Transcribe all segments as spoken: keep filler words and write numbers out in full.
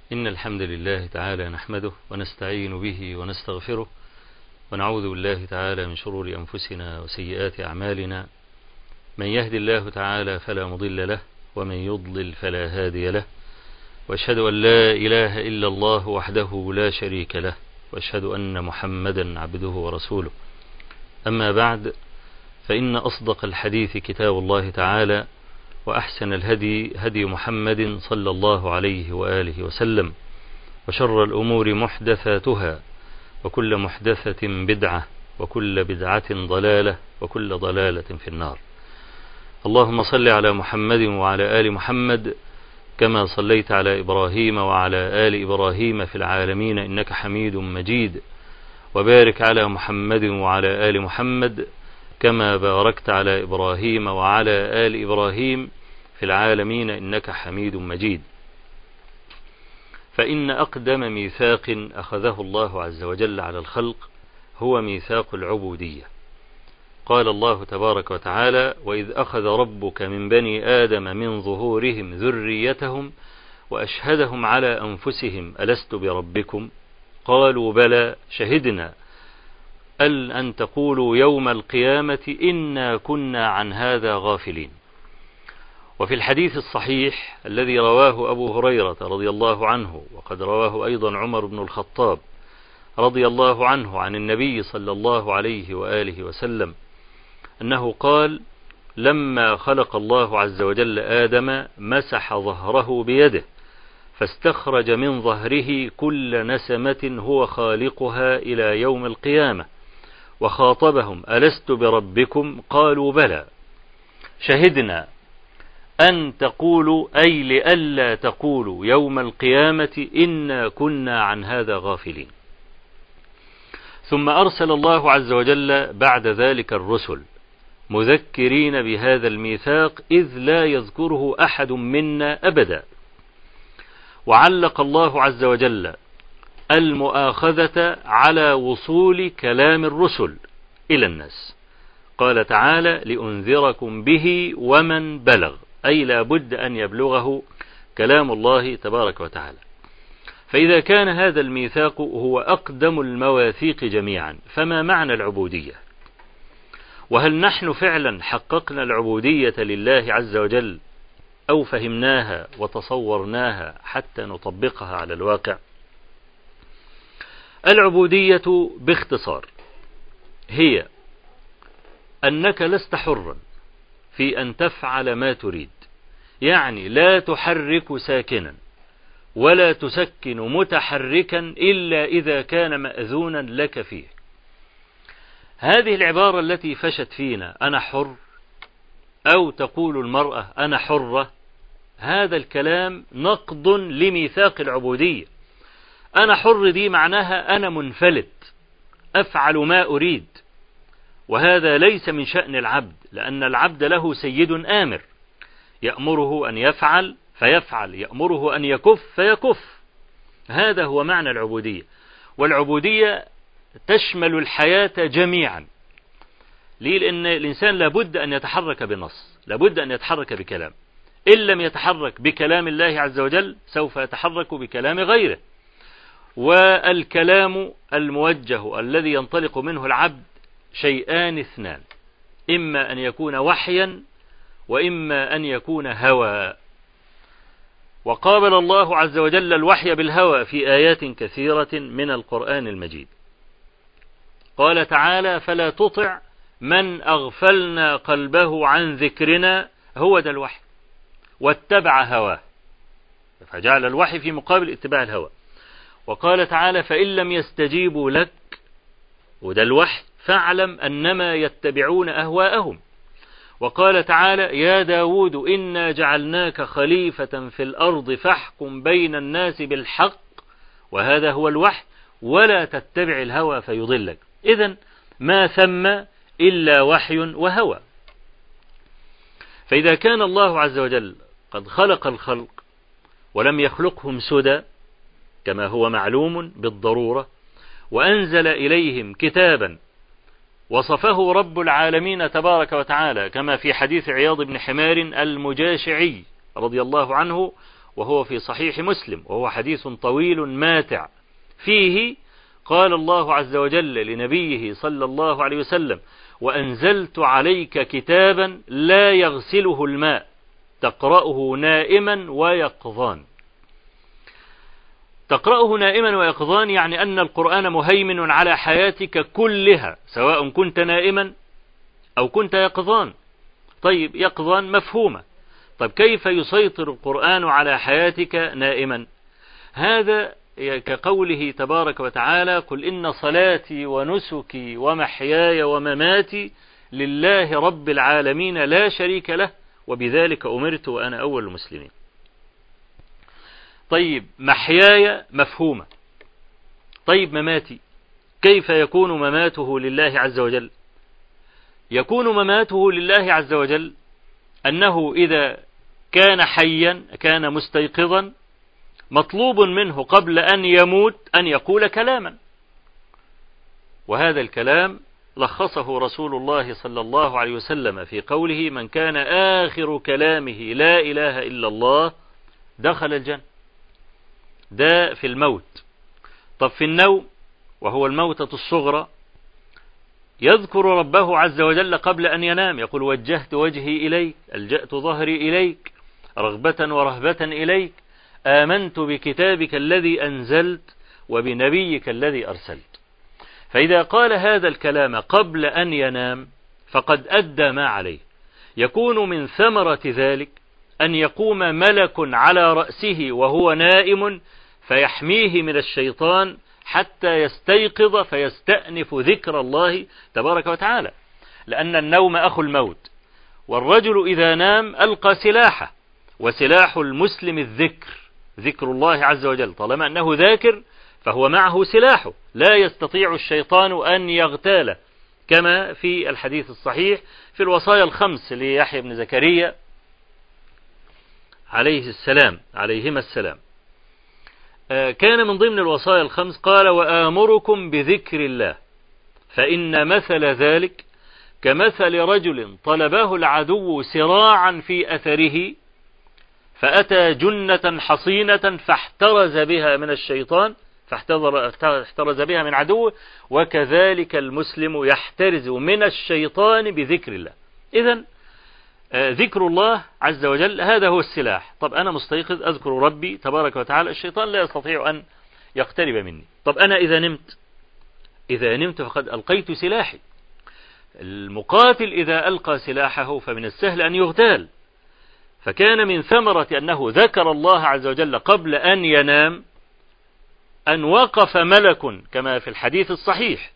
إن الحمد لله تعالى نحمده ونستعين به ونستغفره ونعوذ بالله تعالى من شرور أنفسنا وسيئات أعمالنا. من يهد الله تعالى فلا مضل له ومن يضلل فلا هادي له، وأشهد أن لا إله إلا الله وحده لا شريك له، وأشهد أن محمدا عبده ورسوله. أما بعد، فإن أصدق الحديث كتاب الله تعالى، وأحسن الهدي هدي محمد صلى الله عليه وآله وسلم، وشر الأمور محدثاتها، وكل محدثة بدعة، وكل بدعة ضلالة، وكل ضلالة في النار. اللهم صل على محمد وعلى آل محمد كما صليت على إبراهيم وعلى آل إبراهيم في العالمين إنك حميد مجيد، وبارك على محمد وعلى آل محمد كما باركت على إبراهيم وعلى آل إبراهيم في العالمين إنك حميد مجيد. فإن أقدم ميثاق أخذه الله عز وجل على الخلق هو ميثاق العبودية. قال الله تبارك وتعالى: وإذ أخذ ربك من بني آدم من ظهورهم ذريتهم وأشهدهم على أنفسهم ألست بربكم قالوا بلى شهدنا أن تقولوا يوم القيامة إنا كنا عن هذا غافلين. وفي الحديث الصحيح الذي رواه أبو هريرة رضي الله عنه، وقد رواه أيضا عمر بن الخطاب رضي الله عنه عن النبي صلى الله عليه وآله وسلم أنه قال: لما خلق الله عز وجل آدم مسح ظهره بيده فاستخرج من ظهره كل نسمة هو خالقها إلى يوم القيامة، وخاطبهم ألست بربكم قالوا بلى شهدنا أن تقولوا أي لئلا تقولوا يوم القيامة إنا كنا عن هذا غافلين. ثم أرسل الله عز وجل بعد ذلك الرسل مذكرين بهذا الميثاق إذ لا يذكره أحد منا أبدا. وعلق الله عز وجل المؤاخذة على وصول كلام الرسل إلى الناس. قال تعالى: لأنذركم به ومن بلغ، أي لا بد أن يبلغه كلام الله تبارك وتعالى. فإذا كان هذا الميثاق هو أقدم المواثيق جميعا، فما معنى العبودية؟ وهل نحن فعلا حققنا العبودية لله عز وجل أو فهمناها وتصورناها حتى نطبقها على الواقع؟ العبودية باختصار هي أنك لست حرا في أن تفعل ما تريد، يعني لا تحرك ساكنا ولا تسكن متحركا إلا إذا كان مأذونا لك فيه. هذه العبارة التي فشت فينا أنا حر، أو تقول المرأة أنا حرة، هذا الكلام نقض لميثاق العبودية. أنا حر دي معناها أنا منفلت أفعل ما أريد، وهذا ليس من شأن العبد، لأن العبد له سيد آمر يأمره أن يفعل فيفعل، يأمره أن يكف فيكف. هذا هو معنى العبودية. والعبودية تشمل الحياة جميعا. ليه؟ لأن الإنسان لابد أن يتحرك بنص، لابد أن يتحرك بكلام. إن لم يتحرك بكلام الله عز وجل سوف يتحرك بكلام غيره. والكلام الموجه الذي ينطلق منه العبد شيئان اثنان: إما أن يكون وحيا وإما أن يكون هوى. وقابل الله عز وجل الوحي بالهوى في آيات كثيرة من القرآن المجيد. قال تعالى: فلا تطع من أغفلنا قلبه عن ذكرنا، هو ده الوحي، واتبع هواه، فجعل الوحي في مقابل اتباع الهوى. وقال تعالى: فإن لم يستجيبوا لك، وده الوحي، فاعلم أنما يتبعون أهواءهم. وقال تعالى: يا داود إنا جعلناك خليفة في الأرض فاحكم بين الناس بالحق، وهذا هو الوحي، ولا تتبع الهوى فيضلك. إذن ما ثم إلا وحي وهوى. فإذا كان الله عز وجل قد خلق الخلق ولم يخلقهم سدى كما هو معلوم بالضرورة، وأنزل إليهم كتابا وصفه رب العالمين تبارك وتعالى كما في حديث عياض بن حمار المجاشعي رضي الله عنه: وهو في صحيح مسلم، وهو حديث طويل ماتع، فيه قال الله عز وجل لنبيه صلى الله عليه وسلم: وأنزلت عليك كتابا لا يغسله الماء تقرأه نائما ويقظان. تقرأه نائما ويقظان يعني أن القرآن مهيمن على حياتك كلها، سواء كنت نائما أو كنت يقظان. طيب يقظان مفهومة، طيب كيف يسيطر القرآن على حياتك نائما؟ هذا كقوله تبارك وتعالى: قل إن صلاتي ونسكي ومحياي ومماتي لله رب العالمين لا شريك له وبذلك أمرت وأنا أول المسلمين. طيب محياي مفهومة، طيب مماتي كيف يكون مماته لله عز وجل؟ يكون مماته لله عز وجل أنه إذا كان حيا كان مستيقظا مطلوب منه قبل أن يموت أن يقول كلاما، وهذا الكلام لخصه رسول الله صلى الله عليه وسلم في قوله: من كان آخر كلامه لا إله إلا الله دخل الجنة. ده في الموت. طب في النوم وهو الموتة الصغرى يذكر ربه عز وجل قبل أن ينام، يقول: وجهت وجهي إليك، ألجأت ظهري إليك، رغبة ورهبة إليك، آمنت بكتابك الذي أنزلت وبنبيك الذي أرسلت. فإذا قال هذا الكلام قبل أن ينام فقد أدى ما عليه. يكون من ثمرة ذلك أن يقوم ملك على رأسه وهو نائم فيحميه من الشيطان حتى يستيقظ فيستأنف ذكر الله تبارك وتعالى، لأن النوم أخو الموت، والرجل إذا نام ألقى سلاحه، وسلاح المسلم الذكر، ذكر الله عز وجل. طالما أنه ذاكر فهو معه سلاحه، لا يستطيع الشيطان أن يغتاله، كما في الحديث الصحيح في الوصايا الخمس ليحيى بن زكريا عليه السلام عليهما السلام. كان من ضمن الوصايا الخمس قال: وآمركم بذكر الله فإن مثل ذلك كمثل رجل طلبه العدو سراعا في أثره فأتى جنة حصينة فاحترز بها من الشيطان، فاحترز بها من عدوه، وكذلك المسلم يحترز من الشيطان بذكر الله. إذن ذكر الله عز وجل هذا هو السلاح. طب أنا مستيقظ أذكر ربي تبارك وتعالى، الشيطان لا يستطيع أن يقترب مني. طب أنا إذا نمت إذا نمت فقد ألقيت سلاحي. المقاتل إذا ألقى سلاحه فمن السهل أن يغتال. فكان من ثمرة أنه ذكر الله عز وجل قبل أن ينام أن وقف ملك كما في الحديث الصحيح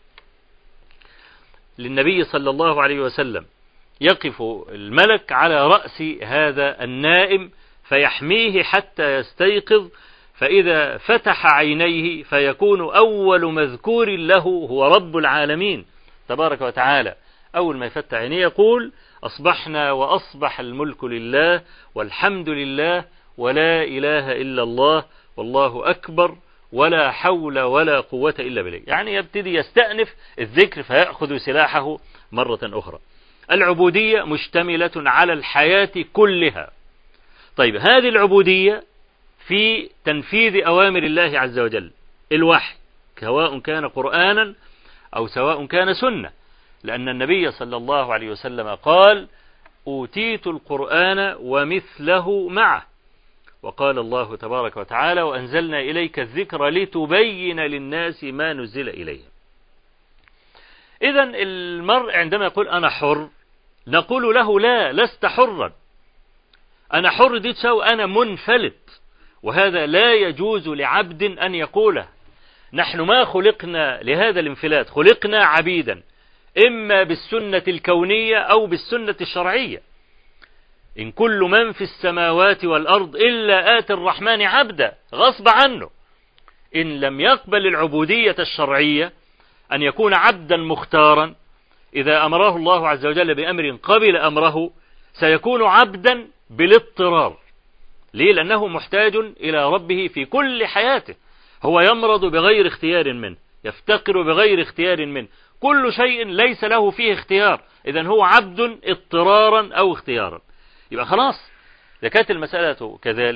للنبي صلى الله عليه وسلم، يقف الملك على رأس هذا النائم فيحميه حتى يستيقظ، فإذا فتح عينيه فيكون أول مذكور له هو رب العالمين تبارك وتعالى. أول ما يفتح عينيه يقول: أصبحنا وأصبح الملك لله والحمد لله ولا إله إلا الله والله أكبر ولا حول ولا قوة إلا بالله. يعني يبتدي يستأنف الذكر فيأخذ سلاحه مرة أخرى. العبودية مشتملة على الحياة كلها. طيب هذه العبودية في تنفيذ أوامر الله عز وجل، الوحي سواء كان قرآنا أو سواء كان سنة، لأن النبي صلى الله عليه وسلم قال: أوتيت القرآن ومثله معه، وقال الله تبارك وتعالى: وأنزلنا إليك الذكر لتبين للناس ما نزل إليهم. إذن المرء عندما يقول أنا حر نقول له: لا، لست حرا. أنا حر دي تساوي أنا منفلت، وهذا لا يجوز لعبد أن يقوله. نحن ما خلقنا لهذا الانفلات، خلقنا عبيدا إما بالسنة الكونية أو بالسنة الشرعية. إن كل من في السماوات والأرض إلا آتي الرحمن عبدا، غصب عنه. إن لم يقبل العبودية الشرعية أن يكون عبدا مختارا، إذا أمره الله عز وجل بأمر قبل أمره سيكون عبدا بالاضطرار. ليه؟ لأنه محتاج إلى ربه في كل حياته. هو يمرض بغير اختيار منه، يفتقر بغير اختيار منه، كل شيء ليس له فيه اختيار. إذن هو عبد اضطرارا أو اختيارا. يبقى خلاص، إذا كانت المسألة كذلك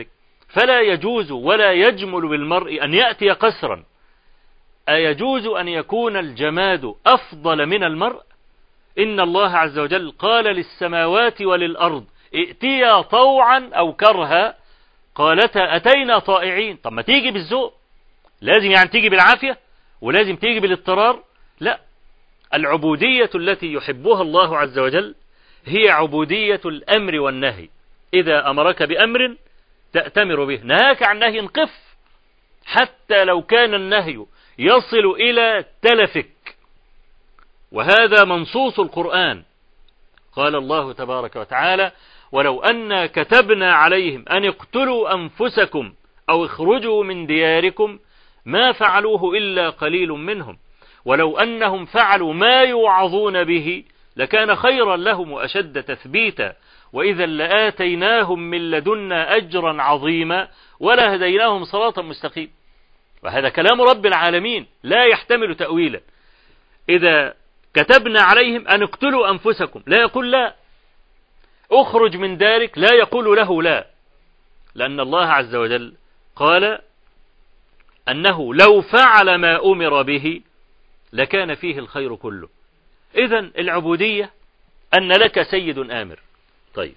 فلا يجوز ولا يجمل بالمرء أن يأتي قسرا. أيجوز أن يكون الجماد أفضل من المرء؟ إن الله عز وجل قال للسماوات وللأرض ائتيا طوعا أو كرها قالتا أتينا طائعين. طب ما تيجي بالذوق، لازم يعني تيجي بالعافية ولازم تيجي بالاضطرار؟ لا، العبودية التي يحبها الله عز وجل هي عبودية الأمر والنهي. إذا أمرك بأمر تأتمر به، نهاك عن نهي قف، حتى لو كان النهي يصل إلى تلفك. وهذا منصوص القرآن. قال الله تبارك وتعالى: ولو أن كتبنا عليهم أن اقتلوا أنفسكم أو اخرجوا من دياركم ما فعلوه إلا قليل منهم ولو أنهم فعلوا ما يوعظون به لكان خيرا لهم وأشد تثبيتا وإذا لآتيناهم من لدنا أجرا عظيما ولهديناهم صراطا مستقيما. وهذا كلام رب العالمين لا يحتمل تأويلا. إذا كتبنا عليهم أن اقتلوا أنفسكم لا يقول لا، اخرج من دارك لا يقول له لا، لأن الله عز وجل قال أنه لو فعل ما أمر به لكان فيه الخير كله. إذن العبودية أن لك سيد آمر. طيب،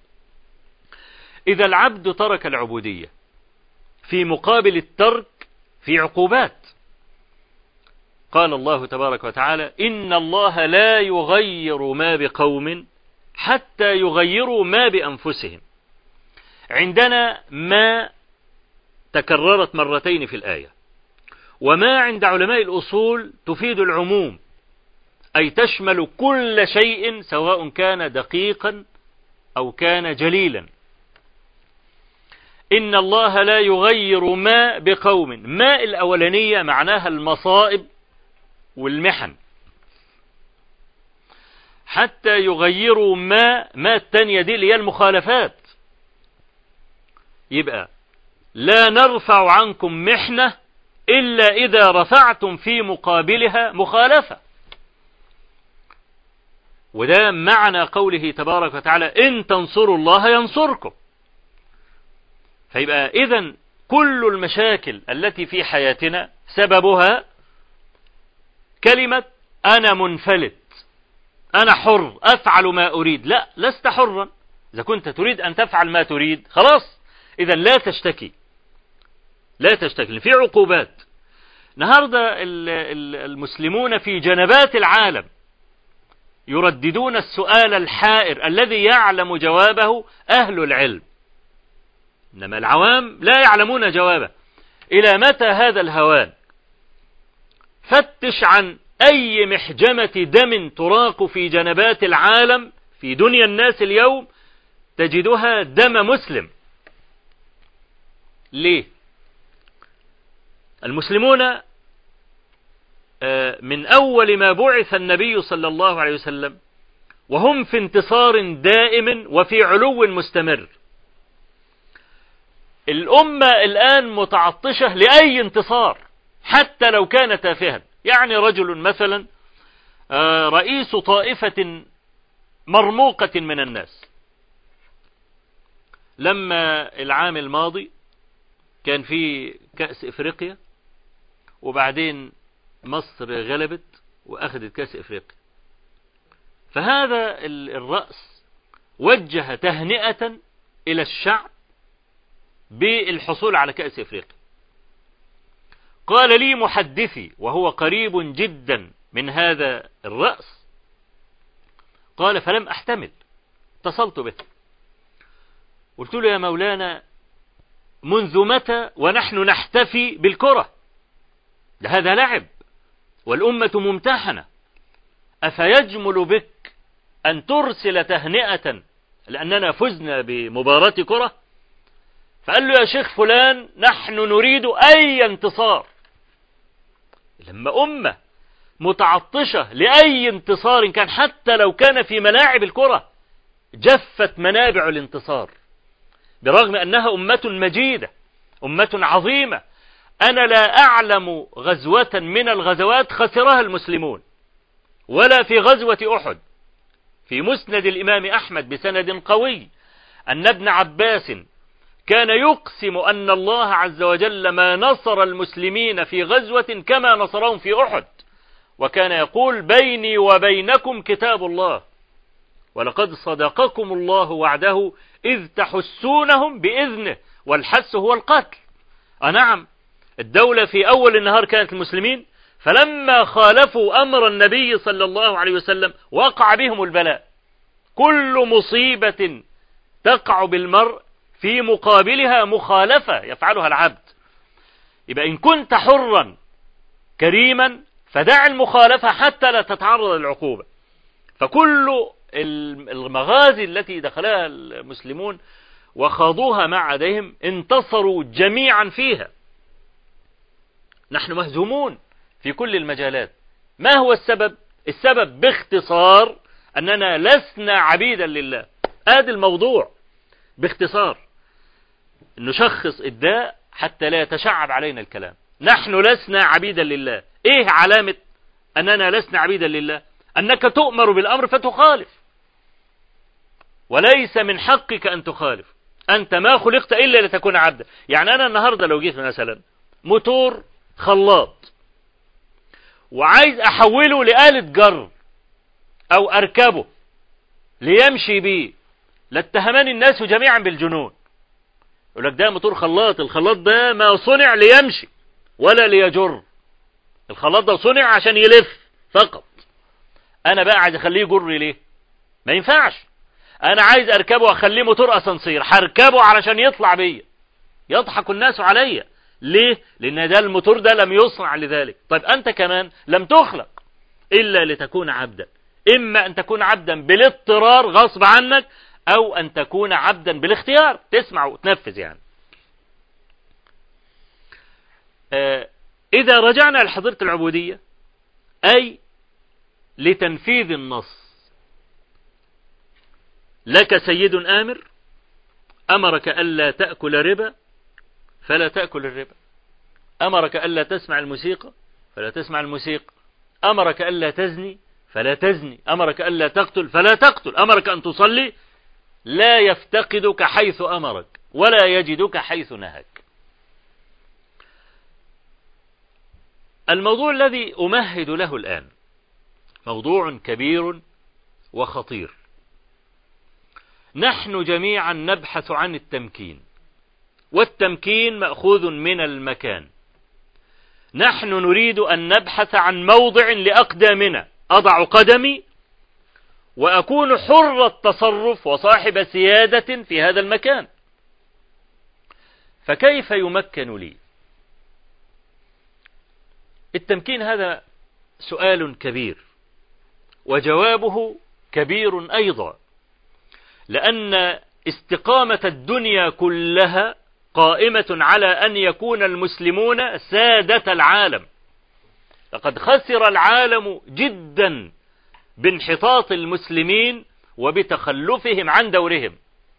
إذا العبد ترك العبودية في مقابل الترك في عقوبات. قال الله تبارك وتعالى: إن الله لا يغير ما بقوم حتى يغيروا ما بأنفسهم. عندنا ما تكررت مرتين في الآية، وما عند علماء الأصول تفيد العموم، أي تشمل كل شيء سواء كان دقيقا أو كان جليلا. إن الله لا يغير ما بقوم، ما الأولانية معناها المصائب والمحن، حتى يغيروا ما ما التانية دي اللي هي المخالفات. يبقى لا نرفع عنكم محنة إلا إذا رفعتم في مقابلها مخالفة. وده معنى قوله تبارك وتعالى: إن تنصروا الله ينصركم. فيبقى إذن كل المشاكل التي في حياتنا سببها كلمة أنا منفلت، أنا حر أفعل ما أريد. لا، لست حرا. إذا كنت تريد أن تفعل ما تريد خلاص، إذن لا تشتكي، لا تشتكي في عقوبات. النهاردة المسلمون في جنبات العالم يرددون السؤال الحائر الذي يعلم جوابه أهل العلم، إنما العوام لا يعلمون جوابه. إلى متى هذا الهوان؟ فتش عن أي محجمة دم تراق في جنبات العالم في دنيا الناس اليوم تجدها دم مسلم. ليه؟ المسلمون من أول ما بعث النبي صلى الله عليه وسلم وهم في انتصار دائم وفي علو مستمر. الأمة الآن متعطشة لأي انتصار حتى لو كان تافها. يعني رجل مثلا رئيس طائفة مرموقة من الناس، لما العام الماضي كان في كأس إفريقيا وبعدين مصر غلبت وأخذت كأس إفريقيا، فهذا الرأس وجه تهنئة إلى الشعب بالحصول على كأس إفريقيا. قال لي محدثي وهو قريب جدا من هذا الرأس، قال: فلم أحتمل، اتصلت به قلت له: يا مولانا، منذ متى ونحن نحتفي بالكرة؟ هذا لعب والأمة ممتحنة، أفيجمل بك أن ترسل تهنئة لأننا فزنا بمباراة كرة؟ فقال له: يا شيخ فلان، نحن نريد أي انتصار. لما أمة متعطشة لأي انتصار كان حتى لو كان في ملاعب الكرة جفت منابع الانتصار، برغم أنها أمة مجيدة، أمة عظيمة. أنا لا أعلم غزوة من الغزوات خسرها المسلمون، ولا في غزوة أحد. في مسند الإمام أحمد بسند قوي أن ابن عباس كان يقسم أن الله عز وجل ما نصر المسلمين في غزوة كما نصرهم في أحد، وكان يقول بيني وبينكم كتاب الله، ولقد صدقكم الله وعده إذ تحسونهم بإذنه، والحس هو القتل. أنعم، الدولة في أول النهار كانت المسلمين، فلما خالفوا أمر النبي صلى الله عليه وسلم وقع بهم البلاء. كل مصيبة تقع بالمرء في مقابلها مخالفة يفعلها العبد. يبقى إن كنت حرا كريما فدع المخالفة حتى لا تتعرض للعقوبة. فكل المغازي التي دخلها المسلمون وخاضوها مع عديهم انتصروا جميعا فيها. نحن مهزومون في كل المجالات. ما هو السبب؟ السبب باختصار أننا لسنا عبيدا لله. آدي الموضوع باختصار، نشخص الداء حتى لا يتشعب علينا الكلام. نحن لسنا عبيدا لله. ايه علامة أننا لسنا عبيدا لله؟ أنك تؤمر بالأمر فتخالف، وليس من حقك أن تخالف. أنت ما خلقت إلا لتكون عبدا. يعني أنا النهاردة لو جيت مثلا موتور خلاط وعايز أحوله لآلة جر أو أركبه ليمشي بيه، لاتهمني الناس جميعا بالجنون. يقول لك ده موتور خلاط، الخلاط ده ما صنع ليمشي ولا ليجر، الخلاط ده صنع عشان يلف فقط. أنا بقى عايز أخليه يجر ليه؟ ما ينفعش. أنا عايز أركبه وأخليه موتور أسانسير، هركبه علشان يطلع بيا. يضحك الناس عليا. ليه؟ لأن ده الموتور ده لم يصنع لذلك. طيب أنت كمان لم تخلق إلا لتكون عبدا. إما أن تكون عبدا بالاضطرار غصب عنك، أو أن تكون عبدا بالاختيار، تسمع وتنفذ. يعني آه إذا رجعنا لحضرة العبودية، أي لتنفيذ النص. لك سيد آمر أمرك ألا تأكل ربا فلا تأكل الربا، أمرك ألا تسمع الموسيقى فلا تسمع الموسيقى، أمرك ألا تزني فلا تزني، أمرك ألا تقتل فلا تقتل، أمرك أن تصلي. لا يفتقدك حيث أمرك ولا يجدك حيث نهاك. الموضوع الذي أمهد له الآن موضوع كبير وخطير. نحن جميعا نبحث عن التمكين، والتمكين مأخوذ من المكان. نحن نريد أن نبحث عن موضع لأقدامنا أضع قدمي وأكون حر التصرف وصاحب سيادة في هذا المكان. فكيف يمكن لي؟ التمكين هذا سؤال كبير، وجوابه كبير أيضا، لأن استقامة الدنيا كلها قائمة على أن يكون المسلمون سادة العالم. لقد خسر العالم جدا بانحطاط المسلمين وبتخلفهم عن دورهم.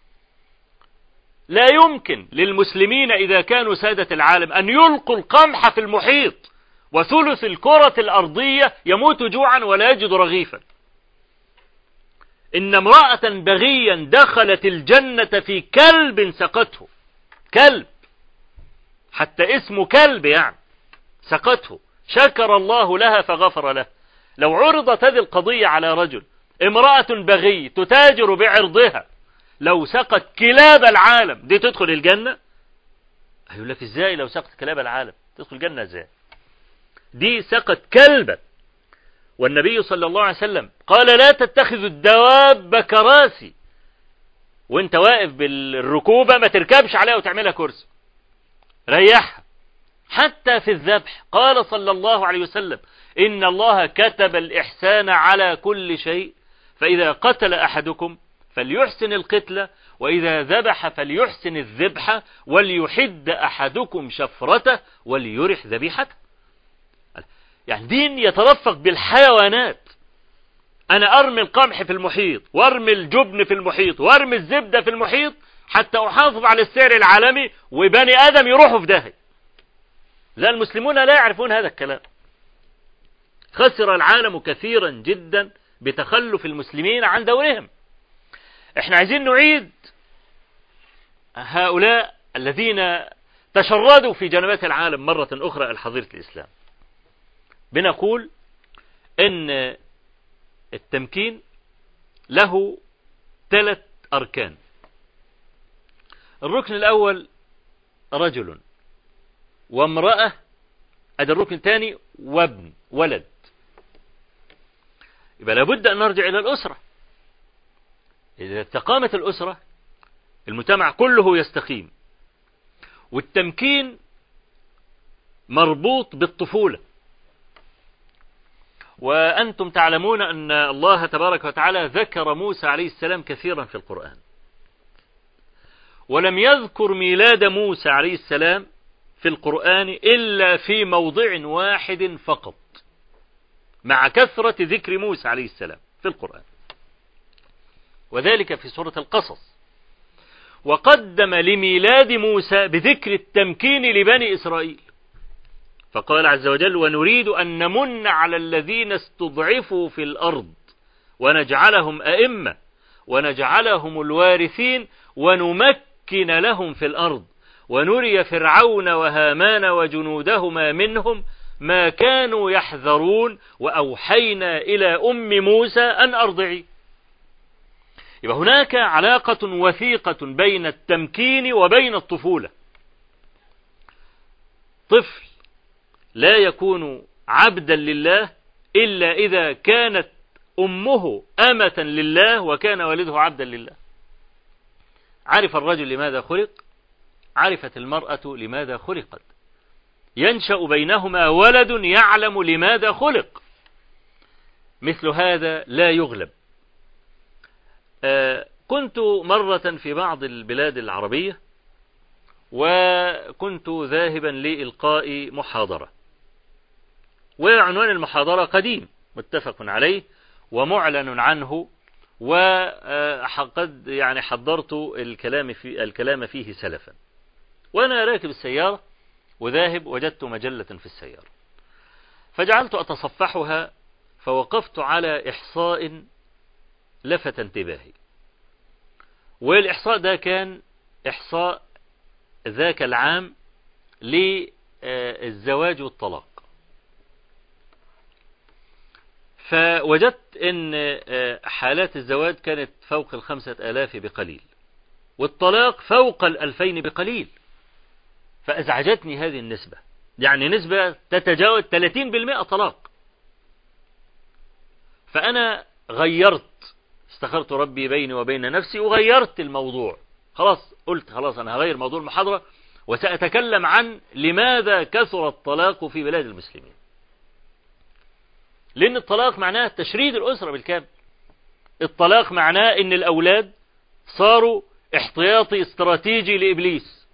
لا يمكن للمسلمين إذا كانوا سادة العالم أن يلقوا القمح في المحيط وثلث الكرة الأرضية يموت جوعا ولا يجد رغيفا. إن امرأة بغيا دخلت الجنة في كلب سقته، كلب حتى اسمه كلب يعني سقته، شكر الله لها فغفر له. لو عرضت هذه القضية على رجل، امرأة بغي تتاجر بعرضها، لو سقت كلاب العالم دي تدخل الجنة؟ هيقول لك ازاي لو سقت كلاب العالم تدخل الجنة ازاي؟ دي سقت كلبا. والنبي صلى الله عليه وسلم قال لا تتخذوا الدواب كراسي، وانت واقف بالركوبة ما تركبش عليها وتعملها كرسي، ريحها. حتى في الذبح قال صلى الله عليه وسلم إن الله كتب الإحسان على كل شيء، فإذا قتل أحدكم فليحسن القتلة، وإذا ذبح فليحسن الذبح، وليحد أحدكم شفرته وليرح ذبيحته. يعني دين يترفق بالحيوانات. أنا أرمي القمح في المحيط، وأرمي الجبن في المحيط، وأرمي الزبدة في المحيط حتى أحافظ على السعر العالمي، وبني آدم يروحوا في داهية. لا، المسلمون لا يعرفون هذا الكلام. خسر العالم كثيرا جدا بتخلف المسلمين عن دورهم. احنا عايزين نعيد هؤلاء الذين تشردوا في جنبات العالم مرة أخرى الحضيرة الإسلام، بنقول إن التمكين له ثلاث أركان. الركن الأول رجل وامرأة، هذا الركن الثاني وابن ولد. يبقى لابد أن نرجع إلى الأسرة. إذا استقامت الأسرة المجتمع كله يستقيم. والتمكين مربوط بالطفولة، وأنتم تعلمون أن الله تبارك وتعالى ذكر موسى عليه السلام كثيرا في القرآن، ولم يذكر ميلاد موسى عليه السلام في القرآن إلا في موضع واحد فقط، مع كثرة ذكر موسى عليه السلام في القرآن، وذلك في سورة القصص. وقدم لميلاد موسى بذكر التمكين لبني إسرائيل، فقال عز وجل: ونريد أن نمن على الذين استضعفوا في الأرض ونجعلهم أئمة ونجعلهم الوارثين ونمكن لهم في الأرض ونري فرعون وهامان وجنودهما منهم ما كانوا يحذرون وأوحينا إلى أم موسى أن أرضعي. يبقى هناك علاقة وثيقة بين التمكين وبين الطفولة. طفل لا يكون عبدا لله إلا إذا كانت أمه أمة لله وكان والده عبدا لله. عرف الرجل لماذا خلق، عرفت المرأة لماذا خلقت، ينشأ بينهما ولد يعلم لماذا خلق. مثل هذا لا يغلب. آه كنت مرة في بعض البلاد العربية، وكنت ذاهبا لإلقاء محاضرة، وعنوان المحاضرة قديم متفق عليه ومعلن عنه، وقد يعني حضرت الكلام في الكلام فيه سلفا. وأنا راكب السيارة وذاهب وجدت مجلة في السيارة، فجعلت أتصفحها، فوقفت على إحصاء لفت انتباهي. والإحصاء ده كان إحصاء ذاك العام للزواج والطلاق. فوجدت أن حالات الزواج كانت فوق الخمسة آلاف بقليل، والطلاق فوق الألفين بقليل. فأزعجتني هذه النسبة، يعني نسبة تتجاوز ثلاثين بالمئة طلاق. فأنا غيرت، استخرت ربي بيني وبين نفسي وغيرت الموضوع. خلاص قلت خلاص أنا هغير موضوع المحاضرة وسأتكلم عن لماذا كثر الطلاق في بلاد المسلمين. لأن الطلاق معناه تشريد الأسرة بالكامل. الطلاق معناه أن الأولاد صاروا احتياطي استراتيجي لإبليس،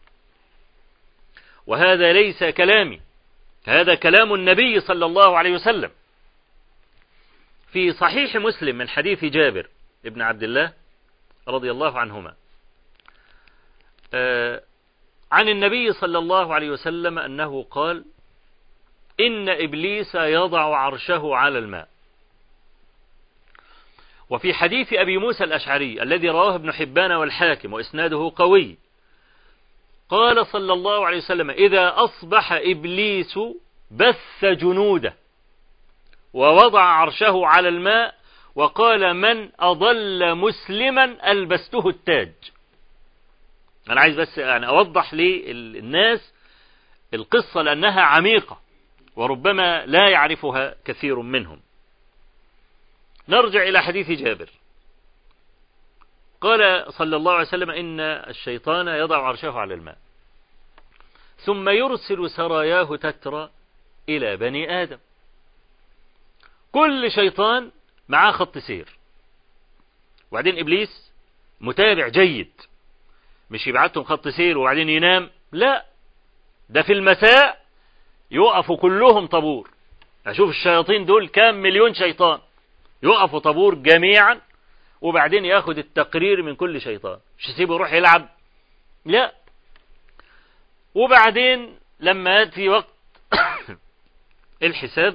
وهذا ليس كلامي، هذا كلام النبي صلى الله عليه وسلم في صحيح مسلم من حديث جابر ابن عبد الله رضي الله عنهما آه عن النبي صلى الله عليه وسلم أنه قال: إن إبليس يضع عرشه على الماء. وفي حديث أبي موسى الأشعري الذي رواه ابن حبان والحاكم وإسناده قوي، قال صلى الله عليه وسلم: إذا أصبح إبليس بث جنوده ووضع عرشه على الماء وقال: من أضل مسلما ألبسته التاج. أنا عايز بس يعني أوضح للناس القصة لأنها عميقة وربما لا يعرفها كثير منهم. نرجع إلى حديث جابر. قال صلى الله عليه وسلم: إن الشيطان يضع عرشه على الماء ثم يرسل سراياه تترى إلى بني آدم. كل شيطان معاه خط سير، وبعدين إبليس متابع جيد، مش يبعتهم خط سير وبعدين ينام، لا، ده في المساء يقفوا كلهم طابور. أشوف الشياطين دول كام مليون شيطان، يقفوا طابور جميعا، وبعدين ياخد التقرير من كل شيطان، مش يسيبه يروح يلعب، لا. وبعدين لما يأتي وقت الحساب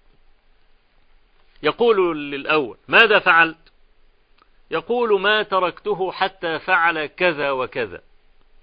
يقول للأول: ماذا فعلت؟ يقول: ما تركته حتى فعل كذا وكذا.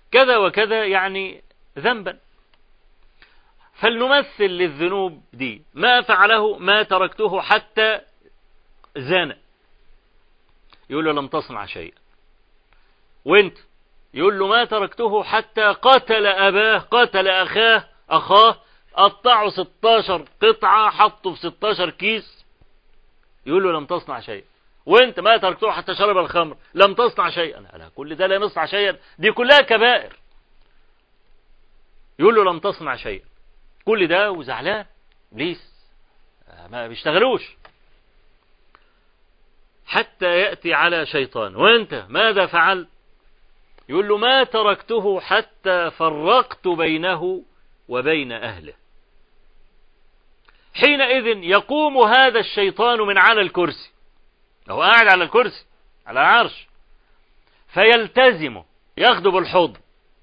كذا وكذا يعني ذنبا. فلنمثل للذنوب دي ما فعله ما تركته حتى زانى، يقول له لم تصنع شيئا. وانت يقول له ما تركته حتى قتل أباه، قتل أخاه أخاه قطعه ستاشر قطعة حطه في ستاشر كيس، يقول له لم تصنع شيئا. وانت ما تركته حتى شرب الخمر، لم تصنع شيئا. أنا كل ده لا يصنع شيئا، دي كلها كبائر. يقول له لم تصنع شيئا، كل ده وزعلان. إبليس ما بيشتغلوش حتى يأتي على شيطان. وانت ماذا فعلت؟ يقول له ما تركته حتى فرقت بينه وبين أهله. حينئذ يقوم هذا الشيطان من على الكرسي، هو قاعد على الكرسي على العرش، فيلتزمه، ياخده بالحضن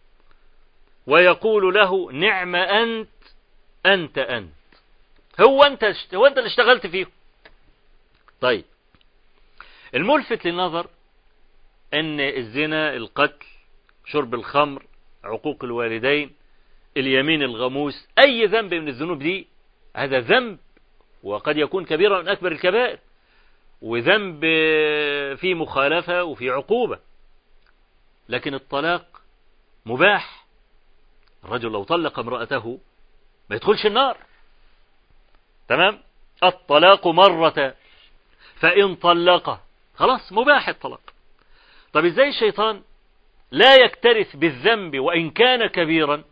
ويقول له نعم أنت أنت أنت هو أنت هو أنت اللي اشتغلت فيه. طيب، الملفت للنظر أن الزنا، القتل، شرب الخمر، عقوق الوالدين، اليمين الغموس، أي ذنب من الذنوب دي هذا ذنب، وقد يكون كبيرا من أكبر الكبائر، وذنب فيه مخالفة وفيه عقوبة. لكن الطلاق مباح. الرجل لو طلق امرأته ما يدخلش النار. تمام؟ الطلاق مرة، فإن طلقه خلاص مباح الطلاق. طب ازاي الشيطان لا يكترث بالذنب وإن كان كبيرا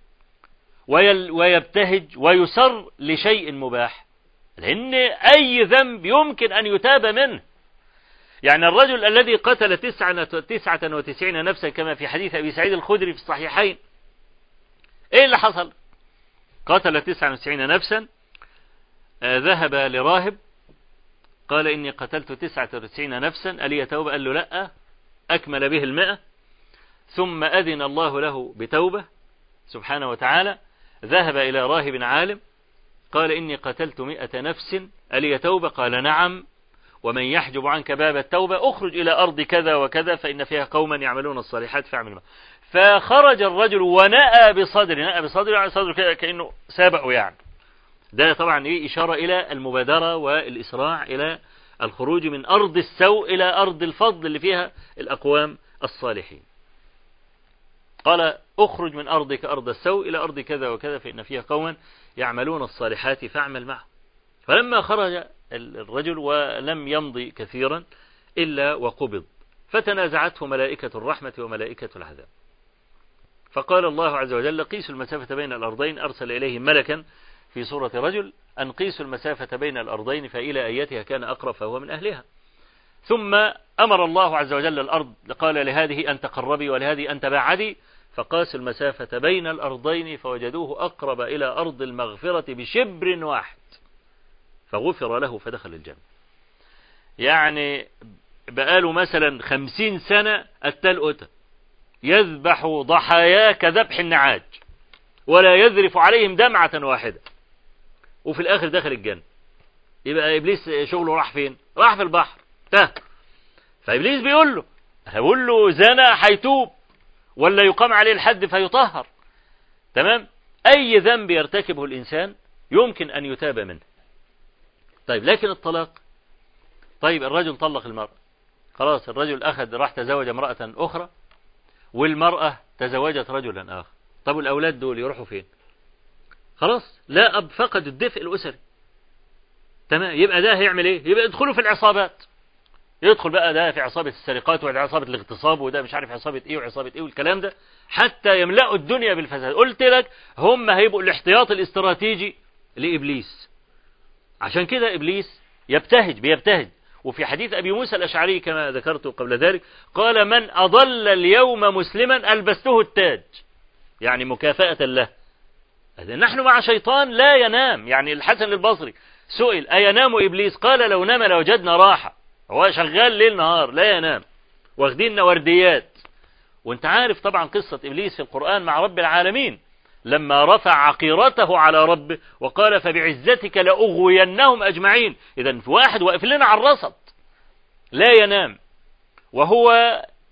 ويبتهج ويسر لشيء مباح؟ لأن أي ذنب يمكن أن يتاب منه. يعني الرجل الذي قتل تسعة وتسعين نفسا كما في حديث أبي سعيد الخدري في الصحيحين، إيه اللي حصل؟ قتل تسعة وتسعين نفسا، آه ذهب لراهب قال إني قتلت تسعة وتسعين نفسا ألي توبة؟ قال له لا، أكمل به المئة، ثم أذن الله له بتوبة سبحانه وتعالى. ذهب إلى راهب عالم قال إني قتلت مئة نفس ألي توبة؟ قال نعم، ومن يحجب عنك باب التوبة أخرج إلى أرض كذا وكذا فإن فيها قوما يعملون الصالحات فاعمل ما. فخرج الرجل ونأى بصدره، نأى بصدره يعني صدره كأنه سابقه يعني. ده طبعا إيه؟ إشارة إلى المبادرة والإسراع إلى الخروج من أرض السوء إلى أرض الفضل اللي فيها الأقوام الصالحين. قال اخرج من أرضك أرض السوء إلى أرض كذا وكذا فإن فيها قوما يعملون الصالحات فاعمل معه. فلما خرج الرجل ولم يمضي كثيرا إلا وقبض، فتنازعته ملائكة الرحمة وملائكة العذاب. فقال الله عز وجل قيسوا المسافة بين الأرضين، أرسل إليهم ملكا في صورة رجل أن قيسوا المسافة بين الأرضين فإلى أيتها كان أقرب فهو من أهلها. ثم أمر الله عز وجل الأرض، قال لهذه أن تقربي ولهذه أن تباعدي، فقاسوا المسافة بين الأرضين فوجدوه أقرب إلى أرض المغفرة بشبر واحد، فغفر له فدخل الجنة. يعني بقاله مثلا خمسين سنة التلقتة يذبح ضحاياه كذبح النعاج ولا يذرف عليهم دمعة واحدة، وفي الآخر دخل الجنة. يبقى إبليس شغله راح فين؟ راح في البحر ته. فإبليس بيقول له هقول له زنا حيتوب ولا يقام عليه الحد فيطهر. تمام؟ أي ذنب يرتكبه الإنسان يمكن أن يتاب منه. طيب لكن الطلاق، طيب الرجل طلق المرأة، خلاص الرجل أخذ راح تزوج امرأة أخرى والمرأة تزوجت رجلا آخر. طب الأولاد دول يروحوا فين؟ خلاص لا أب، فقد الدفء الأسري. تمام؟ يبقى ده هيعمل إيه؟ يبقى يدخلوا في العصابات، يدخل بقى ده في عصابة السرقات وده عصابة الاغتصاب وده مش عارف عصابة إيه وعصابة إيه والكلام ده، حتى يملأوا الدنيا بالفساد. قلت لك هم هيبقوا الاحتياط الاستراتيجي لإبليس. عشان كده إبليس يبتهج بيبتهج. وفي حديث أبي موسى الأشعري كما ذكرت قبل ذلك قال من أضل اليوم مسلما ألبسته التاج، يعني مكافأة له. نحن مع شيطان لا ينام. يعني الحسن البصري سئل أينام إبليس؟ قال لو نام لوجدنا راحة. هو شغال ليل نهار لا ينام، واخدين ورديات. وانت عارف طبعا قصة إبليس في القرآن مع رب العالمين لما رفع عقيرته على ربه وقال فبعزتك لأغوينهم أجمعين. إذن في واحد واقف لنا على الرصد لا ينام، وهو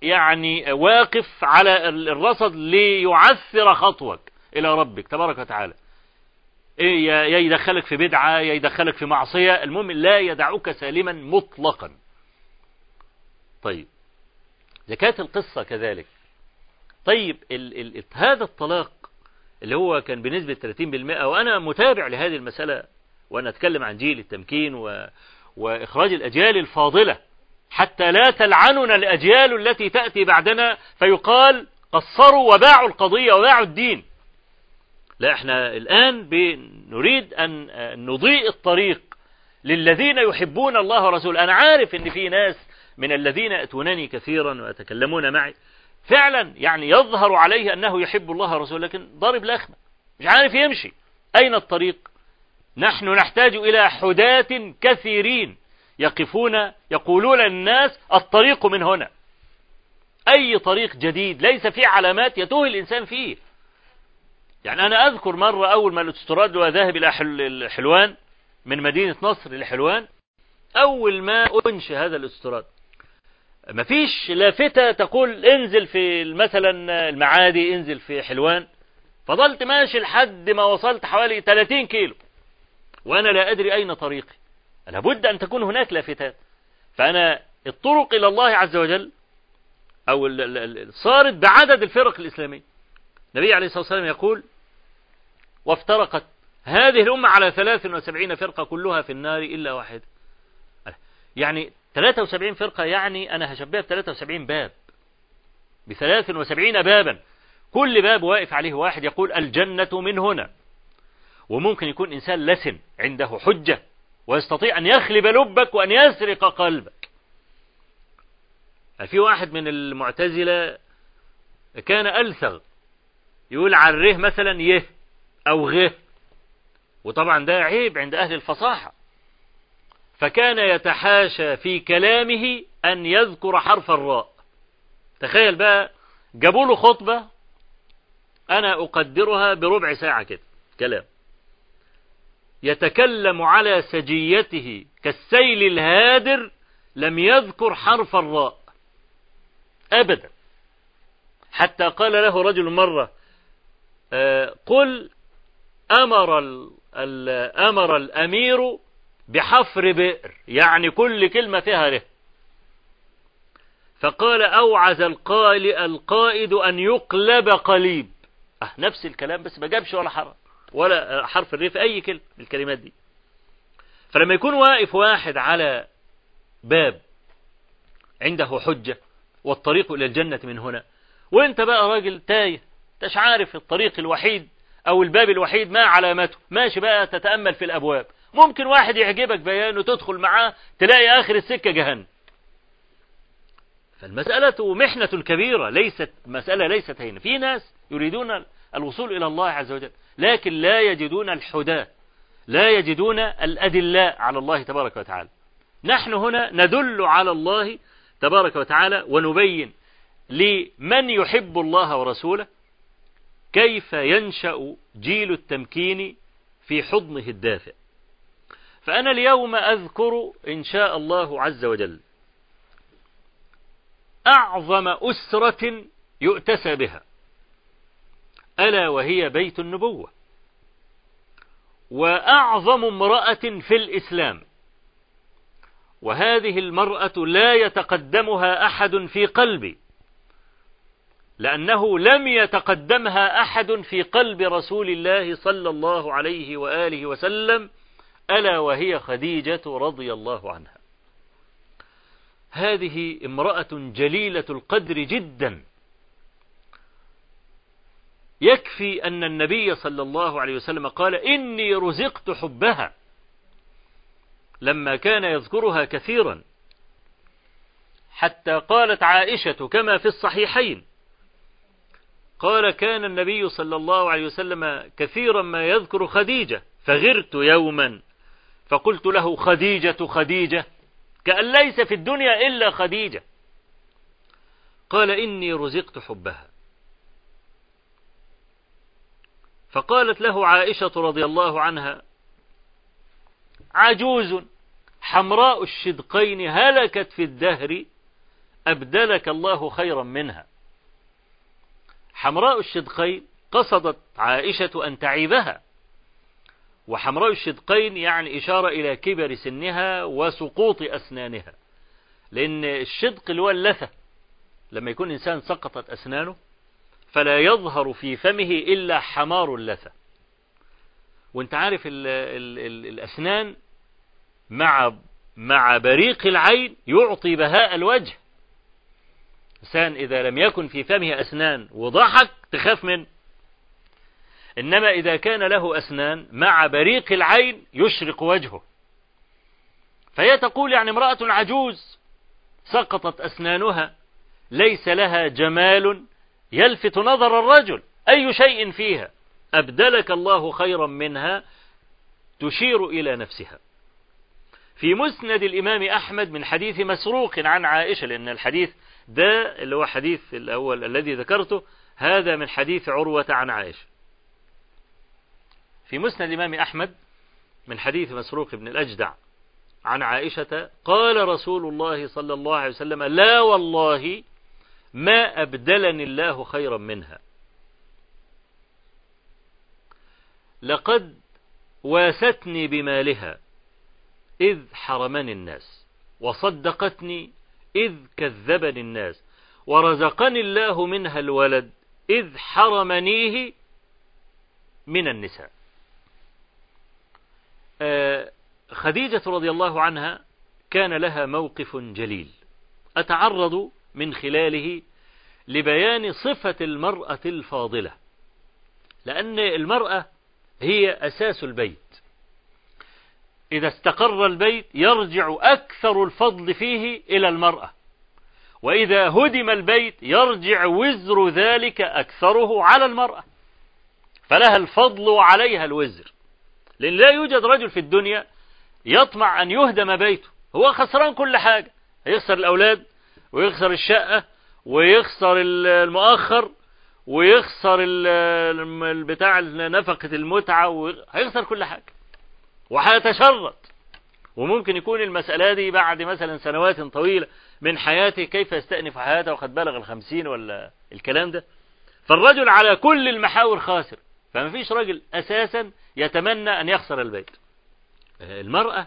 يعني واقف على الرصد ليعثر خطوك إلى ربك تبارك وتعالى. إيه، يا يدخلك في بدعة، يا يدخلك في معصية، المهم لا يدعوك سالما مطلقا. طيب زكاة القصة كذلك. طيب ال ال هذا الطلاق اللي هو كان بنسبة ثلاثين بالمئة، وأنا متابع لهذه المسألة وأنا أتكلم عن جيل التمكين و... وإخراج الأجيال الفاضلة حتى لا تلعننا الأجيال التي تأتي بعدنا فيقال قصروا وباعوا القضية وباعوا الدين. لا، احنا الآن نريد أن نضيء الطريق للذين يحبون الله ورسوله. أنا عارف أن في ناس من الذين أتونني كثيرا ويتكلمون معي فعلا يعني يظهر عليه أنه يحب الله ورسوله، لكن ضارب لخمة مش عارف يمشي. أين الطريق؟ نحن نحتاج إلى حداة كثيرين يقفون يقولون للناس الطريق من هنا. أي طريق جديد ليس فيه علامات يتوه الإنسان فيه. يعني أنا أذكر مرة أول ما الاستراد وذاهب إلى حلوان من مدينة نصر لحلوان، أول ما أنشئ هذا الاستراد مفيش لافتة تقول انزل في مثلا المعادي، انزل في حلوان. فضلت ماشي لحد ما وصلت حوالي ثلاثين كيلو وأنا لا أدري أين طريقي. لابد أن تكون هناك لافتات. فأنا الطرق إلى الله عز وجل أو صارت بعدد الفرق الإسلامية. النبي عليه الصلاة والسلام يقول وافترقت هذه الأمة على ثلاث وسبعين فرقة كلها في النار إلا واحد. يعني ثلاثة وسبعين فرقة، يعني أنا هشبهها ب ثلاثة وسبعين باب، ب ثلاث وسبعين بابا كل باب واقف عليه واحد يقول الجنة من هنا. وممكن يكون إنسان لسن عنده حجة ويستطيع أن يخلب لبك وأن يسرق قلبك. في واحد من المعتزلة كان ألثغ يقول على الره مثلا يه أو غه، وطبعا ده عيب عند أهل الفصاحة. فكان يتحاشى في كلامه أن يذكر حرف الراء. تخيل بقى، جابوا له خطبة أنا أقدرها بربع ساعة كده كلام، يتكلم على سجيته كالسيل الهادر، لم يذكر حرف الراء أبدا. حتى قال له رجل مرة آه قل أمر, أمر الأمير بحفر بئر، يعني كل كلمة فيها ره. فقال أوعز القائد أن يقلب قليب. أه نفس الكلام بس ما جابش ولا حرف ولا حرف الره في أي كلمة من الكلمات دي. فلما يكون واقف واحد على باب عنده حجة والطريق إلى الجنة من هنا، وانت بقى راجل تايه مش عارف الطريق الوحيد أو الباب الوحيد ما علامته، ماشي بقى تتأمل في الأبواب، ممكن واحد يعجبك بيانه تدخل معاه تلاقي آخر السكة جهنم. فالمسألة محنة كبيرة، ليست مسألة ليست هين. في ناس يريدون الوصول إلى الله عز وجل لكن لا يجدون الحداة، لا يجدون الأدلاء على الله تبارك وتعالى. نحن هنا ندل على الله تبارك وتعالى ونبين لمن يحب الله ورسوله كيف ينشأ جيل التمكين في حضنه الدافئ. فأنا اليوم أذكر إن شاء الله عز وجل أعظم أسرة يؤتسى بها، ألا وهي بيت النبوة، وأعظم امرأة في الإسلام. وهذه المرأة لا يتقدمها أحد في قلبي، لأنه لم يتقدمها أحد في قلب رسول الله صلى الله عليه وآله وسلم، ألا وهي خديجة رضي الله عنها. هذه امرأة جليلة القدر جدا، يكفي أن النبي صلى الله عليه وسلم قال إني رزقت حبها لما كان يذكرها كثيرا، حتى قالت عائشة كما في الصحيحين قال كان النبي صلى الله عليه وسلم كثيرا ما يذكر خديجة، فغرت يوما فقلت له خديجة خديجة كأن ليس في الدنيا إلا خديجة. قال إني رزقت حبها. فقالت له عائشة رضي الله عنها عجوز حمراء الشدقين هلكت في الدهر أبدلك الله خيرا منها. حمراء الشدقين قصدت عائشة أن تعيبها، وحمراء الشدقين يعني إشارة إلى كبر سنها وسقوط أسنانها، لأن الشدق اللي هو اللثة، لما يكون إنسان سقطت أسنانه فلا يظهر في فمه إلا حمار اللثة. وانت عارف ال ال ال الأسنان مع مع بريق العين يعطي بهاء الوجه. إنسان إذا لم يكن في فمه أسنان وضحك تخاف منه، إنما إذا كان له أسنان مع بريق العين يشرق وجهه. فهي تقول يعني امرأة عجوز سقطت أسنانها ليس لها جمال يلفت نظر الرجل، أي شيء فيها أبدلك الله خيرا منها، تشير إلى نفسها. في مسند الإمام أحمد من حديث مسروق عن عائشة، لأن الحديث ده اللي هو حديث الأول الذي ذكرته هذا من حديث عروة عن عائشة. في مسند الإمام أحمد من حديث مسروق بن الأجدع عن عائشة قال رسول الله صلى الله عليه وسلم: لا والله ما أبدلني الله خيرا منها، لقد واستني بمالها إذ حرمني الناس، وصدقتني إذ كذبني الناس، ورزقني الله منها الولد إذ حرمنيه من النساء. خديجة رضي الله عنها كان لها موقف جليل أتعرض من خلاله لبيان صفة المرأة الفاضلة، لأن المرأة هي أساس البيت. إذا استقر البيت يرجع أكثر الفضل فيه إلى المرأة، وإذا هدم البيت يرجع وزر ذلك أكثره على المرأة، فلها الفضل وعليها الوزر. لأن لا يوجد رجل في الدنيا يطمع أن يهدم بيته، هو خسران كل حاجة، هيخسر الأولاد ويخسر الشقة ويخسر المؤخر ويخسر البتاع نفقة المتعة، هيخسر كل حاجة وهيتشرط. وممكن يكون المسألة دي بعد مثلا سنوات طويلة من حياته، كيف يستأنف حياته وقد بلغ الخمسين ولا الكلام ده. فالرجل على كل المحاور خاسر، فما فيش رجل أساسا يتمنى أن يخسر البيت. المرأة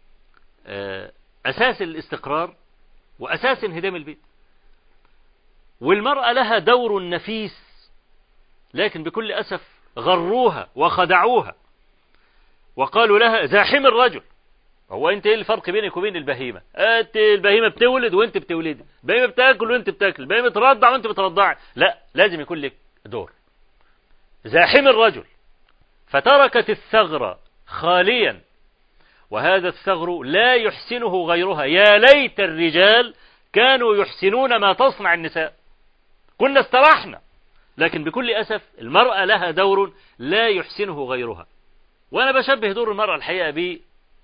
أساس الاستقرار وأساس انهدام البيت، والمرأة لها دور نفيس، لكن بكل أسف غروها وخدعوها وقالوا لها زاحم الرجل. هو انت ايه الفرق بينك وبين البهيمة؟ انت البهيمة بتولد وانت بتولد، البهيمة بتاكل وانت بتاكل، البهيمة بترضع وانت بترضع. لا، لازم يكون لك دور. زاحم الرجل، فتركت الثغر خاليا، وهذا الثغر لا يحسنه غيرها. يا ليت الرجال كانوا يحسنون ما تصنع النساء، كنا استرحنا. لكن بكل أسف المرأة لها دور لا يحسنه غيرها. وأنا بشبه دور المرأة الحقيقة ب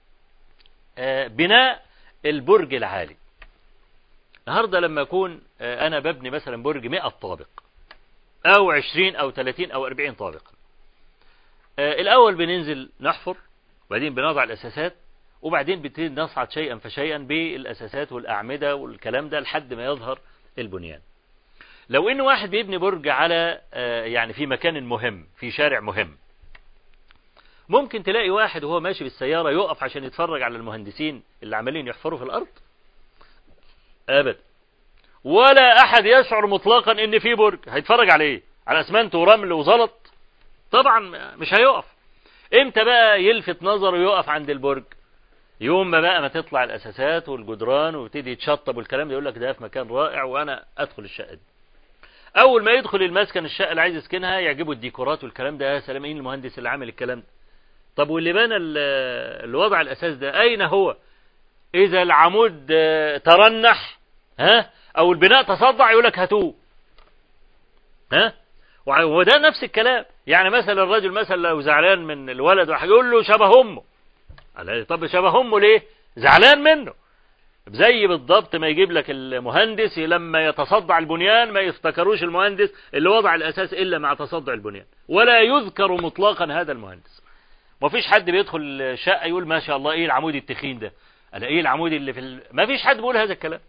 بناء البرج العالي. النهاردة لما أكون أنا ببني مثلا برج مئة طابق أو عشرين أو ثلاثين أو أربعين طابق، الأول بننزل نحفر، وبعدين بنضع الأساسات، وبعدين بنبتدي نصعد شيئا فشيئا بالأساسات والأعمدة والكلام ده لحد ما يظهر البنيان. لو إن واحد بيبني برج على يعني في مكان مهم في شارع مهم، ممكن تلاقي واحد وهو ماشي بالسيارة يقف عشان يتفرج على المهندسين اللي عمالين يحفروا في الأرض؟ أبدا. ولا أحد يشعر مطلقا إن في برج، هيتفرج على إيه؟ على أسمنت ورمل وزلط؟ طبعا مش هيقف. إمتى بقى يلفت نظره يقف عند البرج؟ يوم ما بقى ما تطلع الأساسات والجدران ويبتدي يتشطب والكلام ده، يقول لك ده في مكان رائع وأنا أدخل الشقة دي. أول ما يدخل المسكن الشقة اللي عايز يسكنها يعجبه الديكورات والكلام ده، يا سلام مين المهندس اللي عامل الكلام ده؟ طب واللي بنى اللي وضع الأساس ده أين هو؟ إذا العمود ترنح ها أو البناء تصدع يقول لك هاتوه. ها؟ وده نفس الكلام. يعني مثلا الرجل مثلا لو زعلان من الولد يقول له شبه أمه. طب شبه أمه ليه؟ زعلان منه. زي بالضبط ما يجيب لك المهندس لما يتصدع البنيان ما يفتكروش المهندس اللي وضع الأساس إلا مع تصدع البنيان، ولا يذكر مطلقا هذا المهندس. ما فيش حد بيدخل الشقة يقول ما شاء الله ايه العمود التخين ده، الا ايه العمود اللي في ال... ما فيش حد بيقول هذا الكلام.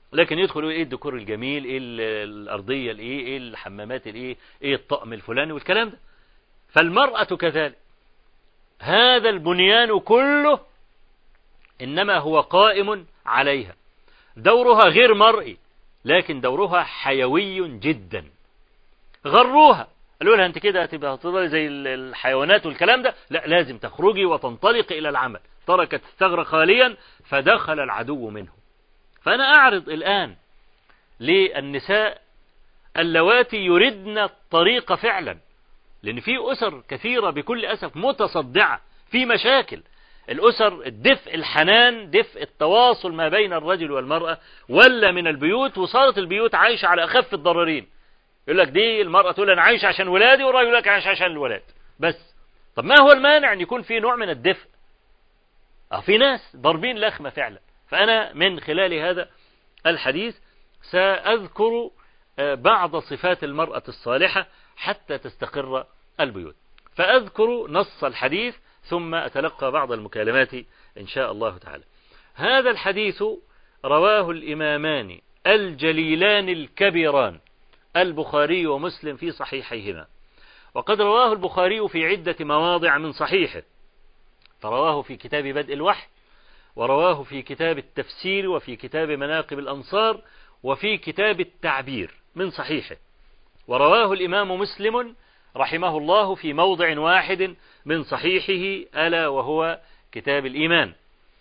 لكن يدخلوا ايه الديكور الجميل، ايه الارضيه، الايه ايه الحمامات، الايه ايه الطقم الفلاني والكلام ده. فالمرأة كذلك، هذا البنيان كله إنما هو قائم عليها، دورها غير مرئي لكن دورها حيوي جدا. غروها، قالوا لها انت كده هتبقى هتفضلي زي الحيوانات والكلام ده، لا لازم تخرجي وتنطلق إلى العمل. تركت الثغر خاليا فدخل العدو منه. فأنا أعرض الآن للنساء اللواتي يردن الطريق فعلا، لأن في أسر كثيرة بكل أسف متصدعة في مشاكل. الأسر الدفء الحنان، دفء التواصل ما بين الرجل والمرأة ولا من البيوت، وصارت البيوت عايشة على أخف الضررين. يقول لك دي المرأة تقول أنا عايشة عشان ولادي، والراجل يقول لك عايش عشان الولاد بس. طب ما هو المانع أن يكون في نوع من الدفء؟ أه في ناس ضربين لخمة فعلا. فأنا من خلال هذا الحديث سأذكر بعض صفات المرأة الصالحة حتى تستقر البيوت. فأذكر نص الحديث ثم أتلقى بعض المكالمات إن شاء الله تعالى. هذا الحديث رواه الإمامان الجليلان الكبيران البخاري ومسلم في صحيحيهما، وقد رواه البخاري في عدة مواضع من صحيحه، فرواه في كتاب بدء الوحي، ورواه في كتاب التفسير، وفي كتاب مناقب الأنصار، وفي كتاب التعبير من صحيحه. ورواه الإمام مسلم رحمه الله في موضع واحد من صحيحه ألا وهو كتاب الإيمان.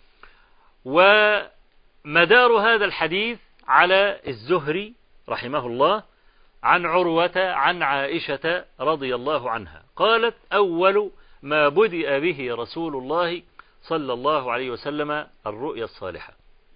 ومدار هذا الحديث على الزهري رحمه الله عن عروة عن عائشة رضي الله عنها قالت: أول ما بدأ به رسول الله صلى الله عليه وسلم الرؤيا الصالحة،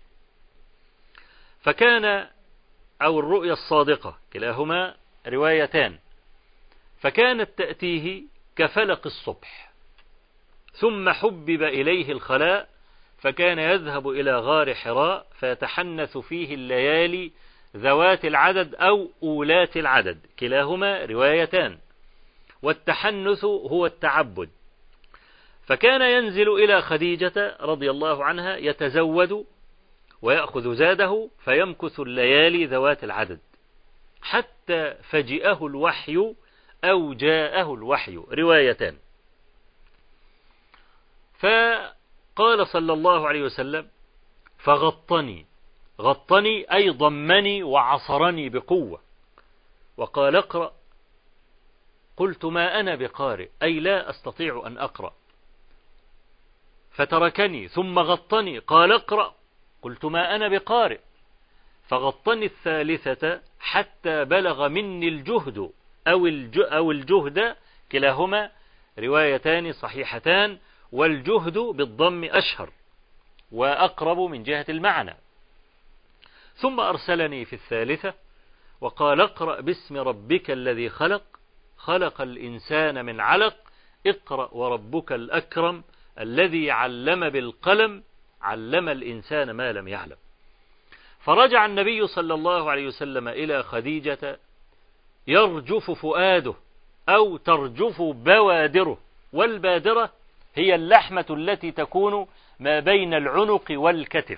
فكان أو الرؤيا الصادقة، كلاهما روايتان، فكانت تأتيه كفلق الصبح، ثم حبب إليه الخلاء، فكان يذهب إلى غار حراء فيتحنث فيه الليالي ذوات العدد أو أولات العدد، كلاهما روايتان. والتحنث هو التعبد. فكان ينزل إلى خديجة رضي الله عنها يتزود ويأخذ زاده فيمكث الليالي ذوات العدد حتى فجئه الوحي أو جاءه الوحي، روايتان. فقال صلى الله عليه وسلم: فغطني، غطني أي ضمني وعصرني بقوة، وقال: اقرأ. قلت: ما أنا بقارئ، أي لا أستطيع أن أقرأ. فتركني ثم غطني، قال: اقرأ. قلت: ما أنا بقارئ. فغطني الثالثة حتى بلغ مني الجهد أو أو الجهد، كلاهما روايتان صحيحتان، والجهد بالضم أشهر وأقرب من جهة المعنى. ثم أرسلني في الثالثة وقال: اقرأ باسم ربك الذي خلق، خلق الإنسان من علق، اقرأ وربك الأكرم الذي علم بالقلم، علم الإنسان ما لم يعلم. فرجع النبي صلى الله عليه وسلم إلى خديجة يرجف فؤاده أو ترجف بوادره، والبادرة هي اللحمة التي تكون ما بين العنق والكتف.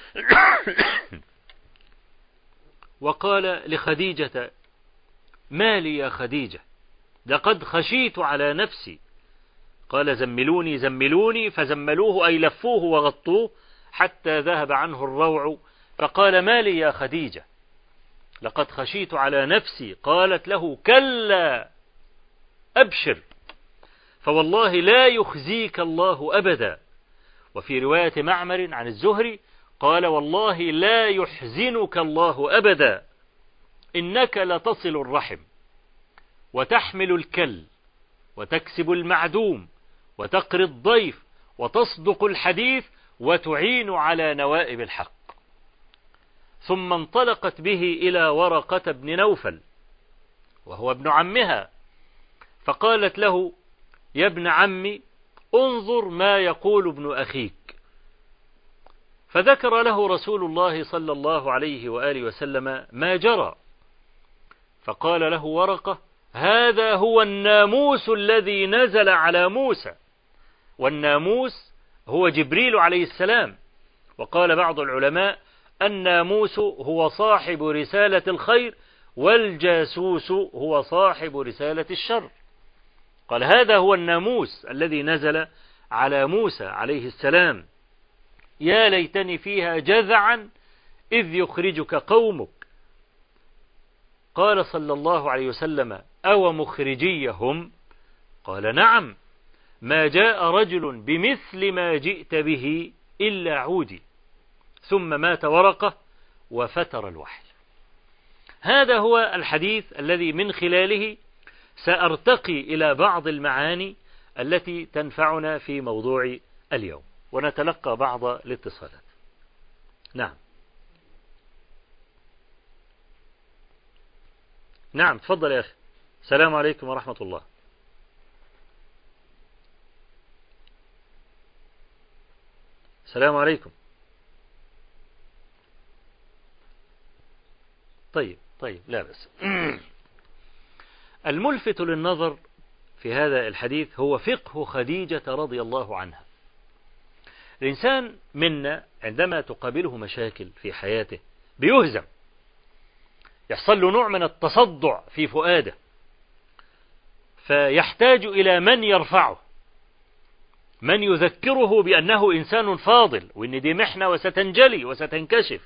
وقال لخديجة: ما لي يا خديجة، لقد خشيت على نفسي. قال: زملوني زملوني، فزملوه أي لفوه وغطوه حتى ذهب عنه الروع. فقال: ما لي يا خديجة، لقد خشيت على نفسي. قالت له: كلا، أبشر، فوالله لا يخزيك الله أبدا. وفي رواية معمر عن الزهري قال: والله لا يحزنك الله أبدا، إنك لتصل الرحم وتحمل الكل وتكسب المعدوم وتقري الضيف وتصدق الحديث وتعين على نوائب الحق. ثم انطلقت به إلى ورقة بن نوفل وهو ابن عمها، فقالت له: يا ابن عمي، انظر ما يقول ابن أخيك. فذكر له رسول الله صلى الله عليه وآله وسلم ما جرى، فقال له ورقة: هذا هو الناموس الذي نزل على موسى. والناموس هو جبريل عليه السلام. وقال بعض العلماء: الناموس هو صاحب رسالة الخير والجاسوس هو صاحب رسالة الشر. قال هذا هو الناموس الذي نزل على موسى عليه السلام، يا ليتني فيها جذعا إذ يخرجك قومك. قال صلى الله عليه وسلم أو مخرجيهم؟ قال نعم، ما جاء رجل بمثل ما جئت به إلا عودي. ثم مات ورقة وفتر الوحي. هذا هو الحديث الذي من خلاله سأرتقي إلى بعض المعاني التي تنفعنا في موضوع اليوم، ونتلقى بعض الاتصالات. نعم نعم تفضل يا أخي. السلام عليكم ورحمة الله. السلام عليكم. طيب طيب لا بس. الملفت للنظر في هذا الحديث هو فقه خديجة رضي الله عنها. الإنسان منا عندما تقابله مشاكل في حياته بيهزم، يحصل له نوع من التصدع في فؤاده، فيحتاج إلى من يرفعه، من يذكره بأنه إنسان فاضل وإن دي محنة وستنجلي وستنكشف.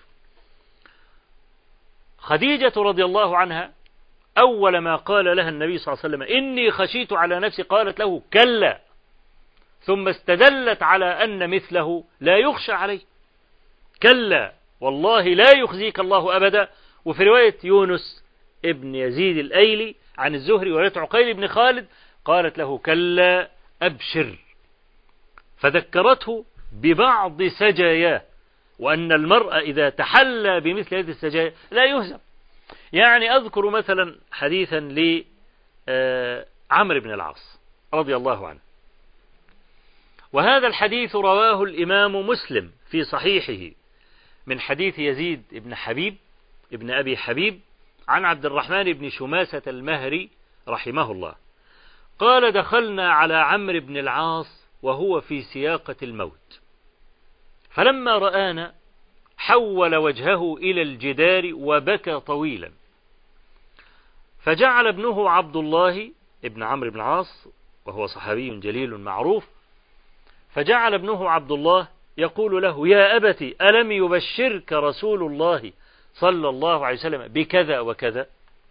خديجة رضي الله عنها أول ما قال لها النبي صلى الله عليه وسلم إني خشيت على نفسي قالت له كلا، ثم استدلت على أن مثله لا يخشى عليه. كلا والله لا يخزيك الله أبدا. وفي رواية يونس ابن يزيد الأيلي عن الزهري ورواية عقيل بن خالد قالت له كلا أبشر، فذكرته ببعض سجاياه، وأن المرء إذا تحلى بمثل هذه السجايا لا يهزم. يعني أذكر مثلا حديثا لعمرو بن العاص رضي الله عنه، وهذا الحديث رواه الإمام مسلم في صحيحه من حديث يزيد بن حبيب ابن أبي حبيب عن عبد الرحمن بن شماسة المهري رحمه الله قال دخلنا على عمرو بن العاص وهو في سياقة الموت، فلما رآنا حول وجهه إلى الجدار وبكى طويلا، فجعل ابنه عبد الله ابن عمرو بن العاص وهو صحابي جليل معروف، فجعل ابنه عبد الله يقول له يا أبت ألم يبشرك رسول الله صلى الله عليه وسلم بكذا وكذا.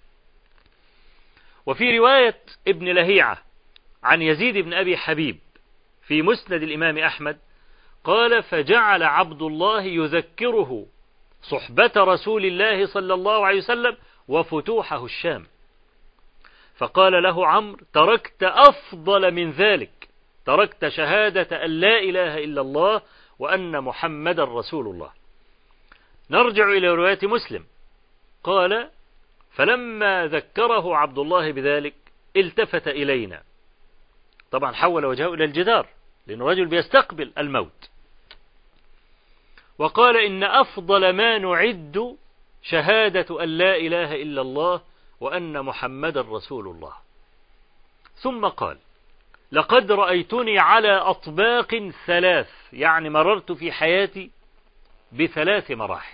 وفي رواية ابن لهيعة عن يزيد بن أبي حبيب في مسند الإمام أحمد قال فجعل عبد الله يذكره صحبة رسول الله صلى الله عليه وسلم وفتوحه الشام، فقال له عمرو تركت أفضل من ذلك، تركت شهادة أن لا إله إلا الله وأن محمد رسول الله. نرجع إلى رواية مسلم قال فلما ذكره عبد الله بذلك التفت إلينا، طبعا حول وجهه إلى الجدار لأنه رجل بيستقبل الموت، وقال إن أفضل ما نعد شهادة أن لا إله إلا الله وأن محمد رسول الله. ثم قال لقد رأيتني على أطباق ثلاث، يعني مررت في حياتي بثلاث مراحل.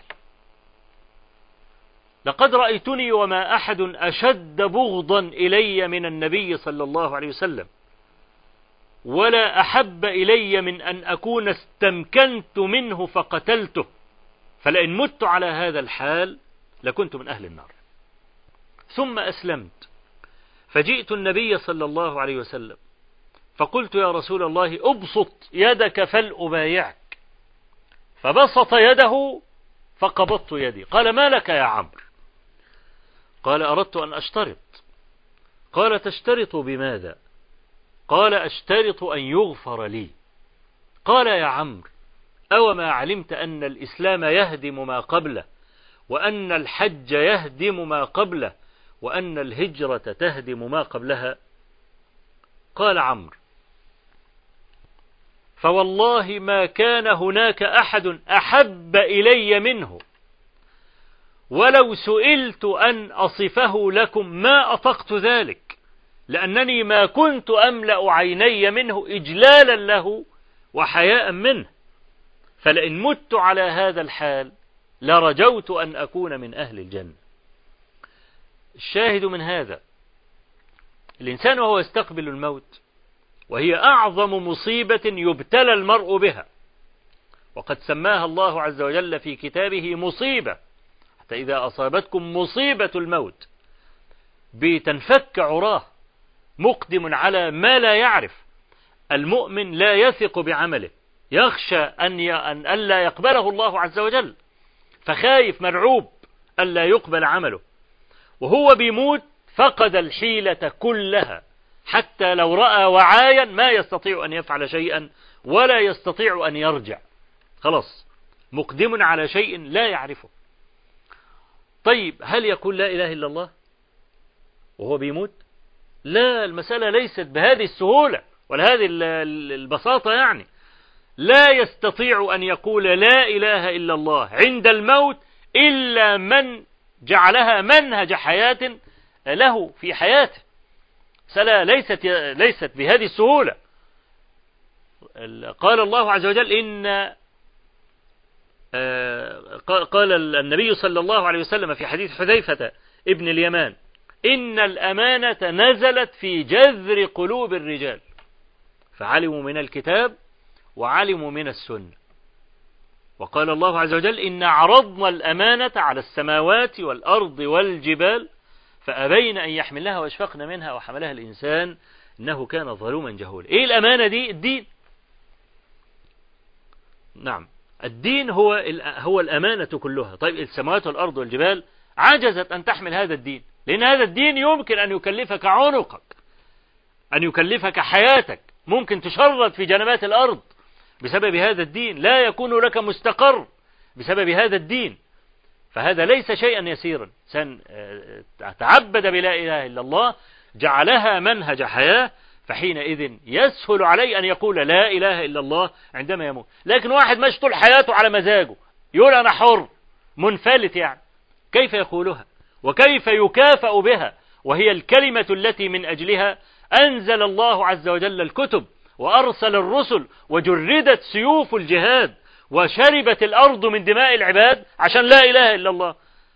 لقد رأيتني وما أحد أشد بغضا إلي من النبي صلى الله عليه وسلم، ولا أحب إلي من أن أكون استمكنت منه فقتلته، فلئن مت على هذا الحال لكنت من أهل النار. ثم أسلمت فجئت النبي صلى الله عليه وسلم فقلت يا رسول الله أبسط يدك فلأبايعك، فبسط يده فقبضت يدي. قال ما لك يا عمرو؟ قال أردت أن أشترط. قال تشترط بماذا؟ قال أشترط أن يغفر لي. قال يا عمرو أو ما علمت أن الإسلام يهدم ما قبله، وأن الحج يهدم ما قبله، وأن الهجرة تهدم ما قبلها؟ قال عمرو فوالله ما كان هناك أحد أحب إلي منه، ولو سئلت أن أصفه لكم ما أطقت ذلك، لأنني ما كنت أملأ عيني منه إجلالا له وحياء منه، فلئن مت على هذا الحال لرجوت أن أكون من أهل الجنة. الشاهد من هذا الإنسان وهو يستقبل الموت، وهي أعظم مصيبة يبتلى المرء بها، وقد سماها الله عز وجل في كتابه مصيبة، حتى إذا أصابتكم مصيبة الموت بتنفك عراه مقدم على ما لا يعرف. المؤمن لا يثق بعمله، يخشى أن ي... أن ألا يقبله الله عز وجل، فخايف مرعوب ألا يقبل عمله، وهو بيموت فقد الحيلة كلها، حتى لو رأى وعايا ما يستطيع أن يفعل شيئا ولا يستطيع أن يرجع، خلاص مقدم على شيء لا يعرفه. طيب هل يقول لا إله إلا الله وهو بيموت؟ لا، المسألة ليست بهذه السهولة ولا هذه البساطة، يعني لا يستطيع أن يقول لا إله إلا الله عند الموت إلا من جعلها منهج حياة له في حياته. مسألة ليست ليست بهذه السهولة. قال الله عز وجل إن قال النبي صلى الله عليه وسلم في حديث حذيفة ابن اليمان إن الأمانة نزلت في جذر قلوب الرجال، فعلموا من الكتاب وعلموا من السنة. وقال الله عز وجل إن عرضنا الأمانة على السماوات والأرض والجبال فأبين أن يحملها واشفقن منها وحملها الإنسان إنه كان ظلوما جهولا. إيه الأمانة دي؟ الدين. نعم، الدين هو هو الأمانة كلها. طيب السماوات والأرض والجبال عجزت أن تحمل هذا الدين، لأن هذا الدين يمكن أن يكلفك عنقك، أن يكلفك حياتك، ممكن تشرد في جنبات الأرض بسبب هذا الدين، لا يكون لك مستقر بسبب هذا الدين. فهذا ليس شيئا يسيرا. سن تعبد بلا إله إلا الله، جعلها منهج حياة، فحينئذ يسهل عليه أن يقول لا إله إلا الله عندما يموت. لكن واحد ماشي طول حياته على مزاجه يقول أنا حر منفلت، يعني كيف يقولها وكيف يكافأ بها، وهي الكلمة التي من أجلها أنزل الله عز وجل الكتب وأرسل الرسل وجردت سيوف الجهاد وشربت الأرض من دماء العباد عشان لا إله إلا الله،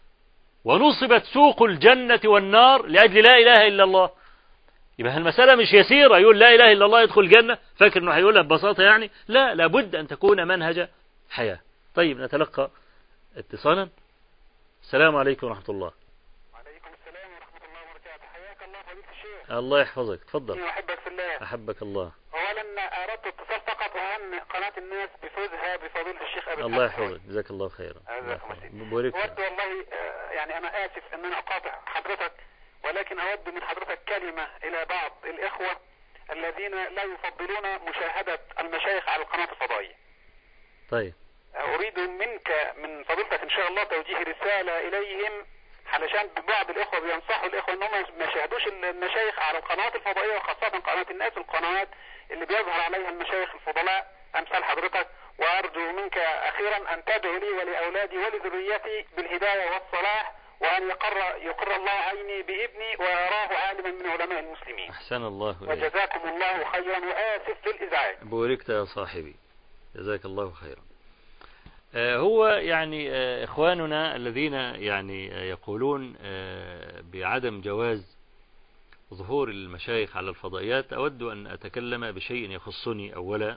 ونصبت سوق الجنة والنار لأجل لا إله إلا الله. يبقى المسألة مش يسيرة يقول لا إله إلا الله يدخل الجنة فاكر أنه هيقولها ببساطة، يعني لا، لابد أن تكون منهج حياة. طيب نتلقى اتصالا. السلام عليكم ورحمة الله. وعليكم السلام ورحمة الله وبركاته. حياك الله فضيلة الشيخ. الله يحفظك، تفضل. أحبك في الله. أحبك الله. أولا أردت اتصال فقط وأهم قناة الناس بفوزها بفضيلة الشيخ أبي الله يحفظك، جزاك الله خيرا. أود والله يعني أنا آسف أن أنا أقاطع حضرتك، ولكن أود من حضرتك كلمة إلى بعض الإخوة الذين لا يفضلون مشاهدة المشايخ على القناة الفضائية. طيب أريد منك من فضيلتك إن شاء الله توجيه رسالة إليهم، علشان بعض الإخوة بينصحوا الإخوة أنهم ما يشاهدوش المشايخ على القنوات الفضائية، وخاصة قناة الناس والقنوات اللي بيظهر عليها المشايخ الفضلاء أمثال حضرتك. وأرجو منك أخيرا أن تدعو لي ولأولادي ولذريتي بالهداية والصلاح، وأن يقر يقر الله عيني بابني ويراه عالما من علماء المسلمين. أحسن الله إليك. وجزاكم الله خيرا، وآسف للإزعاج. بوركت يا صاحبي، جزاك الله خيرا. هو يعني إخواننا الذين يعني يقولون بعدم جواز ظهور المشايخ على الفضائيات، أود أن أتكلم بشيء يخصني أولا،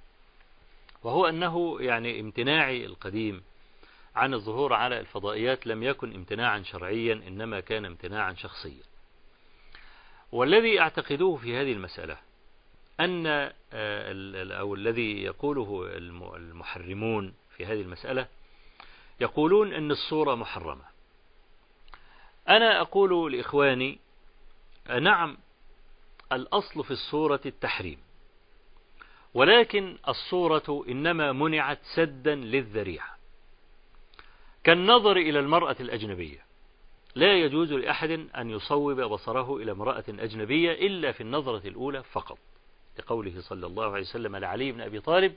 وهو أنه يعني امتناعي القديم عن الظهور على الفضائيات لم يكن امتناعا شرعيا، إنما كان امتناعا شخصيا. والذي أعتقده في هذه المسألة أن أو الذي يقوله المحرمون في هذه المسألة يقولون أن الصورة محرمة. أنا أقول لإخواني نعم، الأصل في الصورة التحريم، ولكن الصورة إنما منعت سدا للذريعة، كالنظر إلى المرأة الأجنبية. لا يجوز لأحد أن يصوب بصره إلى امرأة أجنبية إلا في النظرة الأولى فقط، لقوله صلى الله عليه وسلم لعلي بن أبي طالب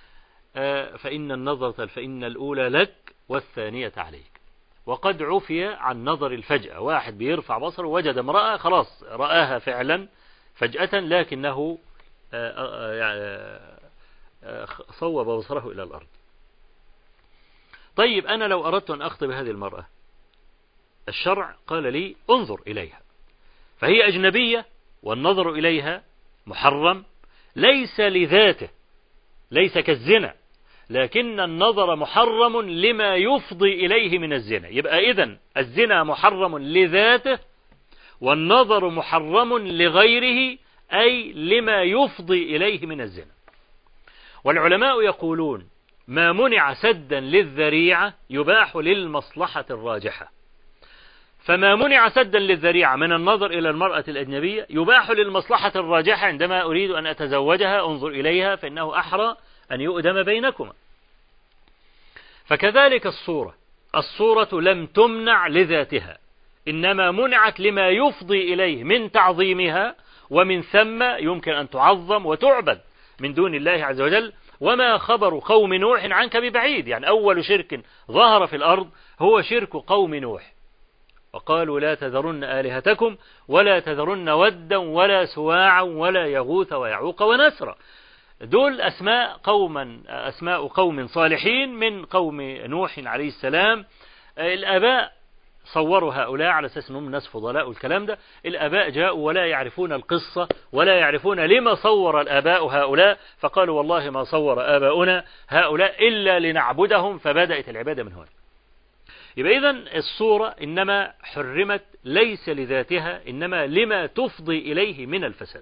فإن النظرة فإن الأولى لك والثانية عليك. وقد عفي عن نظر الفجأة، واحد بيرفع بصره وجد امرأة خلاص رآها فعلا فجأة، لكنه صوب بصره إلى الأرض. طيب أنا لو أردت أن أخطب هذه المرأة، الشرع قال لي انظر إليها، فهي أجنبية والنظر إليها محرم، ليس لذاته، ليس كالزنا، لكن النظر محرم لما يفضي إليه من الزنا. يبقى إذن الزنا محرم لذاته، والنظر محرم لغيره، أي لما يفضي إليه من الزنا. والعلماء يقولون ما منع سدا للذريعة يباح للمصلحة الراجحة، فما منع سدا للذريعة من النظر إلى المرأة الأجنبية يباح للمصلحة الراجحة، عندما أريد أن أتزوجها انظر إليها فإنه أحرى أن يؤدم بينكما. فكذلك الصورة، الصورة لم تمنع لذاتها، إنما منعت لما يفضي إليه من تعظيمها، ومن ثم يمكن أن تعظم وتعبد من دون الله عز وجل. وما خبر قوم نوح عنك ببعيد، يعني أول شرك ظهر في الأرض هو شرك قوم نوح، وقالوا لا تذرن آلهتكم ولا تذرن ودا ولا سواعا ولا يغوث ويعوق ونسرا. دول أسماء قوما أسماء قوم صالحين من قوم نوح عليه السلام. الآباء صوروا هؤلاء على أساس أنهم ناس فضلاء، والكلام ده الآباء جاءوا ولا يعرفون القصة ولا يعرفون لما صور الآباء هؤلاء، فقالوا والله ما صور آباؤنا هؤلاء إلا لنعبدهم، فبدأت العبادة من هنا. يبقى إذن الصورة إنما حرمت ليس لذاتها، إنما لما تفضي إليه من الفساد.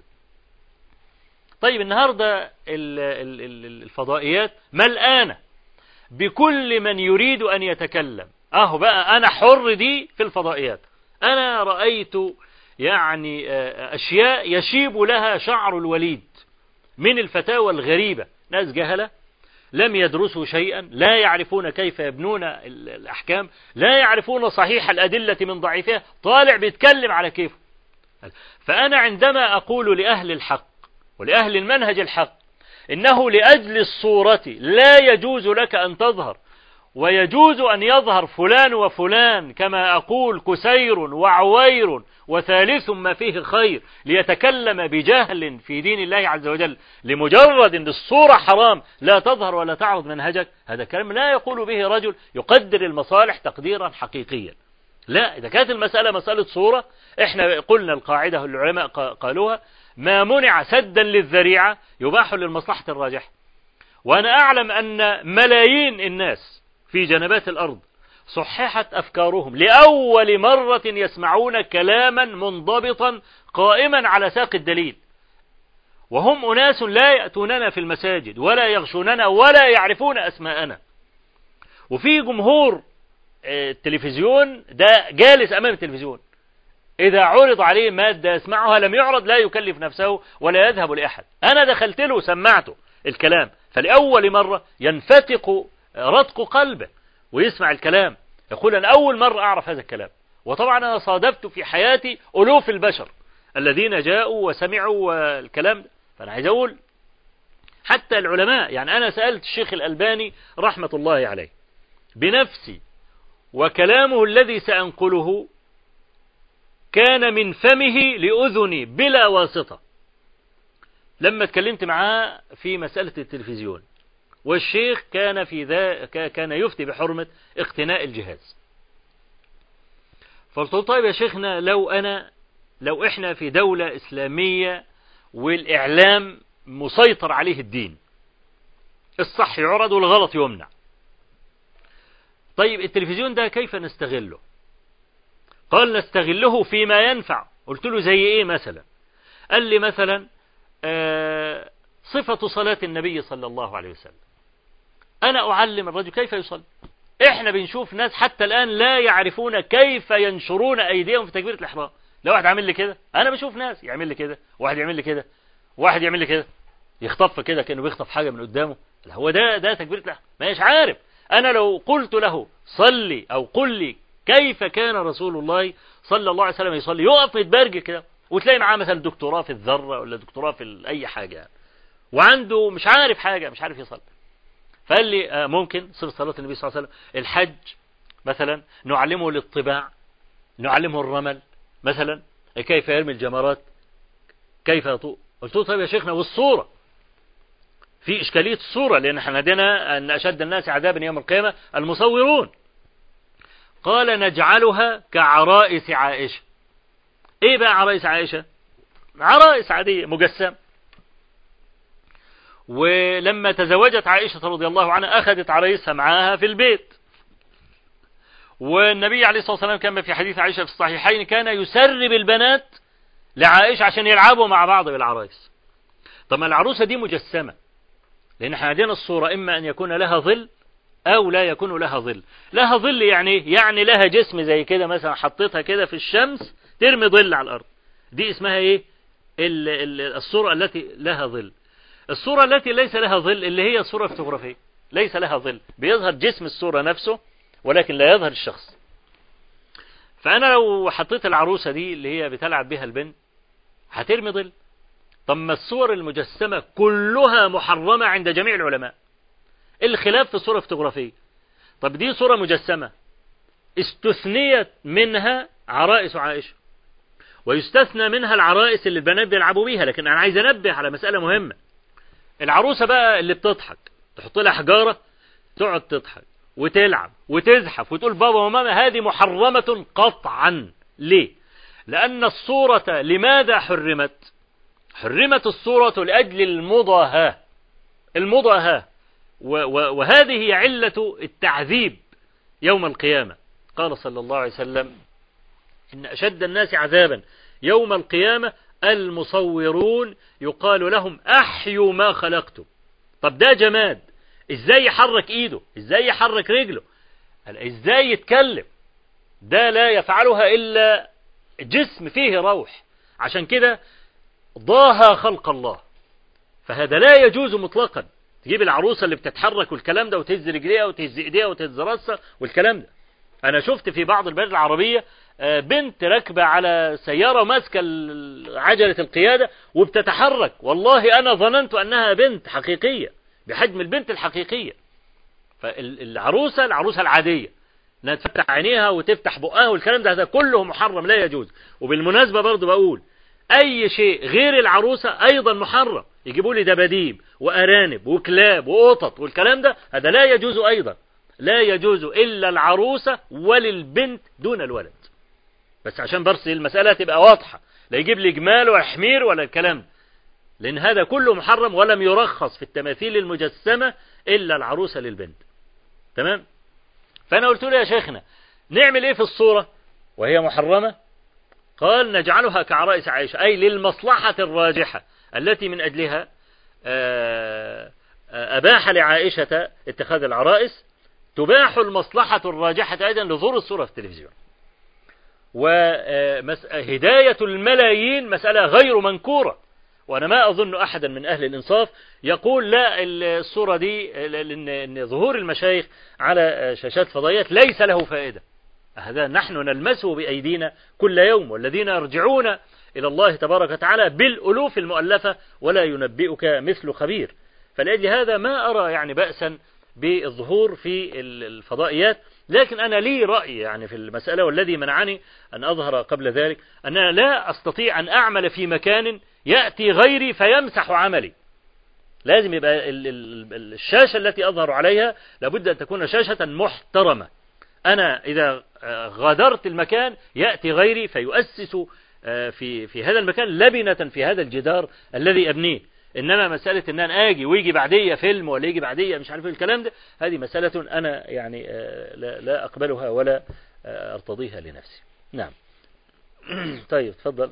طيب النهاردة الفضائيات ملآنة بكل من يريد أن يتكلم، أهو بقى أنا حر دي في الفضائيات. أنا رأيت يعني أشياء يشيب لها شعر الوليد من الفتاوى الغريبة، ناس جهلة لم يدرسوا شيئا، لا يعرفون كيف يبنون الأحكام، لا يعرفون صحيح الأدلة من ضعيفها، طالع بيتكلم على كيفه. فأنا عندما أقول لأهل الحق ولأهل المنهج الحق إنه لأجل الصورة لا يجوز لك أن تظهر، ويجوز أن يظهر فلان وفلان، كما أقول كسير وعوير وثالث ما فيه خير، ليتكلم بجهل في دين الله عز وجل لمجرد أن الصورة حرام لا تظهر ولا تعرض منهجك، هذا كلام لا يقول به رجل يقدر المصالح تقديرا حقيقيا. لا، إذا كانت المسألة مسألة صورة، إحنا قلنا القاعدة العلماء قالوها ما منع سدا للذريعة يباح للمصلحة الراجحة. وأنا أعلم أن ملايين الناس في جنبات الأرض صححت أفكارهم، لأول مرة يسمعون كلاما منضبطا قائما على ساق الدليل، وهم أناس لا يأتوننا في المساجد ولا يغشوننا ولا يعرفون أسماءنا. وفي جمهور التلفزيون ده جالس أمام التلفزيون، إذا عرض عليه مادة يسمعها لم يعرض لا يكلف نفسه ولا يذهب لأحد. أنا دخلت له وسمعته الكلام، فلأول مرة ينفتق رتق قلبه ويسمع الكلام، يقول أنا أول مرة أعرف هذا الكلام. وطبعا أنا صادفت في حياتي ألوف البشر الذين جاءوا وسمعوا الكلام ده. فأنا عايز أقول حتى العلماء، يعني أنا سألت الشيخ الألباني رحمة الله عليه بنفسي، وكلامه الذي سأنقله كان من فمه لأذني بلا واسطة، لما اتكلمت معاه في مسألة التلفزيون، والشيخ كان في ذا كان يفتي بحرمة اقتناء الجهاز. فقلت له طيب يا شيخنا، لو أنا لو إحنا في دولة إسلامية والإعلام مسيطر عليه الدين، الصح يعرض والغلط يمنع، طيب التلفزيون ده كيف نستغله؟ قال نستغله فيما ينفع. قلت له زي إيه مثلا؟ قال لي مثلا آه صفة صلاة النبي صلى الله عليه وسلم، أنا أعلم الرجل كيف يصلي. إحنا بنشوف ناس حتى الآن لا يعرفون كيف ينشرون أيديهم في تكبيرة الإحرام. لو واحد عامل لي كده، أنا بشوف ناس يعمل لي كده، واحد يعمل لي كده، واحد يعمل لي كده، يخطف كده كأنه بيخطف حاجة من قدامه، هو ده ده تكبيرة الإحرام؟ مش عارف. أنا لو قلت له صلي أو قل لي كيف كان رسول الله صلى الله عليه وسلم يصلي، يقف متبرجل كده، وتلاقي معاه مثلا دكتوراه في الذرة ولا دكتوراه في أي حاجة يعني، وعنده مش عارف حاجة، مش عارف يصلي. فقال لي آه ممكن صفة صلاة النبي صلى الله عليه وسلم الحج مثلا، نعلمه الاطباع، نعلمه الرمل مثلا، كيف يرمي الجمرات، كيف يطوق. قلت له طيب يا شيخنا والصورة؟ في إشكالية الصورة، لأن احنا لدينا أن أشد الناس عذابا يوم القيامة المصورون. قال نجعلها كعرائس عائشة. ايه بقى عرائس عائشة؟ عرائس عادية مجسمة. ولما تزوجت عائشة رضي الله عنها أخذت عرائسها معاها في البيت، والنبي عليه الصلاة والسلام كما في حديث عائشة في الصحيحين كان يسرب البنات لعائشة عشان يلعبوا مع بعض بالعرائس. طب ما العروسة دي مجسمة، لأن احنا عندنا الصورة إما أن يكون لها ظل أو لا يكون لها ظل. لها ظل يعني يعني لها جسم زي كده، مثلا حطيتها كده في الشمس ترمي ظل على الأرض، دي اسمها إيه؟ الصورة التي لها ظل. الصورة التي ليس لها ظل اللي هي صورة فوتوغرافية، ليس لها ظل، بيظهر جسم الصورة نفسه ولكن لا يظهر الشخص. فأنا لو حطيت العروسة دي اللي هي بتلعب بها البنت هترمي ظل. طب ما الصور المجسمة كلها محرمة عند جميع العلماء، الخلاف في الصورة الفوتوغرافية. طب دي صورة مجسمة استثنيت منها عرائس عائشة، ويستثنى منها العرائس اللي البنات بيلعبوا بيها. لكن أنا عايز أنبه على مسألة مهمة. العروسة بقى اللي بتضحك تحط لها حجارة تقعد تضحك وتلعب وتزحف وتقول بابا وماما، هذه محرمة قطعا. ليه؟ لأن الصورة لماذا حرمت؟ حرمت الصورة لأجل المضاهاة. المضاهاة وهذه هي علة التعذيب يوم القيامة. قال صلى الله عليه وسلم إن أشد الناس عذابا يوم القيامة المصورون يقال لهم أحيوا ما خلقتم. طب ده جماد، إزاي يحرك إيده؟ إزاي يحرك رجله؟ إزاي يتكلم؟ ده لا يفعلها إلا جسم فيه روح. عشان كده ضاها خلق الله، فهذا لا يجوز مطلقا. تجيب العروسة اللي بتتحرك والكلام ده وتهز رجليها وتهز ايديها وتهز راسها والكلام ده. انا شفت في بعض البلاد العربية بنت راكبة على سيارة وماسكة عجلة القيادة وبتتحرك، والله انا ظننت انها بنت حقيقية بحجم البنت الحقيقية. فالعروسة العروسة العادية انها تفتح عينيها وتفتح بقها والكلام ده، هذا كله محرم لا يجوز. وبالمناسبة برضو بقول اي شيء غير العروسة ايضا محرم. يجيبوا لي دباديب وارانب وكلاب وقطط والكلام ده، هذا لا يجوز ايضا. لا يجوز الا العروسة وللبنت دون الولد. بس عشان برسي المسألة تبقى واضحة، لا يجيب لي جمال ولا حمير ولا الكلام، لان هذا كله محرم ولم يرخص في التماثيل المجسمة الا العروسة للبنت. تمام؟ فانا قلت له يا شيخنا نعمل ايه في الصورة وهي محرمة؟ قال نجعلها كعرائس عائشة، أي للمصلحة الراجحة التي من أجلها أباح لعائشة اتخاذ العرائس، تباح المصلحة الراجحة أيضا لظهور الصورة في التلفزيون. وهداية الملايين مسألة غير منكورة، وأنا ما أظن أحدا من أهل الإنصاف يقول لا الصورة دي لأن ظهور المشايخ على شاشات فضائيات ليس له فائدة. هذا نحن نلمسه بأيدينا كل يوم، والذين يرجعون إلى الله تبارك وتعالى بالألوف المؤلفة ولا ينبئك مثل خبير. فلأجل هذا ما أرى يعني بأسا بالظهور في الفضائيات. لكن أنا لي رأي يعني في المسألة، والذي منعني أن أظهر قبل ذلك أن أنا لا أستطيع أن أعمل في مكان يأتي غيري فيمسح عملي. لازم يبقى الشاشة التي أظهر عليها لابد أن تكون شاشة محترمة. أنا إذا غادرت المكان يأتي غيري فيؤسس في في هذا المكان لبنة في هذا الجدار الذي أبنيه. إنما مسألة إن أنا آجي ويجي بعدية فيلم ولا يجي بعدية مش عارف الكلام ده، هذه مسألة أنا يعني لا, لا أقبلها ولا أرتضيها لنفسي. نعم. طيب تفضل.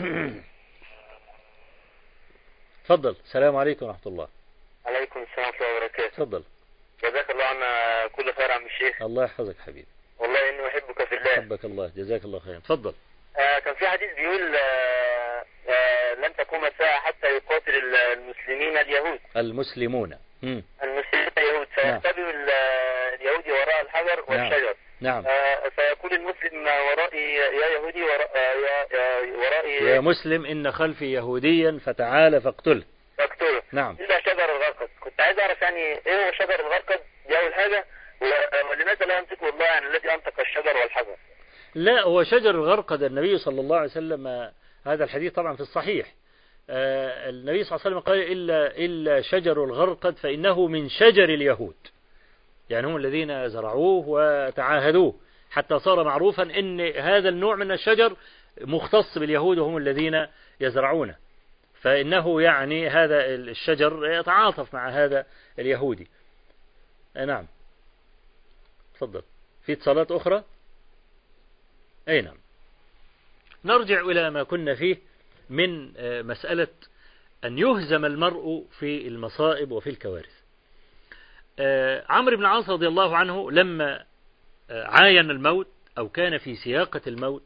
تفضل. السلام عليكم ورحمة الله. عليكم السلام ورحمة الله وبركاته. تفضل. جزاك الله عنا كل خير عم الشيخ. الله يحفظك حبيبي. والله إني أحبك في الله. أحبك الله. جزاك الله خيرا. تفضل. آه كان في حديث بيقول آه آه لن تقوم الساعة حتى يقاتل المسلمين اليهود. المسلمون. مم. المسلمين اليهود فيختبئ اليهودي وراء الحجر والشجر. نعم. آه فيقول المسلم ورائي يا يهودي ورائي يا مسلم إن خلفي يهوديا فتعال فاقتله. فاقتله. نعم. إلا شجر الغرقد. كنت عايز أعرف يعني إيه هو شجر الغرقد؟ دي أول حاجة. ولماذا لا ينطق الله يعني الذي أنطق الشجر والحجر؟ لا، هو شجر الغرقد النبي صلى الله عليه وسلم، هذا الحديث طبعا في الصحيح، النبي صلى الله عليه وسلم قال إلا, إلا شجر الغرقد فإنه من شجر اليهود، يعني هم الذين زرعوه وتعاهدوه حتى صار معروفا إن هذا النوع من الشجر مختص باليهود وهم الذين يزرعونه، فإنه يعني هذا الشجر يتعاطف مع هذا اليهودي. نعم تفضل. في اتصالات أخرى؟ أي نعم. نرجع إلى ما كنا فيه من مسألة أن يهزم المرء في المصائب وفي الكوارث. عمرو بن العاص رضي الله عنه لما عاين الموت أو كان في سياقة الموت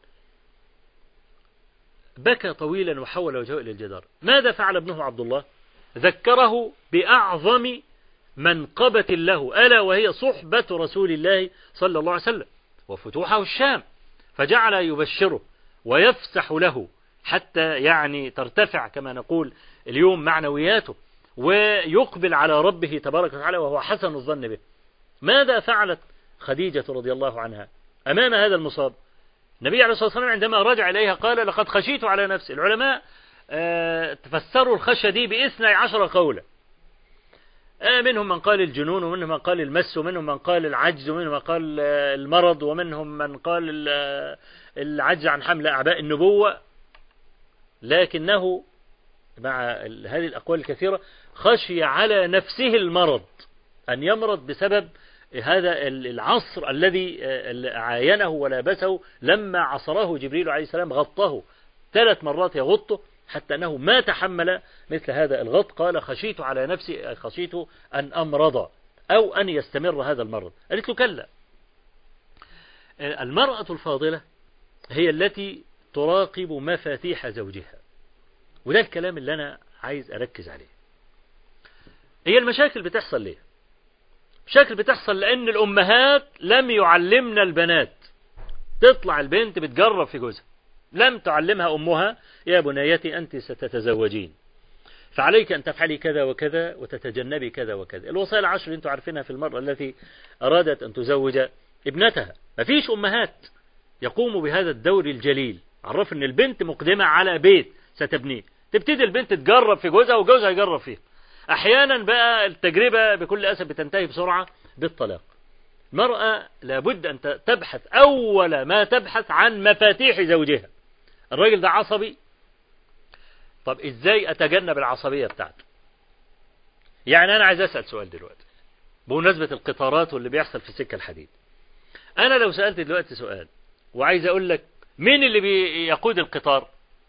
بكى طويلا وحول وجهه إلى الجدار. ماذا فعل ابنه عبد الله؟ ذكره بأعظم منقبة له، ألا وهي صحبة رسول الله صلى الله عليه وسلم وفتوحه الشام، فجعل يبشره ويفسح له حتى يعني ترتفع كما نقول اليوم معنوياته ويقبل على ربه تبارك وتعالى وهو حسن الظن به. ماذا فعلت خديجة رضي الله عنها أمام هذا المصاب؟ النبي عليه الصلاة والسلام عندما رجع إليها قال لقد خشيت على نفسي. العلماء تفسروا الخشية دي باثني عشر قولا، منهم من قال الجنون ومنهم من قال المس ومنهم من قال العجز ومنهم من قال المرض ومنهم من قال العجز عن حمل أعباء النبوة، لكنه مع هذه الأقوال الكثيرة خشي على نفسه المرض، أن يمرض بسبب هذا العصر الذي عاينه ولابسه لما عصره جبريل عليه السلام، غطه ثلاث مرات يغطه حتى أنه ما تحمل مثل هذا الغط. قال خشيت على نفسي، خشيت أن أمرض أو أن يستمر هذا المرض. قالت له كلا، المرأة الفاضلة هي التي تراقب مفاتيح زوجها، وده الكلام اللي أنا عايز أركز عليه. هي المشاكل بتحصل ليه؟ مشاكل بتحصل لأن الأمهات لم يعلمنا البنات. تطلع البنت بتجرب في جوزها، لم تعلمها أمها يا بنيتي أنت ستتزوجين فعليك أن تفعلي كذا وكذا وتتجنبي كذا وكذا. الوصايا العشر اللي أنتم عارفينها في المرأة التي أرادت أن تزوج ابنتها. ما فيش أمهات يقوموا بهذا الدور الجليل. عرف أن البنت مقدمة على بيت ستبنيه، تبتدي البنت تجرب في جوزها وجوزها يجرب فيها. أحيانا بقى التجربة بكل أسف بتنتهي بسرعة بالطلاق. المرأة لابد أن تبحث أول ما تبحث عن مفاتيح زوجها. الراجل ده عصبي، طب إزاي أتجنب العصبية بتاعته؟ يعني أنا عايز أسأل سؤال دلوقتي بمناسبة القطارات واللي بيحصل في السكة الحديد. أنا لو سألت دلوقتي سؤال وعايز أقول لك مين اللي بيقود القطار؟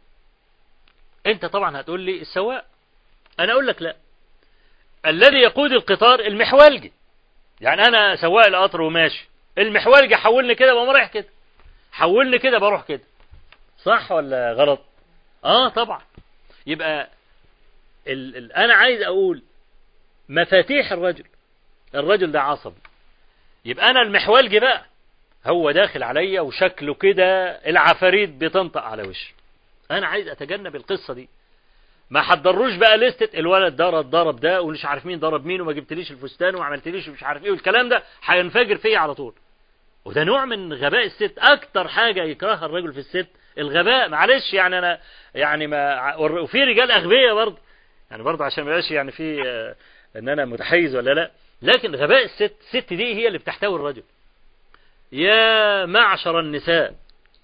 أنت طبعا هتقول لي السواق. أنا أقول لك لا، الذي يقود القطار المحولجي. يعني أنا سواق القطر وماشي، المحولجي حولني كده بقوم رايح كده، حولني كده بروح كده، صح ولا غلط؟ آه طبعا. يبقى ال ال أنا عايز أقول مفاتيح الرجل. الرجل ده عصبي، يبقى أنا المحولجي بقى هو داخل عليا وشكله كده العفاريت بتنطق على وشه. أنا عايز أتجنب القصة دي. ما حضروش بقى لستة الولد ضرب ضرب ده ومش عارف مين ضرب مين وما جبتليش الفستان وما عملتليش مش عارف ايه والكلام ده، هينفجر فيا على طول. وده نوع من غباء الست. اكتر حاجة يكرهها الرجل في الست الغباء. معلش يعني انا يعني ما وفي رجال اغبياء برضه، يعني برضه عشان ما يبقاش يعني في ان انا متحيز ولا لا، لكن غباء الست، الست دي هي اللي بتحتوي الرجل. يا معشر النساء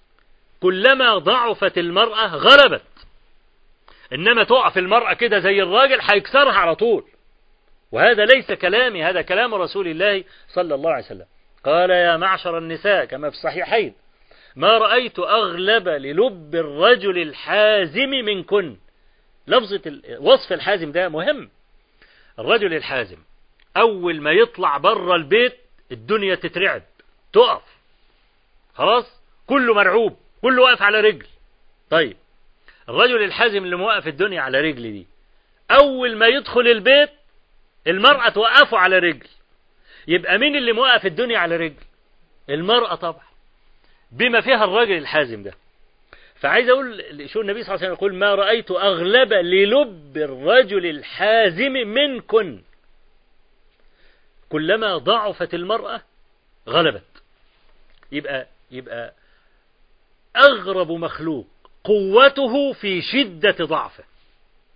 كلما ضعفت المرأة غلبت، إنما تقف المرأة كده زي الراجل هيكسرها على طول. وهذا ليس كلامي، هذا كلام رسول الله صلى الله عليه وسلم. قال يا معشر النساء كما في الصحيحين ما رأيت أغلب للب الرجل الحازم منكن. لفظة وصف الحازم ده مهم. الرجل الحازم أول ما يطلع بره البيت الدنيا تترعب، تقف خلاص، كله مرعوب، كله واقف على رجل. طيب الرجل الحازم اللي موقف الدنيا على رجل دي أول ما يدخل البيت المرأة توقفه على رجل. يبقى مين اللي موقف الدنيا على رجل؟ المرأة طبعا، بما فيها الرجل الحازم ده. فعايز أقول شو النبي صلى الله عليه وسلم يقول ما رأيت أغلب للب الرجل الحازم منكن. كلما ضعفت المرأة غلبت. يبقى يبقى أغرب مخلوق قوته في شدة ضعفه.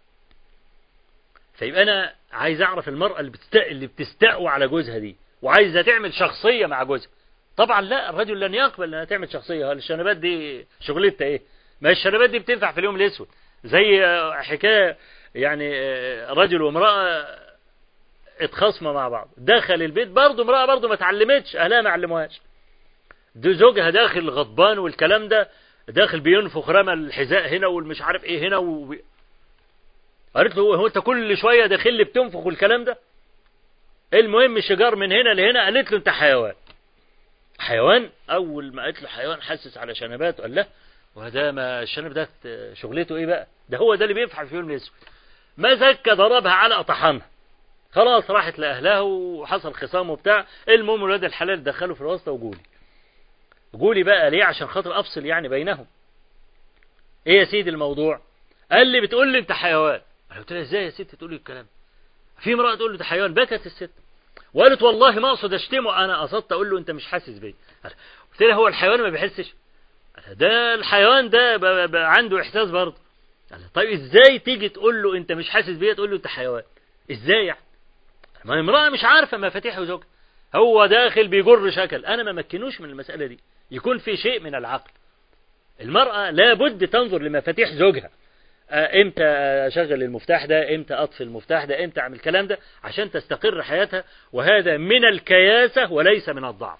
فيبقى أنا عايز أعرف المرأة اللي, بتست... اللي بتستقوى على جوزها دي وعايزة تعمل شخصية مع جوزها. طبعا لا، الرجل لن يقبل أنها تعمل شخصية. الشنبات دي شغلتها إيه؟ ما الشنبات دي بتنفع في اليوم الأسود، زي حكاية يعني رجل وامرأة اتخاصموا مع بعض، دخل البيت برضه امرأة برضه ما تعلمتش، أهلها ما علموهاش، ده زوجها داخل غضبان والكلام ده، داخل بينفخ رمى الحذاء هنا والمش عارف ايه هنا و... قالت له هو انت كل شويه داخل لي بتنفخ والكلام ده؟ المهم شجار من هنا لهنا. قالت له انت حيوان. حيوان؟ اول ما قالت له حيوان حسس على شنباته، قال له وهذا ما الشنب ده شغلته ايه بقى؟ ده هو ده اللي بيفعل في يوم الاسود. ما زكى ضربها على طحنها، خلاص راحت لاهلها وحصل خصام وبتاع. المهم ولاد الحلال دخلوا في الواسطه وجولي قولي بقى ليه؟ عشان خاطر افصل يعني بينهم. ايه يا سيدي الموضوع؟ قال لي بتقول لي انت حيوان. انا قلت لها ازاي يا ست تقولي الكلام؟ في امراه تقول له انت حيوان؟ بكت الست وقالت والله ما اقصد اشتمه، انا قصدت اقول له انت مش حاسس بيه. قلت لها هو الحيوان ما بيحسش؟ ده الحيوان ده ب ب عنده احساس برضه. طيب ازاي تيجي تقول له انت مش حاسس بيه تقول له انت حيوان؟ ازاي يعني؟ ما امراه مش عارفه مفاتيح زوجها، هو داخل بيجر شكل. انا ما مكنوش من المساله دي، يكون في شيء من العقل. المرأة لابد تنظر لمفاتيح زوجها، امتى اشغل المفتاح ده، امتى اطفي المفتاح ده، امتى اعمل الكلام ده، عشان تستقر حياتها. وهذا من الكياسة وليس من الضعف.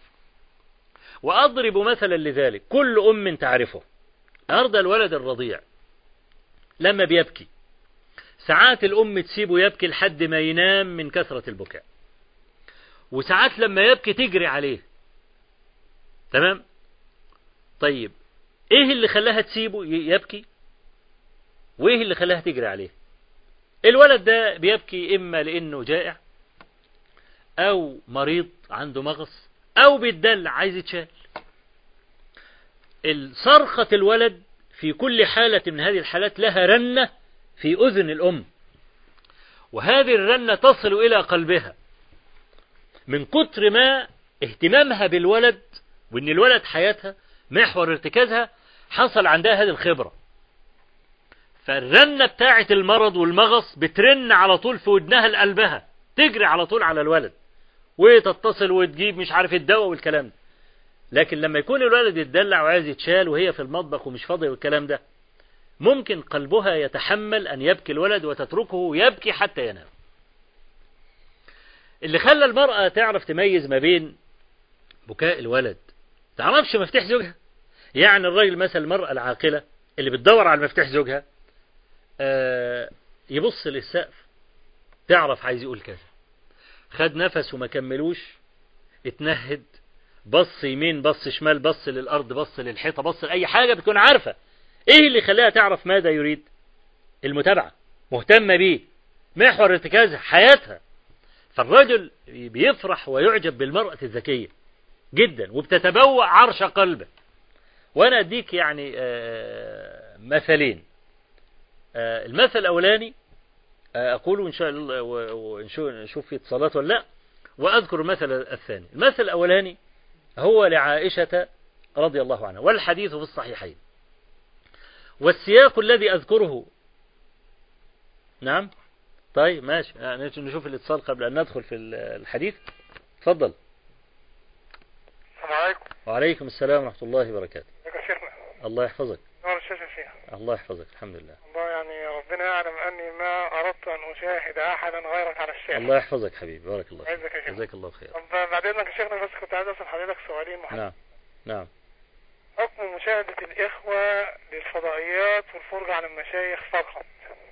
واضرب مثلا لذلك كل ام تعرفه، ارضى الولد الرضيع لما بيبكي ساعات الام تسيبه يبكي لحد ما ينام من كثرة البكاء، وساعات لما يبكي تجري عليه. تمام؟ طيب ايه اللي خلاها تسيبه يبكي وايه اللي خلاها تجري عليه؟ الولد ده بيبكي اما لانه جائع او مريض عنده مغص او بيتدلع عايز يتشال. صرخة الولد في كل حالة من هذه الحالات لها رنة في اذن الام، وهذه الرنة تصل الى قلبها من كتر ما اهتمامها بالولد، وان الولد حياتها محور ارتكازها. حصل عندها هذه الخبرة، فالرنة بتاعة المرض والمغص بترن على طول في ودنها لقلبها، تجري على طول على الولد وتتصل وتجيب مش عارف الدواء والكلام ده. لكن لما يكون الولد يتدلع وعايز يتشال وهي في المطبخ ومش فاضية والكلام ده، ممكن قلبها يتحمل أن يبكي الولد وتتركه يبكي حتى ينام. اللي خلى المرأة تعرف تميز ما بين بكاء الولد، تعرفش مفتاح زوجها. يعني الراجل مثلا المرأة العاقلة اللي بتدور على مفتاح زوجها آه يبص للسقف تعرف عايز يقول كذا، خد نفس وما كملوش، اتنهد، بص يمين بص شمال، بص للأرض بص للحيطة بص لأي حاجة، بتكون عارفة ايه اللي خلاها تعرف ماذا يريد. المتابعة، مهتمة بيه، محور ارتكازها حياتها. فالرجل بيفرح ويعجب بالمرأة الذكية جدا وبتتبوأ عرش قلبه. وانا اديك يعني آه مثلين. آه المثل الاولاني آه اقوله ان شاء الله ونشوف في اتصالات ولا لا، واذكر المثل الثاني. المثل الاولاني هو لعائشة رضي الله عنها، والحديث في الصحيحين، والسياق الذي اذكره. نعم طيب ماشي، نشوف الاتصال قبل ان ندخل في الحديث. تفضل. السلام عليكم. وعليكم السلام ورحمة الله وبركاته. ازيك يا شيخنا؟ الله يحفظك. نور الشاشة يا شيخ. الله يحفظك. الحمد لله. والله يعني ربنا يعلم أني ما أردت أن أشاهد أحدا غيرك على الشاشة. الله يحفظك حبيبي، بارك الله فيك. عزك يا شيخ. جزاك الله خير. طب بعد إذنك يا شيخنا بس كنت عايز أسأل حضرتك سؤالين محدد. نعم نعم. حكم مشاهدة الإخوة للفضائيات والفرجة على المشايخ فقط،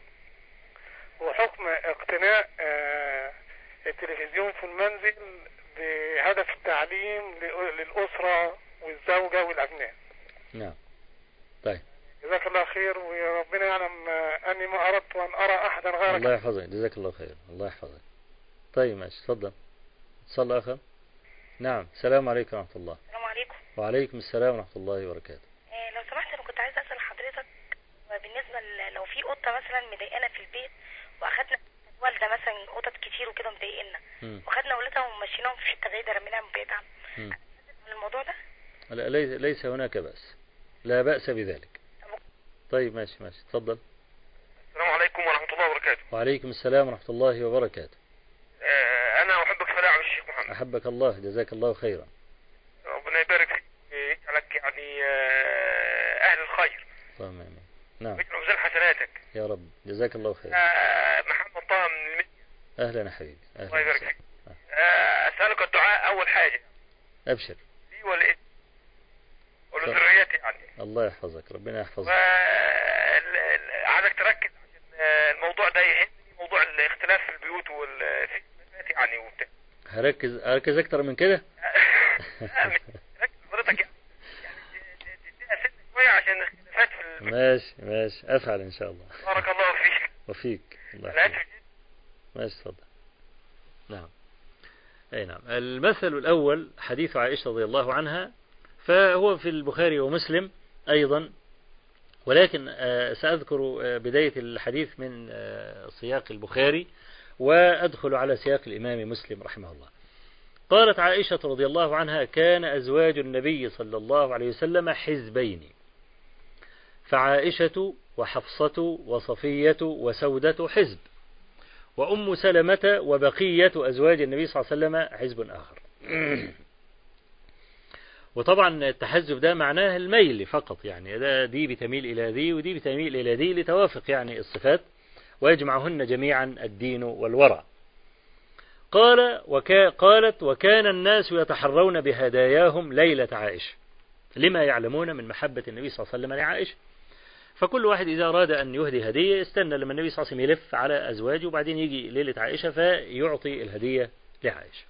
وحكم اقتناء آه التلفزيون في المنزل بهدف التعليم للأسرة والزوجة والأبناء. نعم طيب. جزاك الله خير، وربنا يعلم أني ما أردت أن أرى أحدا غيرك. الله يحفظك. جزاك الله خير. الله يحفظك. طيب ماشي، تفضل. اتصال آخر. نعم. السلام عليكم ورحمة الله. السلام عليكم. وعليكم السلام ورحمة الله وبركاته. إيه لو سمحت أنا كنت عايزة أسأل حضرتك بالنسبة لو في قطة مثلا مضايقانا في البيت، وأخدنا والدة مثلا قطط كتير وكده مضايقنا، وخدنا ولادها ومشيناهم في حتة بعيدة رميناهم بعيد عنهم، الموضوع ده؟ لا ليس هناك بأس، لا بأس بذلك. طيب ماشي ماشي، تفضل. السلام عليكم ورحمة الله وبركاته. وعليكم السلام ورحمة الله وبركاته. آه أنا أحبك في الله يا عم الشيخ محمد. أحبك الله، جزاك الله خيرا. ربنا يبارك فيك ويجعلك يعني آه أهل الخير. اللهم آمين. نعم. ويجعل ميزان حسناتك. يا رب، جزاك الله خيرا. آه محمد طه من المدينة. أهلا يا حبيبي. أهلا. الله يبارك فيك. آه أسألك الدعاء أول حاجة. أبشر. لي ولإيه؟ ولذريتي يعني. الله يحفظك، ربنا يحفظك. عايزك تركز عشان الموضوع ده يهمني، موضوع الاختلاف في البيوت والفتنات يعني وبتاع. هركز هركز أكتر من كده؟ ركز حضرتك يعني تديها سن شوية عشان الاختلافات في البيوت. ماشي ماشي، أفعل إن شاء الله. بارك الله فيك. وفيك. الله لا يحفظك. ماشي، اتفضل. نعم. أي نعم. المثل الأول حديث عائشة رضي الله عنها، فهو في البخاري ومسلم أيضا، ولكن سأذكر بداية الحديث من سياق البخاري وأدخل على سياق الإمام مسلم رحمه الله. قالت عائشة رضي الله عنها: كان أزواج النبي صلى الله عليه وسلم حزبين، فعائشة وحفصة وصفية وسودة حزب، وأم سلمة وبقية أزواج النبي صلى الله عليه وسلم حزب آخر. وطبعا التحزب ده معناه الميل فقط، يعني ده دي بتميل إلى دي ودي بتميل إلى دي لتوافق يعني الصفات، ويجمعهن جميعا الدين والورع. قال وكا قالت: وكان الناس يتحرون بهداياهم ليلة عائشة، لما يعلمون من محبة النبي صلى الله عليه وسلم لعائشة. فكل واحد إذا أراد أن يهدي هدية يستنى لما النبي صلى الله عليه وسلم يلف على أزواجه، وبعدين يجي ليلة عائشة فيعطي الهدية لعائشة.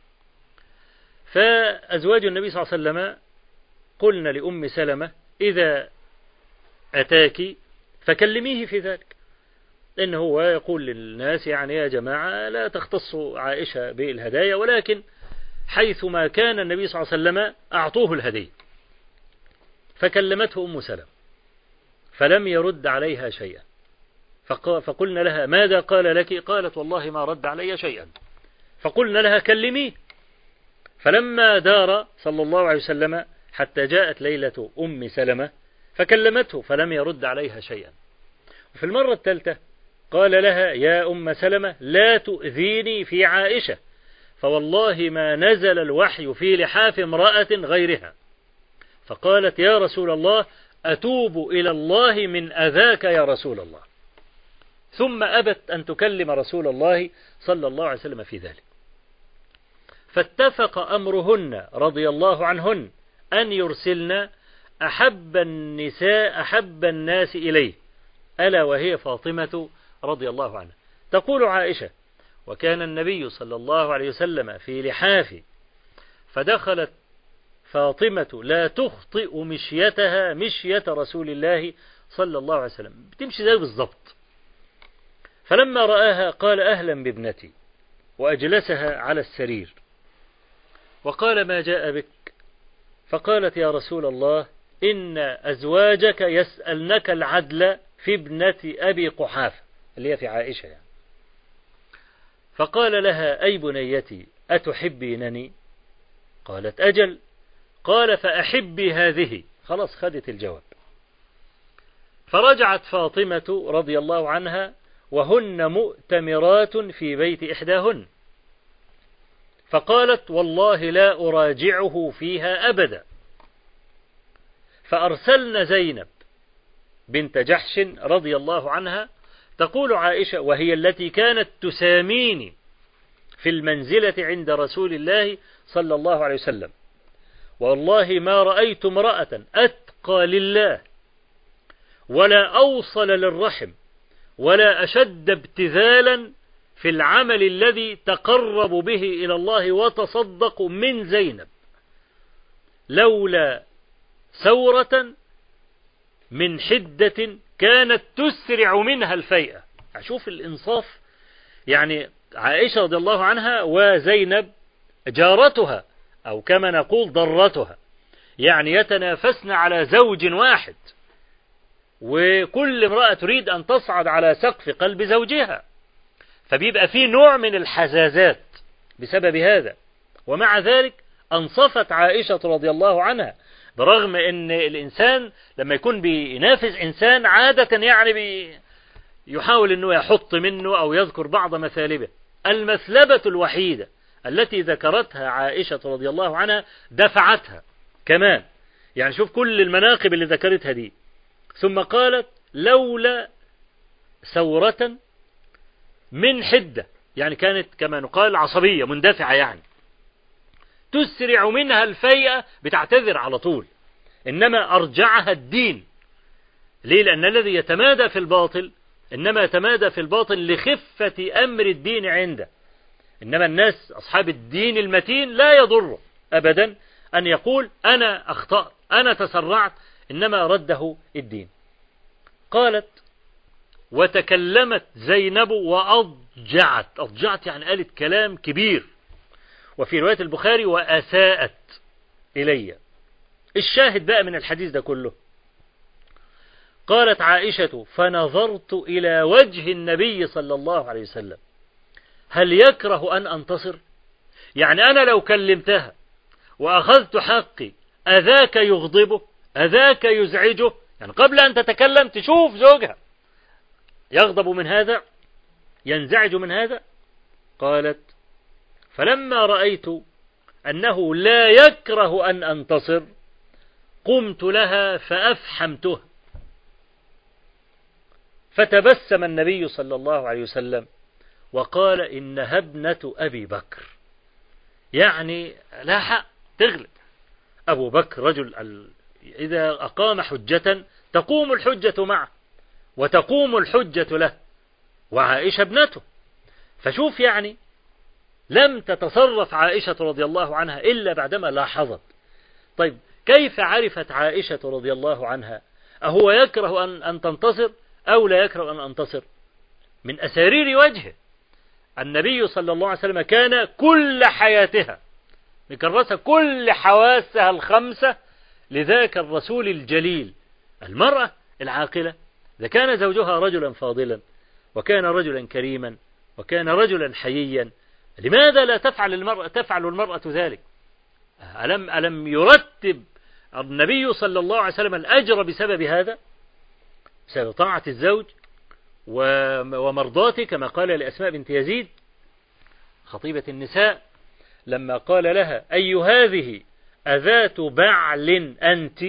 فأزواج النبي صلى الله عليه وسلم قلنا لأم سلمة: إذا أتاك فكلميه في ذلك، إن هو يقول للناس يعني يا جماعة لا تختصوا عائشة بالهدايا، ولكن حيثما كان النبي صلى الله عليه وسلم أعطوه الهدية. فكلمته أم سلمة فلم يرد عليها شيئا، فقلنا لها: ماذا قال لك؟ قالت: والله ما رد علي شيئا. فقلنا لها: كلميه. فلما دار صلى الله عليه وسلم حتى جاءت ليلة أم سلمة فكلمته فلم يرد عليها شيئا. وفي المرة الثالثة قال لها: يا أم سلمة لا تؤذيني في عائشة، فوالله ما نزل الوحي في لحاف امرأة غيرها. فقالت: يا رسول الله أتوب إلى الله من أذاك يا رسول الله. ثم أبت أن تكلم رسول الله صلى الله عليه وسلم في ذلك. فاتفق أمرهن رضي الله عنهن أن يرسلن أحب النساء أحب الناس إليه، ألا وهي فاطمة رضي الله عنها. تقول عائشة: وكان النبي صلى الله عليه وسلم في لحاف، فدخلت فاطمة لا تخطئ مشيتها مشية رسول الله صلى الله عليه وسلم، بتمشي زي بالضبط. فلما رآها قال: أهلا بابنتي، وأجلسها على السرير وقال: ما جاء بك؟ فقالت: يا رسول الله إن أزواجك يسألنك العدل في ابنة أبي قحافة، اللي هي في عائشة يعني. فقال لها: أي بنيتي أتحبينني؟ قالت: أجل. قال: فأحبي هذه. خلاص خدت الجواب. فرجعت فاطمة رضي الله عنها وهن مؤتمرات في بيت إحداهن، فقالت: والله لا أراجعه فيها أبدا. فأرسلن زينب بنت جحش رضي الله عنها. تقول عائشة: وهي التي كانت تساميني في المنزلة عند رسول الله صلى الله عليه وسلم، والله ما رأيت امرأة أتقى لله ولا أوصل للرحم ولا أشد ابتذالا في العمل الذي تقرب به إلى الله وتصدق من زينب، لولا ثورة من حدة كانت تسرع منها الفيئة. أشوف الإنصاف، يعني عائشة رضي الله عنها وزينب جارتها أو كما نقول ضرتها، يعني يتنافسن على زوج واحد، وكل امرأة تريد أن تصعد على سقف قلب زوجها، فبيبقى فيه نوع من الحزازات بسبب هذا. ومع ذلك أنصفت عائشة رضي الله عنها، برغم أن الإنسان لما يكون بينافس إنسان عادة يعني بي يحاول أنه يحط منه أو يذكر بعض مثالبه. المثلبة الوحيدة التي ذكرتها عائشة رضي الله عنها دفعتها كمان، يعني شوف كل المناقب اللي ذكرتها دي، ثم قالت لولا ثورة من حدة، يعني كانت كما نقال عصبية مندفعة، يعني تسرع منها الفيئة، بتعتذر على طول، إنما أرجعها الدين. ليه؟ لأن الذي يتمادى في الباطل إنما يتمادى في الباطل لخفة أمر الدين عنده، إنما الناس أصحاب الدين المتين لا يضر أبدا أن يقول أنا أخطأت أنا تسرعت، إنما رده الدين. قالت وتكلمت زينب وأضجعت، أضجعت يعني قالت كلام كبير، وفي رواية البخاري وأساءت إلي. الشاهد بقى من الحديث ده كله، قالت عائشة فنظرت إلى وجه النبي صلى الله عليه وسلم هل يكره أن أنتصر؟ يعني أنا لو كلمتها وأخذت حقي أذاك يغضبه أذاك يزعجه؟ يعني قبل أن تتكلم تشوف زوجها يغضب من هذا ينزعج من هذا. قالت فلما رأيت أنه لا يكره أن أنتصر قمت لها فأفحمته، فتبسم النبي صلى الله عليه وسلم وقال إنها ابنة أبي بكر، يعني لا حق تغلب. أبو بكر رجل إذا أقام حجة تقوم الحجة معه وتقوم الحجة له، وعائشة ابنته. فشوف يعني لم تتصرف عائشة رضي الله عنها إلا بعدما لاحظت. طيب كيف عرفت عائشة رضي الله عنها أهو يكره أن, أن تنتصر أو لا يكره أن أنتصر؟ من أسارير وجهه. النبي صلى الله عليه وسلم كان كل حياتها مكرسة كل حواسها الخمسة لذاك الرسول الجليل. المرأة العاقلة إذا كان زوجها رجلا فاضلا وكان رجلا كريما وكان رجلا حييا، لماذا لا تفعل المرأة تفعل المرأة ذلك؟ ألم ألم يرتب النبي صلى الله عليه وسلم الأجر بسبب هذا، بسبب طاعة الزوج ومرضاته، كما قال لأسماء بنت يزيد خطيبة النساء لما قال لها أي هذه أذات بعل أنت؟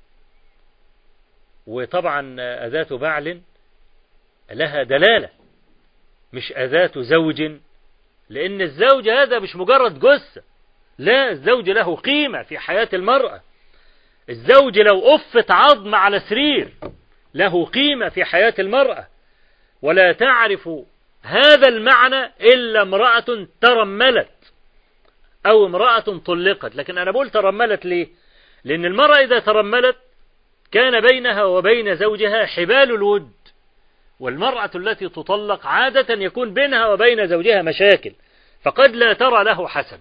وطبعا أذات بعل لها دلالة مش أذات زوج، لأن الزوج هذا مش مجرد جثة، لا، الزوج له قيمة في حياة المرأة. الزوج لو أفت عظم على سرير له قيمة في حياة المرأة، ولا تعرف هذا المعنى إلا امرأة ترملت أو امرأة طلقت. لكن أنا بقول ترملت ليه؟ لأن المرأة إذا ترملت كان بينها وبين زوجها حبال الود، والمرأة التي تطلق عادة يكون بينها وبين زوجها مشاكل، فقد لا ترى له حسنا.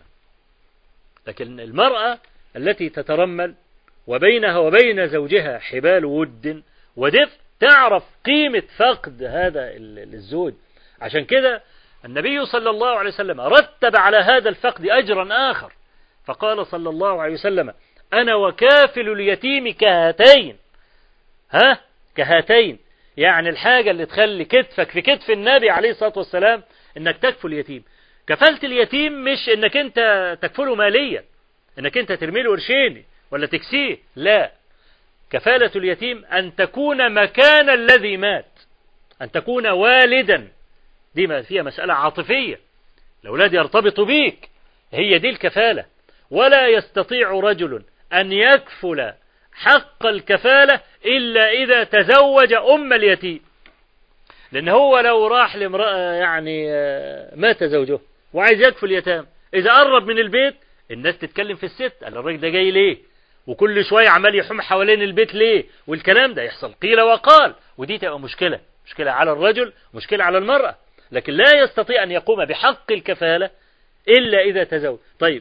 لكن المرأة التي تترمل وبينها وبين زوجها حبال ود ودفء تعرف قيمة فقد هذا الزوج. عشان كده النبي صلى الله عليه وسلم رتب على هذا الفقد أجرا آخر، فقال صلى الله عليه وسلم أنا وكافل اليتيم كهاتين. ها كهاتين يعني الحاجة اللي تخلي كتفك في كتف النبي عليه الصلاة والسلام انك تكفل اليتيم. كفالة اليتيم مش انك انت تكفله ماليا، انك انت ترميله قرشين ولا تكسيه، لا، كفالة اليتيم أن تكون مكان الذي مات، أن تكون والدا، دي فيها مسألة عاطفية، الأولاد يرتبطوا بيك، هي دي الكفالة. ولا يستطيع رجل أن يكفل حق الكفالة إلا إذا تزوج أم اليتيم، لأن هو لو راح لامرأة يعني مات زوجه وعايز يكفل يتام، إذا قرب من البيت الناس تتكلم في الست، قال الراجل ده جاي ليه وكل شوية عمال يحوم حوالين البيت ليه، والكلام ده يحصل قيل وقال، ودي تبقى مشكلة، مشكلة على الرجل، مشكلة على المرأة. لكن لا يستطيع أن يقوم بحق الكفالة إلا إذا تزوج. طيب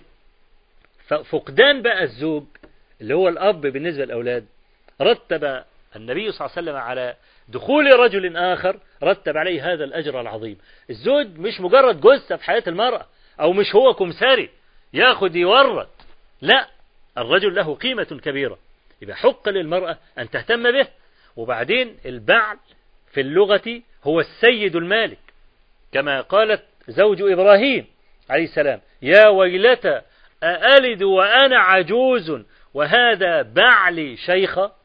فقدان بقى الزوج اللي هو الأب بالنسبة للأولاد، رتب النبي صلى الله عليه وسلم على دخول رجل آخر رتب عليه هذا الأجر العظيم. الزوج مش مجرد جثة في حياة المرأة، أو مش هو كمساري ياخد يورد، لا، الرجل له قيمة كبيرة، يبقى حق للمرأة أن تهتم به. وبعدين البعل في اللغة هو السيد المالك، كما قالت زوج إبراهيم عليه السلام: يا ويلتى أألد وأنا عجوز وهذا بعلي شيخا.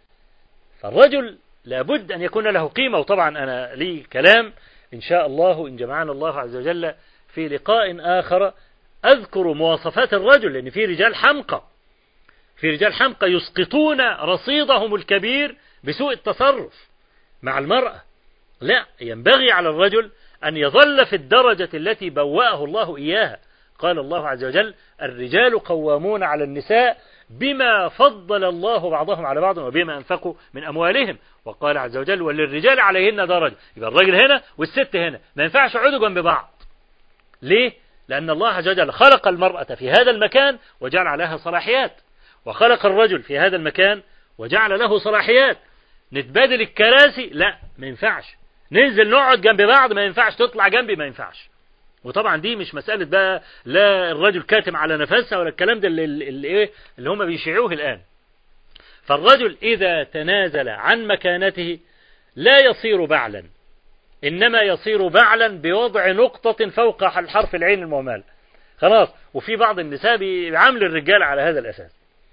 فالرجل لابد أن يكون له قيمة. وطبعا أنا لي كلام إن شاء الله إن جمعنا الله عز وجل في لقاء آخر أذكر مواصفات الرجل، لأن في رجال حمقى، في رجال حمقى يسقطون رصيدهم الكبير بسوء التصرف مع المرأة. لا، ينبغي على الرجل أن يظل في الدرجة التي بوأه الله إياها. قال الله عز وجل: الرجال قوامون على النساء بما فضل الله بعضهم على بعض وبما أنفقوا من أموالهم. وقال عز وجل: وللرجال عليهن درجة. يبقى الراجل هنا والست هنا، ما ينفعش يقعدوا جنب بعض. ليه؟ لأن الله عز وجل خلق المرأة في هذا المكان وجعل عليها صلاحيات، وخلق الرجل في هذا المكان وجعل له صلاحيات. نتبادل الكراسي؟ لا، ما ينفعش. ننزل نقعد جنب بعض؟ ما ينفعش. تطلع جنبي؟ ما ينفعش. وطبعا دي مش مسألة بقى لا الرجل كاتم على نفسها ولا الكلام ده اللي, اللي, ايه اللي هم بيشيعوه الآن. فالرجل إذا تنازل عن مكانته لا يصير بعلا، إنما يصير بعلا بوضع نقطة فوق الحرف العين المهمل. خلاص. وفي بعض النساء بيعامل الرجال على هذا الأساس.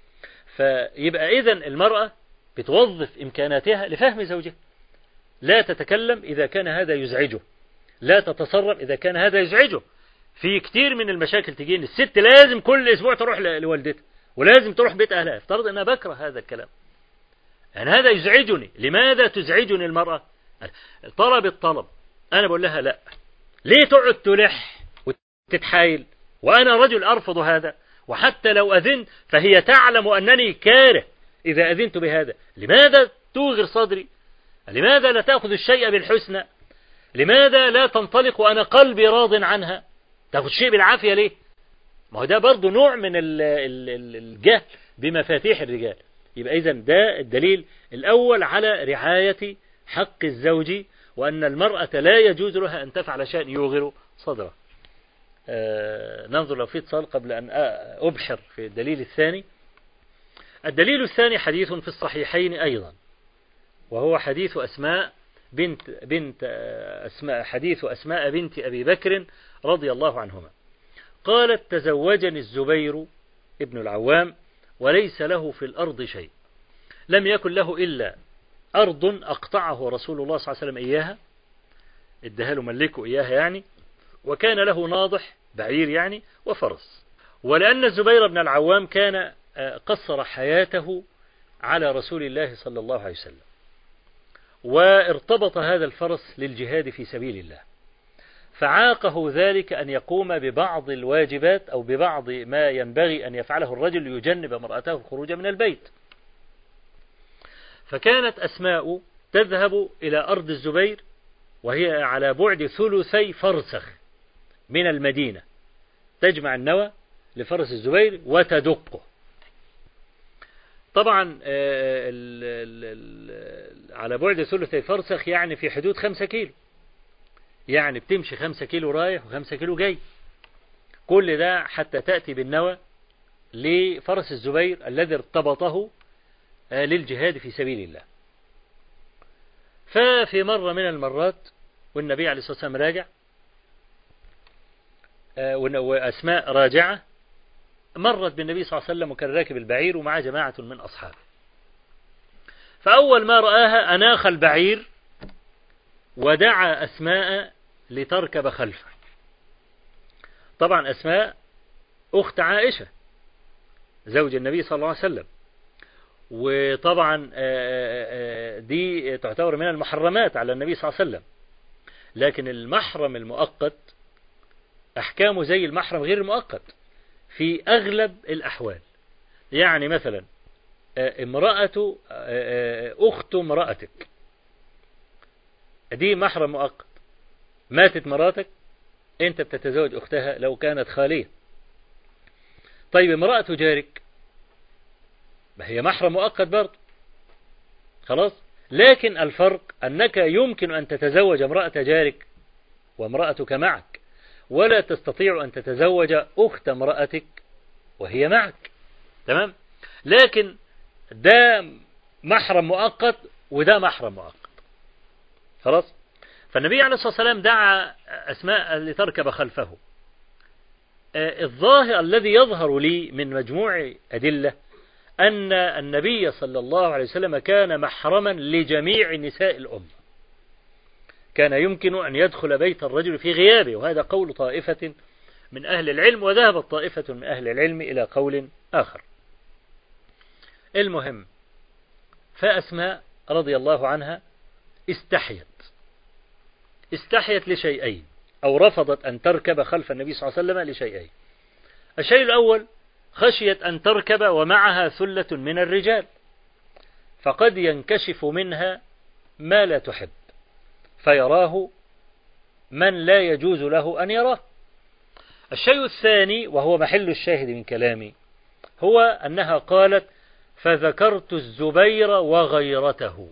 فيبقى إذن المرأة بتوظف إمكاناتها لفهم زوجها. لا تتكلم إذا كان هذا يزعجه، لا تتصرف إذا كان هذا يزعجه. في كتير من المشاكل تجي إن الست لازم كل أسبوع تروح لوالدتها ولازم تروح بيت أهلها. افترض أنها بكره هذا الكلام، يعني هذا يزعجني. لماذا تزعجني المرأة؟ طلب الطلب، أنا بقول لها لا. ليه تقعد تلح وتتحايل وأنا رجل أرفض هذا؟ وحتى لو أذنت فهي تعلم أنني كاره إذا أذنت بهذا. لماذا توغر صدري؟ لماذا لا تأخذ الشيء بالحسنى؟ لماذا لا تنطلق وأنا قلبي راض عنها؟ تأخذ شيء بالعافية ليه؟ ما هو ده برضو نوع من الجهل بمفاتيح الرجال. يبقى إذن ده الدليل الأول على رعاية حق الزوج، وأن المرأة لا يجوز لها أن تفعل شيء يوغر صدره. آه ننظر لو في اتصال قبل أن أبحر في الدليل الثاني. الدليل الثاني حديث في الصحيحين أيضا، وهو حديث أسماء بنت بنت أسماء حديث أسماء بنت أبي بكر رضي الله عنهما. قالت: تزوجني الزبير ابن العوام وليس له في الأرض شيء، لم يكن له إلا أرض أقطعه رسول الله صلى الله عليه وسلم إياها، ادها له ملكه إياها يعني، وكان له ناضح بعير يعني وفرس. ولأن الزبير بن العوام كان قصر حياته على رسول الله صلى الله عليه وسلم، وارتبط هذا الفرس للجهاد في سبيل الله، فعاقه ذلك أن يقوم ببعض الواجبات أو ببعض ما ينبغي أن يفعله الرجل ليجنب امرأته الخروج من البيت. فكانت أسماء تذهب إلى أرض الزبير وهي على بعد ثلثي فرسخ من المدينة، تجمع النوى لفرس الزبير وتدقه. طبعا على بعد ثلثي فرسخ يعني في حدود خمسة كيلو، يعني بتمشي خمسة كيلو رايح وخمسة كيلو جاي، كل ده حتى تأتي بالنوى لفرس الزبير الذي ارتبطه للجهاد في سبيل الله. ففي مرة من المرات والنبي عليه الصلاة والسلام راجع وأسماء راجعة، مرت بالنبي صلى الله عليه وسلم وكان راكب البعير ومع جماعة من أصحابه، فأول ما رآها أناخ البعير ودعا أسماء لتركب خلفه. طبعا أسماء أخت عائشة زوج النبي صلى الله عليه وسلم، وطبعا دي تعتبر من المحرمات على النبي صلى الله عليه وسلم، لكن المحرم المؤقت أحكامه زي المحرم غير المؤقت في أغلب الأحوال. يعني مثلا امرأة أخت امرأتك دي محرم مؤقت، ماتت مراتك أنت بتتزوج أختها لو كانت خالية. طيب امرأة جارك ما هي محرم مؤقت برضه، خلاص، لكن الفرق أنك يمكن أن تتزوج امرأة جارك وامرأتك معك، ولا تستطيع أن تتزوج أخت امرأتك وهي معك. تمام؟ لكن ده محرم مؤقت وده محرم مؤقت، خلاص. فالنبي عليه الصلاة والسلام دعا أسماء لتركب خلفه. الظاهر الذي يظهر لي من مجموع أدلة أن النبي صلى الله عليه وسلم كان محرما لجميع نساء الأمة، كان يمكن أن يدخل بيت الرجل في غيابه، وهذا قول طائفة من أهل العلم، وذهبت طائفة من أهل العلم إلى قول آخر. المهم، فأسماء رضي الله عنها استحيت استحيت لشيئين، أو رفضت أن تركب خلف النبي صلى الله عليه وسلم لشيئين. الشيء الأول، خشيت أن تركب ومعها ثلة من الرجال، فقد ينكشف منها ما لا تحب فيراه من لا يجوز له أن يراه. الشيء الثاني، وهو محل الشاهد من كلامي، هو أنها قالت: فذكرت الزبير وغيرته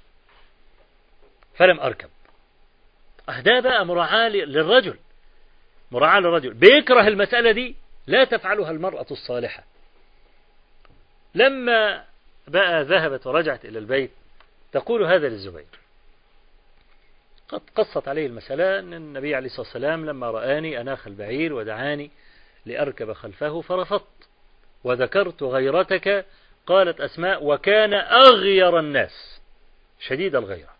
فلم أركب. أهدا بقى مراعاة للرجل، مراعاة للرجل بيكره المسألة دي، لا تفعلها المرأة الصالحة. لما بقى ذهبت ورجعت إلى البيت تقول هذا للزبير. قد قصت عليه المسألة أن النبي عليه الصلاة والسلام لما رآني أناخ البعير ودعاني لأركب خلفه فرفضت، وذكرت غيرتك. قالت أسماء: وكان أغير الناس، شديد الغيرة.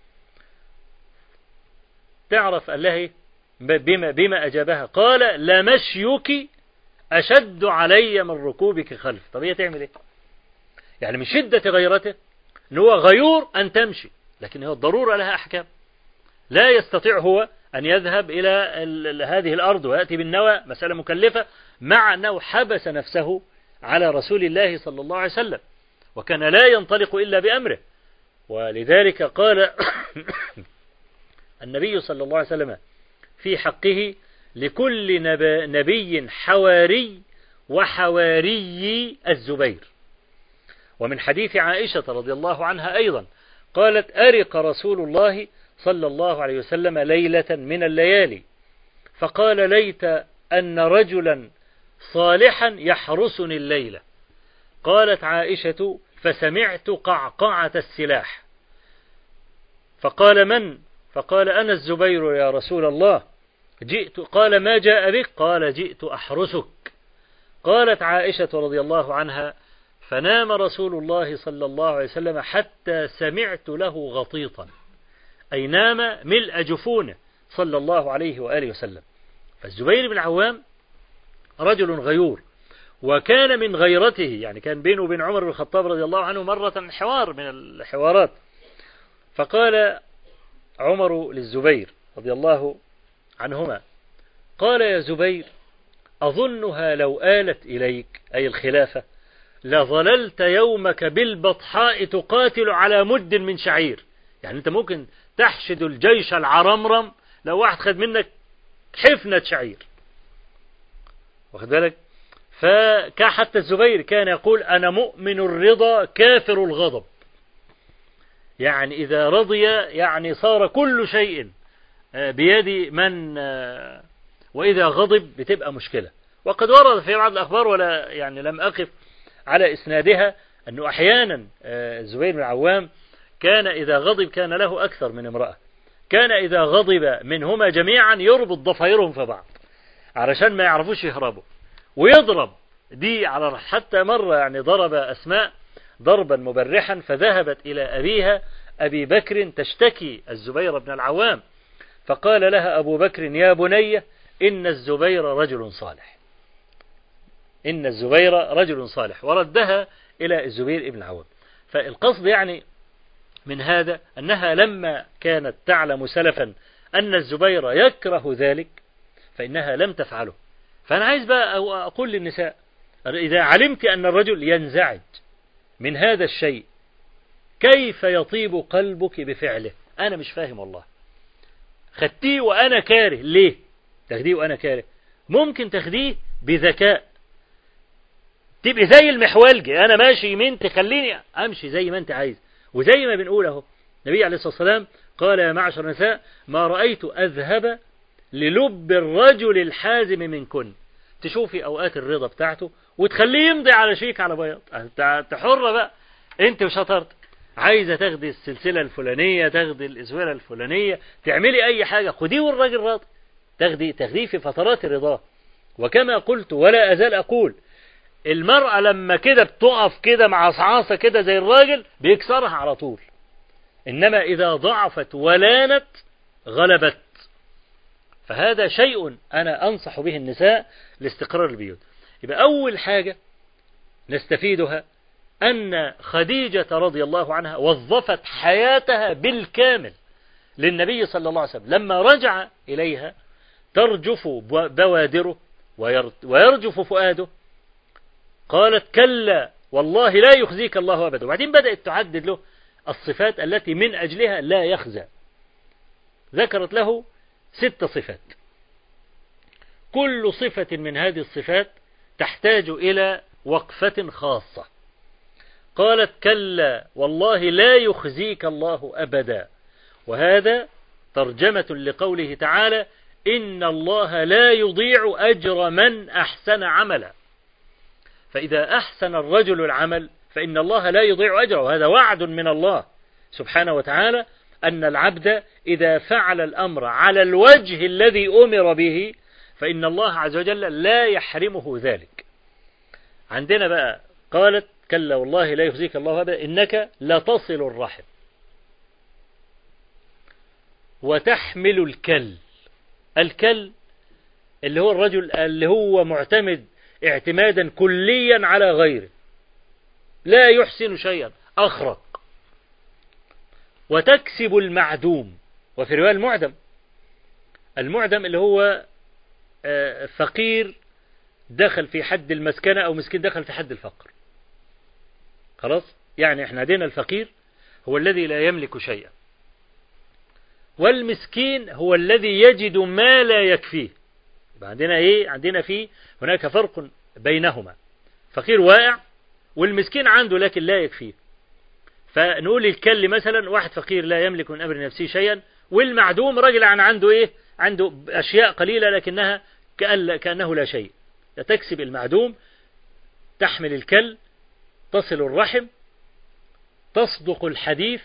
تعرف قال لها بما, بما أجابها؟ قال: لمشيك أشد علي من ركوبك خلف. طب هي تعمل إيه؟ يعني من شدة غيرته أنه هو غيور أن تمشي، لكن هو الضرورة لها أحكام. لا يستطيع هو أن يذهب إلى هذه الأرض ويأتي بالنوى، مسألة مكلفة، مع أنه حبس نفسه على رسول الله صلى الله عليه وسلم، وكان لا ينطلق إلا بأمره. ولذلك قال النبي صلى الله عليه وسلم في حقه: لكل نبي حواري، وحواري الزبير. ومن حديث عائشة رضي الله عنها أيضا قالت: أرق رسول الله صلى الله عليه وسلم ليلة من الليالي فقال: ليت أن رجلا صالحا يحرسني الليلة. قالت عائشة: فسمعت قعقعة السلاح فقال: من؟ فقال: أنا الزبير يا رسول الله. جئت. قال: ما جاء بك؟ قال: جئت أحرسك. قالت عائشة رضي الله عنها: فنام رسول الله صلى الله عليه وسلم حتى سمعت له غطيطا، أي نام ملء جفونه صلى الله عليه وآله وسلم. فالزبير بن العوام رجل غيور، وكان من غيرته، يعني كان بينه وبين عمر بن الخطاب رضي الله عنه مرة حوار من الحوارات، فقال عمر للزبير رضي الله عنهما: قال يا زبير: أظنها لو آلت إليك، أي الخلافة، لظللت يومك بالبطحاء تقاتل على مد من شعير. يعني أنت ممكن تحشد الجيش العرمرم لو واحد خد منك حفنة شعير، واخد بالك؟ فحتى الزبير كان يقول: أنا مؤمن الرضا كافر الغضب. يعني إذا رضي يعني صار كل شيء بيد من، وإذا غضب بتبقى مشكلة. وقد ورد في بعض الأخبار، ولا يعني لم أقف على إسنادها، أنه أحيانا الزبير بن العوام كان إذا غضب كان له أكثر من امرأة، كان إذا غضب منهما جميعا يربط ضفايرهم في بعض علشان ما يعرفوش يهربوا، ويضرب دي على، حتى مرة يعني ضرب أسماء ضربا مبرحا، فذهبت إلى أبيها أبي بكر تشتكي الزبير بن العوام، فقال لها أبو بكر: يا بني، إن الزبير رجل صالح، إن الزبير رجل صالح، وردها إلى الزبير بن العوام. فالقصد يعني من هذا أنها لما كانت تعلم سلفا أن الزبير يكره ذلك فإنها لم تفعله. فأنا عايز بقى أقول للنساء: إذا علمت أن الرجل ينزعج من هذا الشيء كيف يطيب قلبك بفعله؟ أنا مش فاهم والله. خدتيه وأنا كاره، ليه تاخديه وأنا كاره؟ ممكن تاخديه بذكاء، تبقى زي المحولجي، أنا ماشي يمين تخليني أمشي زي ما أنت عايز. وزي ما بنقول اهو، النبي عليه الصلاة والسلام قال: يا معشر النساء، ما رأيت أذهب للب الرجل الحازم منكن. تشوفي أوقات الرضا بتاعته وتخليه يمضي على شيك على بياض، انت حرة بقى، انت وشطرت. عايزة تاخدي السلسلة الفلانية، تاخدي الإسورة الفلانية، تعملي أي حاجة خديه والراجل راضي، تاخدي تاخديه في فترات الرضا. وكما قلت ولا أزال أقول، المرأة لما كده بتقف كده مع عصعاصة كده زي الراجل بيكسرها على طول، إنما إذا ضعفت ولانت غلبت. فهذا شيء أنا أنصح به النساء لاستقرار البيوت. يبقى أول حاجة نستفيدها أن خديجة رضي الله عنها وظفت حياتها بالكامل للنبي صلى الله عليه وسلم. لما رجع إليها ترجف بوادره ويرجف فؤاده، قالت كلا والله لا يخزيك الله أبدا. وبعدين بدأت تعدد له الصفات التي من أجلها لا يخزى. ذكرت له ست صفات، كل صفة من هذه الصفات تحتاج إلى وقفة خاصة. قالت كلا والله لا يخزيك الله أبدا، وهذا ترجمة لقوله تعالى إن الله لا يضيع أجر من أحسن عملا. فإذا أحسن الرجل العمل فإن الله لا يضيع أجره، وهذا وعد من الله سبحانه وتعالى أن العبد إذا فعل الأمر على الوجه الذي أمر به فإن الله عز وجل لا يحرمه ذلك. عندنا بقى قالت كلا والله لا يخزيك الله أبدا إنك لتصل الرحم وتحمل الكل. الكل اللي هو الرجل اللي هو معتمد اعتمادا كليا على غيره، لا يحسن شيئا، أخرق. وتكسب المعدوم، وفي رواية المعدم. المعدم اللي هو فقير دخل في حد المسكنة أو مسكين دخل في حد الفقر. خلاص، يعني احنا عندنا الفقير هو الذي لا يملك شيئا، والمسكين هو الذي يجد ما لا يكفيه. يبقى عندنا ايه؟ عندنا فيه هناك فرق بينهما. فقير واقع والمسكين عنده لكن لا يكفيه. فنقول الكل مثلا واحد فقير لا يملك من أمر نفسه شيئا، والمعدوم رجل عن عنده ايه؟ عنده أشياء قليلة لكنها كأنه لا شيء. تكسب المعدوم، تحمل الكل، تصل الرحم، تصدق الحديث،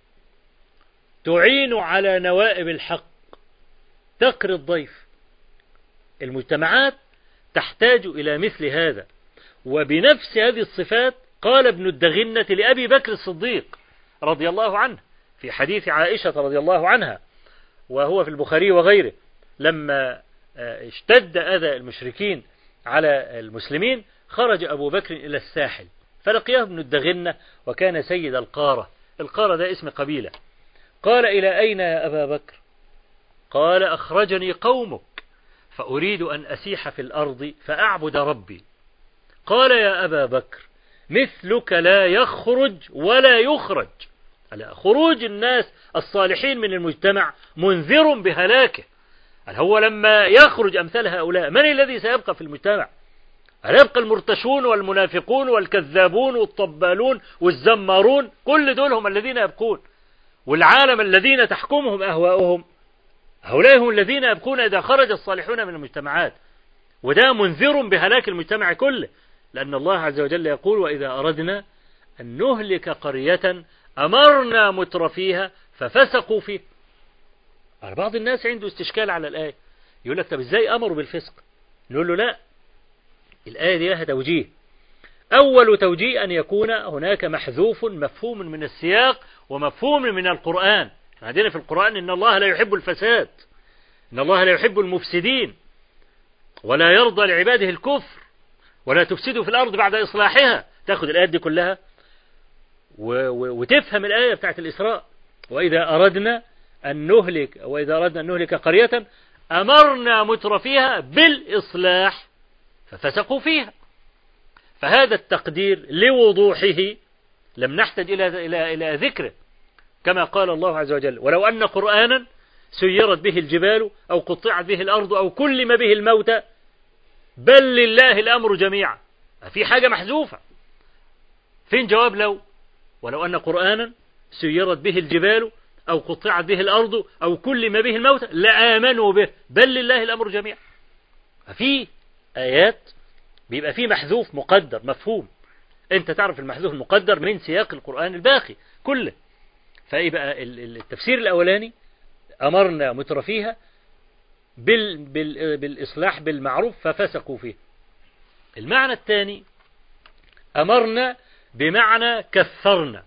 تعين على نوائب الحق، تقري الضيف. المجتمعات تحتاج إلى مثل هذا. وبنفس هذه الصفات قال ابن الدغنة لأبي بكر الصديق رضي الله عنه في حديث عائشة رضي الله عنها، وهو في البخاري وغيره، لما اشتد أذى المشركين على المسلمين خرج أبو بكر إلى الساحل فلقيه ابن الدغنة وكان سيد القارة. القارة ده اسم قبيلة. قال إلى أين يا أبا بكر؟ قال أخرجني قومك فأريد أن أسيح في الأرض فأعبد ربي. قال يا أبا بكر مثلك لا يخرج ولا يخرج. خروج الناس الصالحين من المجتمع منذر بهلاكه. هو لما يخرج أمثال هؤلاء من الذي سيبقى في المجتمع؟ هل يبقى المرتشون والمنافقون والكذابون والطبالون والزمارون؟ كل دول هم الذين يبقون، والعالم الذين تحكمهم أهواؤهم هؤلاء هم الذين يبقون إذا خرج الصالحون من المجتمعات. وده منذر بهلاك المجتمع كله، لأن الله عز وجل يقول وإذا أردنا أن نهلك قرية أمرنا مترفيها ففسقوا فيه. بعض الناس عنده استشكال على الآية، يقول لك طب إزاي أمروا بالفسق؟ نقول له لا، الآية دي لها توجيه. أول توجيه أن يكون هناك محذوف مفهوم من السياق ومفهوم من القرآن. عندنا في القرآن إن الله لا يحب الفساد، إن الله لا يحب المفسدين، ولا يرضى لعباده الكفر، ولا تفسدوا في الأرض بعد إصلاحها. تأخذ الآيات دي كلها وتفهم الآية بتاعت الإسراء، وإذا أردنا أن نهلك وإذا أردنا أن نهلك قرية أمرنا مترفيها بالإصلاح ففسقوا فيها. فهذا التقدير لوضوحه لم نحتاج إلى إلى إلى ذكره، كما قال الله عز وجل ولو أن قرآنا سيرت به الجبال أو قطعت به الأرض أو كلم به الموتى بل لله الأمر جميعا. في حاجة محذوفة. فين جواب لو؟ ولو أن قرآنا سيرت به الجبال أو قطعت به الأرض أو كلم به الموتى لآمنوا به بل لله الأمر جميعا. في آيات بيبقى فيه محذوف مقدر مفهوم، أنت تعرف المحذوف المقدر من سياق القرآن الباقي كله. فإيه بقى التفسير الأولاني؟ أمرنا مترفيها بال بال بالإصلاح بالمعروف ففسقوا فيه. المعنى الثاني أمرنا بمعنى كثرنا،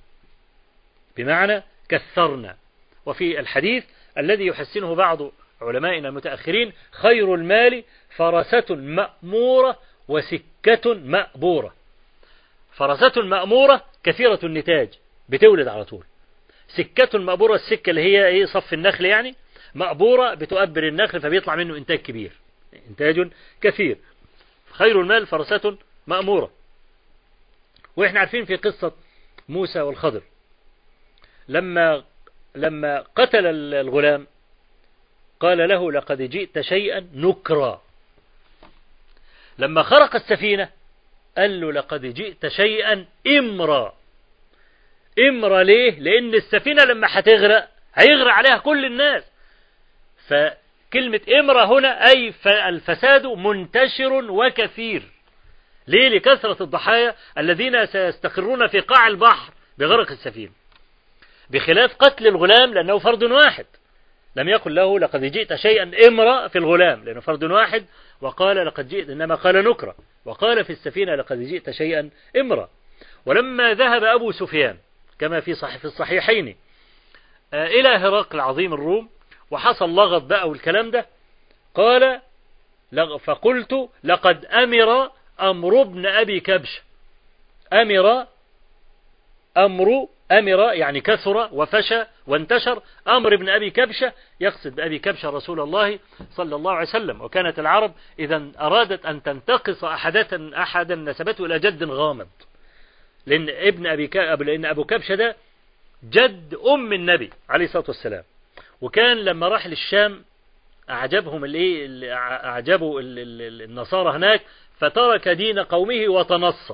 بمعنى كثرنا. وفي الحديث الذي يحسنه بعض علمائنا المتأخرين: خير المال فرسة مأمورة وسكة مأبورة. فرسة مأمورة كثيرة النتاج بتولد على طول. سكة مأبورة، السكة اللي هي ايه صف النخل يعني، مأبورة بتؤبر النخل فبيطلع منه إنتاج كبير، إنتاج كثير. خير المال فرسة مأمورة. وإحنا عارفين في قصة موسى والخضر لما لما قتل الغلام قال له: لقد جئت شيئا نكرا. لما خرق السفينة قال له: لقد جئت شيئا إمرا. إمرا ليه؟ لأن السفينة لما هتغرق هيغرق عليها كل الناس. فكلمة إمرا هنا أي الفساد منتشر وكثير. ليه؟ لكثرة الضحايا الذين سيستقرون في قاع البحر بغرق السفينة، بخلاف قتل الغلام لأنه فرد واحد. لم يقل له لقد جئت شيئا إمرا في الغلام لأنه فرد واحد، وقال لقد جئت، إنما قال نكرة، وقال في السفينة لقد جئت شيئا إمرا. ولما ذهب أبو سفيان كما في صحيح في الصحيحين إلى هرقل عظيم الروم وحصل لغط بقى والكلام ده، قال: فقلت لقد أمر أمر ابن أبي كبش. أمر أمر أمر يعني كثر وفشى وانتشر. أمر ابن أبي كبشة يقصد بأبي كبشة رسول الله صلى الله عليه وسلم. وكانت العرب إذا أرادت أن تنتقص أحدا أحدا نسبته إلى جد غامض، لأن ابن أبي ك... لأن أبو كبشة ده جد أم النبي عليه الصلاة والسلام. وكان لما راح للشام أعجبهم الإيه أعجبوا النصارى هناك، فترك دين قومه وتنصر.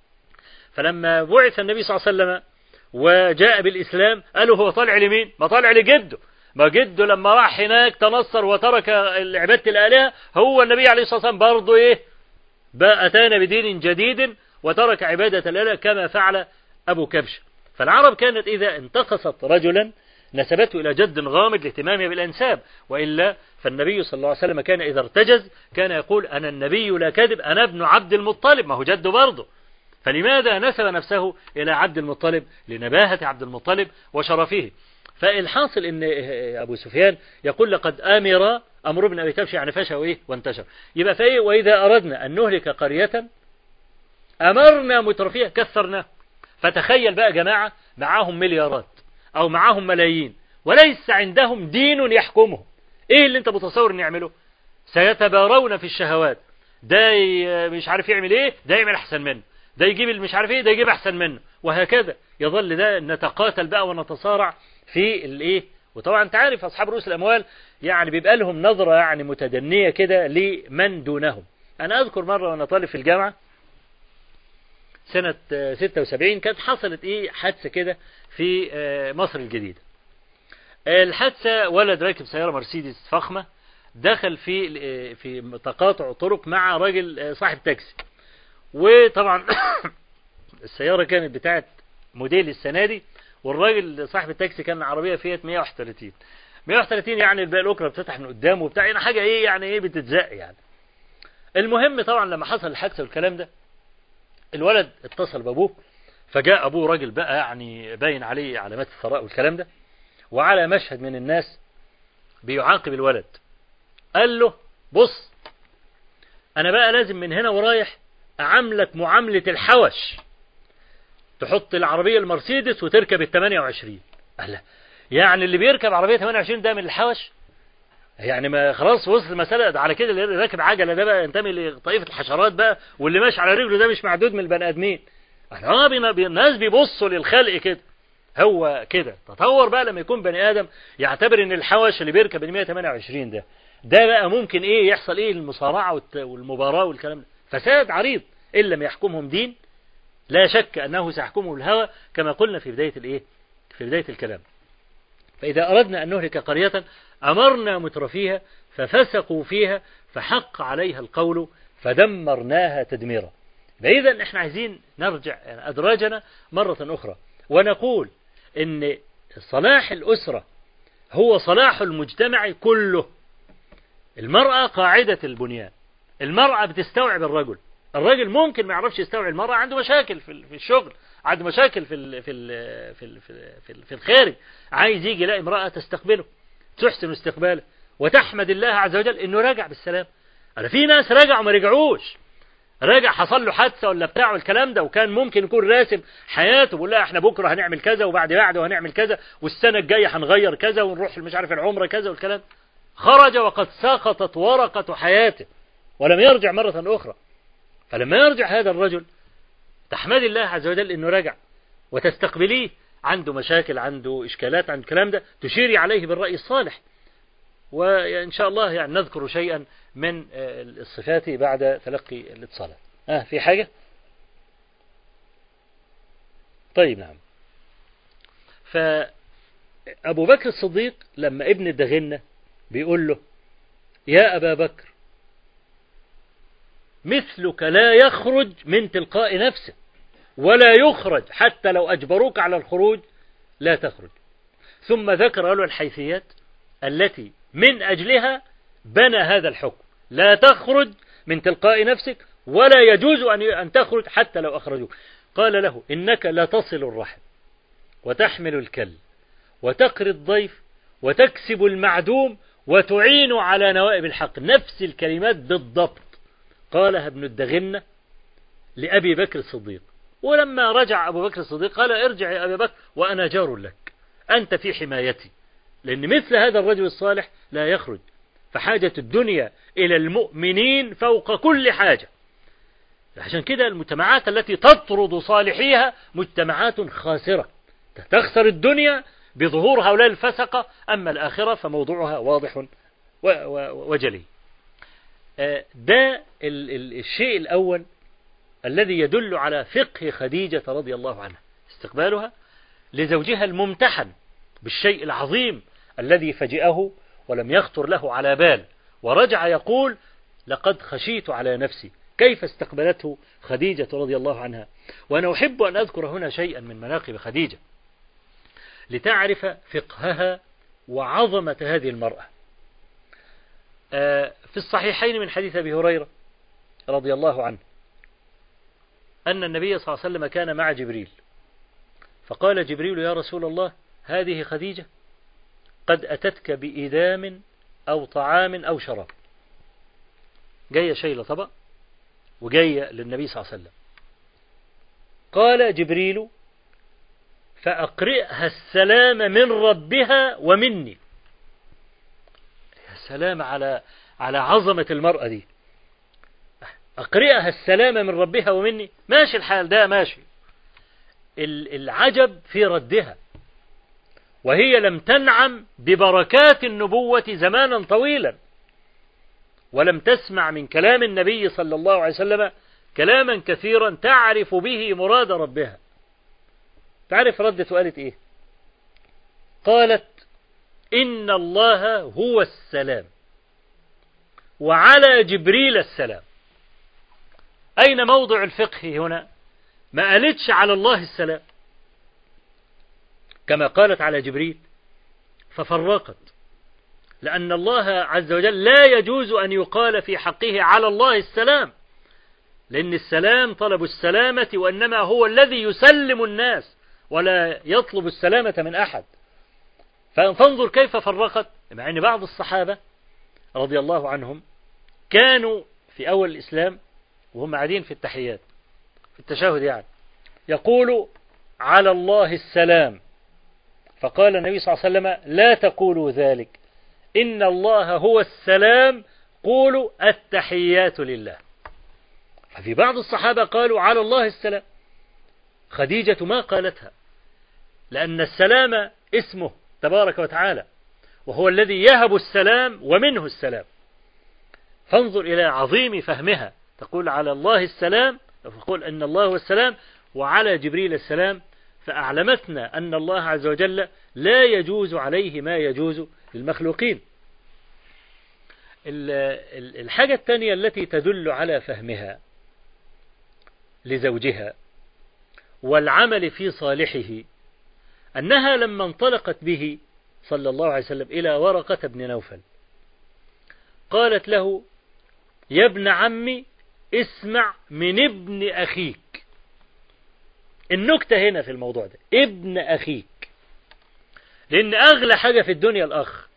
فلما بعث النبي صلى الله عليه وسلم وجاء بالإسلام قالوا هو طالع لمين؟ ما طالع لجده. ما جده لما راح هناك تنصر وترك عبادة الآلهة، هو النبي عليه الصلاة والسلام برضه إيه بقى أتانا بدين جديد وترك عبادة الآلهة كما فعل أبو كبش. فالعرب كانت إذا انتقصت رجلا نسبته إلى جد غامض لاهتمامه بالأنساب، وإلا فالنبي صلى الله عليه وسلم كان إذا ارتجز كان يقول: أنا النبي لا كذب، أنا ابن عبد المطلب. ما هو جده برضه. فلماذا نسب نفسه إلى عبد المطلب؟ لنباهة عبد المطلب وشرفه. فالحاصل إن أبو سفيان يقول: لقد آمر أمر بن أبي كبش، يعني فشى وإيه وانتشر. يبقى فإيه؟ وإذا أردنا أن نهلك قرية أمرنا مترفيها كثرنا. فتخيل بقى جماعة معاهم مليارات أو معاهم ملايين وليس عندهم دين يحكمهم، إيه اللي أنت متصور أن يعمله؟ سيتبارون في الشهوات. ده مش عارف يعمل إيه، ده يعمل أحسن منه، ده يجيب مش عارف إيه، ده يجيب أحسن منه، وهكذا يظل ده نتقاتل بقى ونتصارع في الإيه. وطبعا أنت عارف أصحاب رؤوس الأموال يعني بيبقى لهم نظرة يعني متدنية كده لمن دونهم. أنا أذكر مرة وأنا طالب في الجامعة سنة ستة وسبعين كانت حصلت إيه حادثة كده في مصر الجديدة. الحادثة ولد راكب سيارة مرسيدس فخمة دخل في في تقاطع طرق مع راجل صاحب تاكسي. وطبعا السيارة كانت بتاعت موديل السنة دي، والراجل صاحب التاكسي كان عربية فيات مية وثلاثين مية وثلاثين يعني الباقي الأكرة بتفتح من قدامه وبتاع يعني حاجة إيه يعني إيه بتتزق يعني. المهم طبعا لما حصل الحادثة والكلام ده الولد اتصل بأبوه، فجاء أبوه راجل بقى يعني باين عليه علامات الثراء والكلام ده، وعلى مشهد من الناس بيعاقب الولد. قال له: بص أنا بقى لازم من هنا ورايح أعاملك معاملة الحوش، تحط العربية المرسيدس وتركب الثمانية وعشرين. قال يعني اللي بيركب عربية ثمانية وعشرين ده من الحوش؟ يعني ما خلاص وصل المسألة على كده، اللي راكب عجلة ده بقى ينتمي لطائفة الحشرات بقى، واللي ماشي على رجله ده مش معدود من البني آدمين. اه الناس بيبصوا للخلق كده، هو كده تطور بقى لما يكون بني آدم يعتبر ان الحوش اللي بيركب ال مية وثمانية وعشرين ده ده بقى ممكن ايه يحصل ايه المصارعة والمباراة والكلام ده. فساد عريض ان لم يحكمهم دين لا شك انه سيحكمه الهوى كما قلنا في بداية الايه في بداية الكلام. فإذا أردنا أن نهلك قرية أمرنا مترفيها ففسقوا فيها فحق عليها القول فدمرناها تدميرا. فإذا احنا عايزين نرجع يعني أدراجنا مرة أخرى ونقول إن صلاح الأسرة هو صلاح المجتمع كله. المرأة قاعدة البنيان، المرأة بتستوعب الرجل، الرجل ممكن ما يعرفش يستوعب المرأة، عنده مشاكل في الشغل، عنده مشاكل في ال في ال في ال في, ال في الخارج، عايز يجي يلاقي امرأة تستقبله تحسن استقباله وتحمد الله عز وجل انه رجع بالسلام. انا في ناس رجعوا ما رجعوش، راجع حصل له حادثه ولا بتاعه الكلام ده، وكان ممكن يكون راسم حياته بيقول لها احنا بكره هنعمل كذا وبعد بعده هنعمل كذا والسنه الجايه هنغير كذا ونروح مش عارف العمره كذا والكلام، خرج وقد سقطت ورقه حياته ولم يرجع مره اخرى. فلما يرجع هذا الرجل تحمد الله عز وجل انه رجع، وتستقبليه عنده مشاكل عنده اشكالات عند الكلام ده، تشيري عليه بالراي الصالح. وإن شاء الله يعني نذكر شيئا من الصفات بعد تلقي الاتصالات. آه في حاجة؟ طيب نعم. فأبو بكر الصديق لما ابن الدغنة بيقول له يا أبا بكر مثلك لا يخرج من تلقاء نفسه ولا يخرج حتى لو أجبروك على الخروج لا تخرج. ثم ذكر له الحيثيات التي من أجلها بنى هذا الحكم، لا تخرج من تلقاء نفسك ولا يجوز أن تخرج حتى لو أخرجوك. قال له إنك لا تصل الرحم وتحمل الكل وتقري الضيف وتكسب المعدوم وتعين على نوائب الحق، نفس الكلمات بالضبط قالها ابن الدغنة لأبي بكر الصديق. ولما رجع أبو بكر الصديق قال ارجع يا أبي بكر وأنا جار لك، أنت في حمايتي، لأن مثل هذا الرجل الصالح لا يخرج. فحاجة الدنيا إلى المؤمنين فوق كل حاجة. عشان كده المجتمعات التي تطرد صالحيها مجتمعات خاسرة، تخسر الدنيا بظهور هؤلاء الفسقة، أما الآخرة فموضوعها واضح وجلي. ده الشيء الأول الذي يدل على فقه خديجة رضي الله عنها، استقبالها لزوجها الممتحن بالشيء العظيم الذي فجأه ولم يخطر له على بال، ورجع يقول لقد خشيت على نفسي. كيف استقبلته خديجة رضي الله عنها؟ وأنا أحب أن أذكر هنا شيئا من مناقب خديجة لتعرف فقهها وعظمة هذه المرأة. في الصحيحين من حديث أبي هريرة رضي الله عنه أن النبي صلى الله عليه وسلم كان مع جبريل، فقال جبريل يا رسول الله هذه خديجة قد أتتك بإدام أو طعام أو شراب، جاية شيلة طبق وجاية للنبي صلى الله عليه وسلم. قال جبريل فأقرئها السلام من ربها ومني. يا سلام على على عظمة المرأة دي، أقرئها السلام من ربها ومني، ماشي الحال ده ماشي. العجب في ردها، وهي لم تنعم ببركات النبوة زمانا طويلا، ولم تسمع من كلام النبي صلى الله عليه وسلم كلاما كثيرا تعرف به مراد ربها. تعرف ردت وقالت ايه؟ قالت إن الله هو السلام وعلى جبريل السلام. أين موضع الفقه هنا؟ ما قالتش على الله السلام كما قالت على جبريل، ففرقت، لأن الله عز وجل لا يجوز أن يقال في حقه على الله السلام، لأن السلام طلب السلامة، وإنما هو الذي يسلم الناس ولا يطلب السلامة من أحد. فانظر كيف فرقت، مع أن بعض الصحابة رضي الله عنهم كانوا في أول الإسلام وهم قاعدين في التحيات في التشهد يعني يقولوا على الله السلام، فقال النبي صلى الله عليه وسلم لا تقولوا ذلك، إن الله هو السلام، قولوا التحيات لله. ففي بعض الصحابة قالوا على الله السلام. خديجة ما قالتها، لأن السلام اسمه تبارك وتعالى، وهو الذي يهب السلام ومنه السلام. فانظر إلى عظيم فهمها، تقول على الله السلام، تقول إن الله هو السلام وعلى جبريل السلام، فأعلمتنا أن الله عز وجل لا يجوز عليه ما يجوز للمخلوقين. الحاجة الثانية التي تدل على فهمها لزوجها والعمل في صالحه أنها لما انطلقت به صلى الله عليه وسلم إلى ورقة بن نوفل قالت له: يا ابن عمي اسمع من ابن أخيك. النكتة هنا في الموضوع ده ابن أخيك، لأن أغلى حاجة في الدنيا الأخ.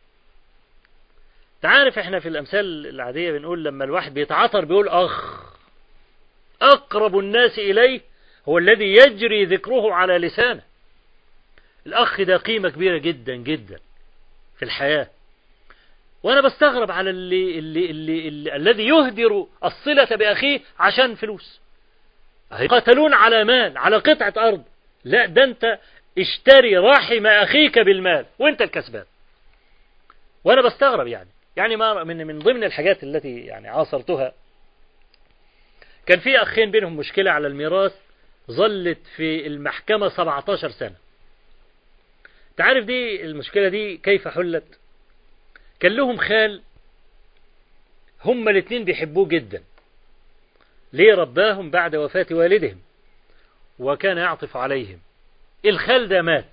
تعرف احنا في الأمثال العادية بنقول لما الواحد بيتعطر بيقول أخ، أقرب الناس إليه هو الذي يجري ذكره على لسانه. الأخ ده قيمة كبيرة جدا جدا في الحياة. وأنا بستغرب على اللي اللي اللي اللي الذي يهدر الصلة بأخيه عشان فلوس. قتلون على مال، على قطعة أرض. لا، ده أنت اشتري رحم أخيك بالمال وأنت الكسبان. وأنا بستغرب يعني يعني ما من من ضمن الحاجات التي يعني عاصرتها، كان في أخين بينهم مشكلة على الميراث ظلت في المحكمة سبعة عشر سنة. تعرف دي المشكلة دي كيف حلت؟ كان لهم خال هما الاثنين بيحبوه جدا، ليه رباهم بعد وفاة والدهم وكان يعطف عليهم. الخال ده مات،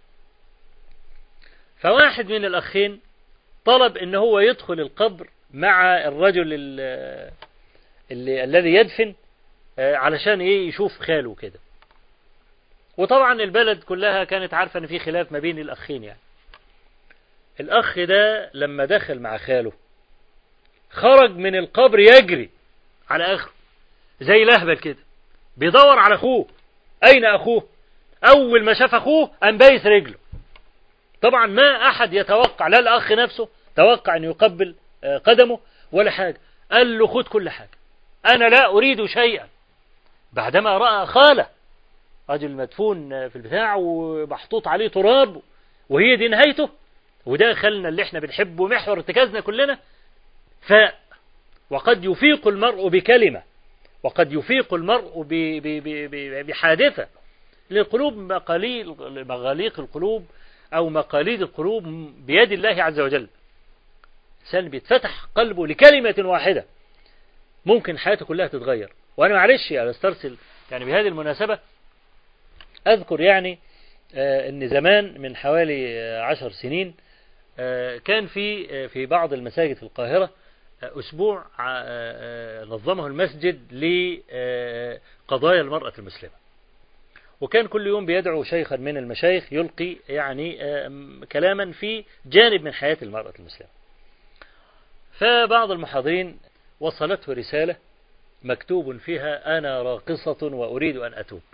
فواحد من الأخين طلب ان هو يدخل القبر مع الرجل اللي اللي الذي يدفن علشان ايه يشوف خاله كده. وطبعا البلد كلها كانت عارفة ان في خلاف ما بين الأخين. يعني الأخ ده لما دخل مع خاله خرج من القبر يجري على آخره زي لهبل كده، بيدور على أخوه. أين أخوه؟ أول ما شاف أخوه قام بايس رجله. طبعا ما أحد يتوقع، لا الأخ نفسه توقع أن يقبل قدمه ولا حاجة. قال له: خد كل حاجة، أنا لا أريد شيئا. بعدما رأى خاله رجل مدفون في البتاع ومحطوط عليه تراب وهي دي نهايته، وده خلنا اللي احنا بنحبه محور ارتكازنا كلنا. ف وقد يفيق المرء بكلمة، وقد يفيق المرء بحادثة. للقلوب مقاليد مغاليق القلوب أو مقاليد القلوب بيد الله عز وجل. إنسان بيتفتح قلبه لكلمة واحدة ممكن حياته كلها تتغير. وأنا معلش أنا استرسل يعني بهذه المناسبة أذكر يعني آه أن زمان من حوالي آه عشر سنين آه كان في آه في بعض المساجد في القاهرة آه أسبوع آه نظمه المسجد لقضايا المرأة المسلمة، وكان كل يوم بيدعو شيخا من المشايخ يلقي يعني كلاما في جانب من حياة المرأة المسلمة. فبعض المحاضرين وصلته رسالة مكتوب فيها: أنا راقصة وأريد أن أتوب.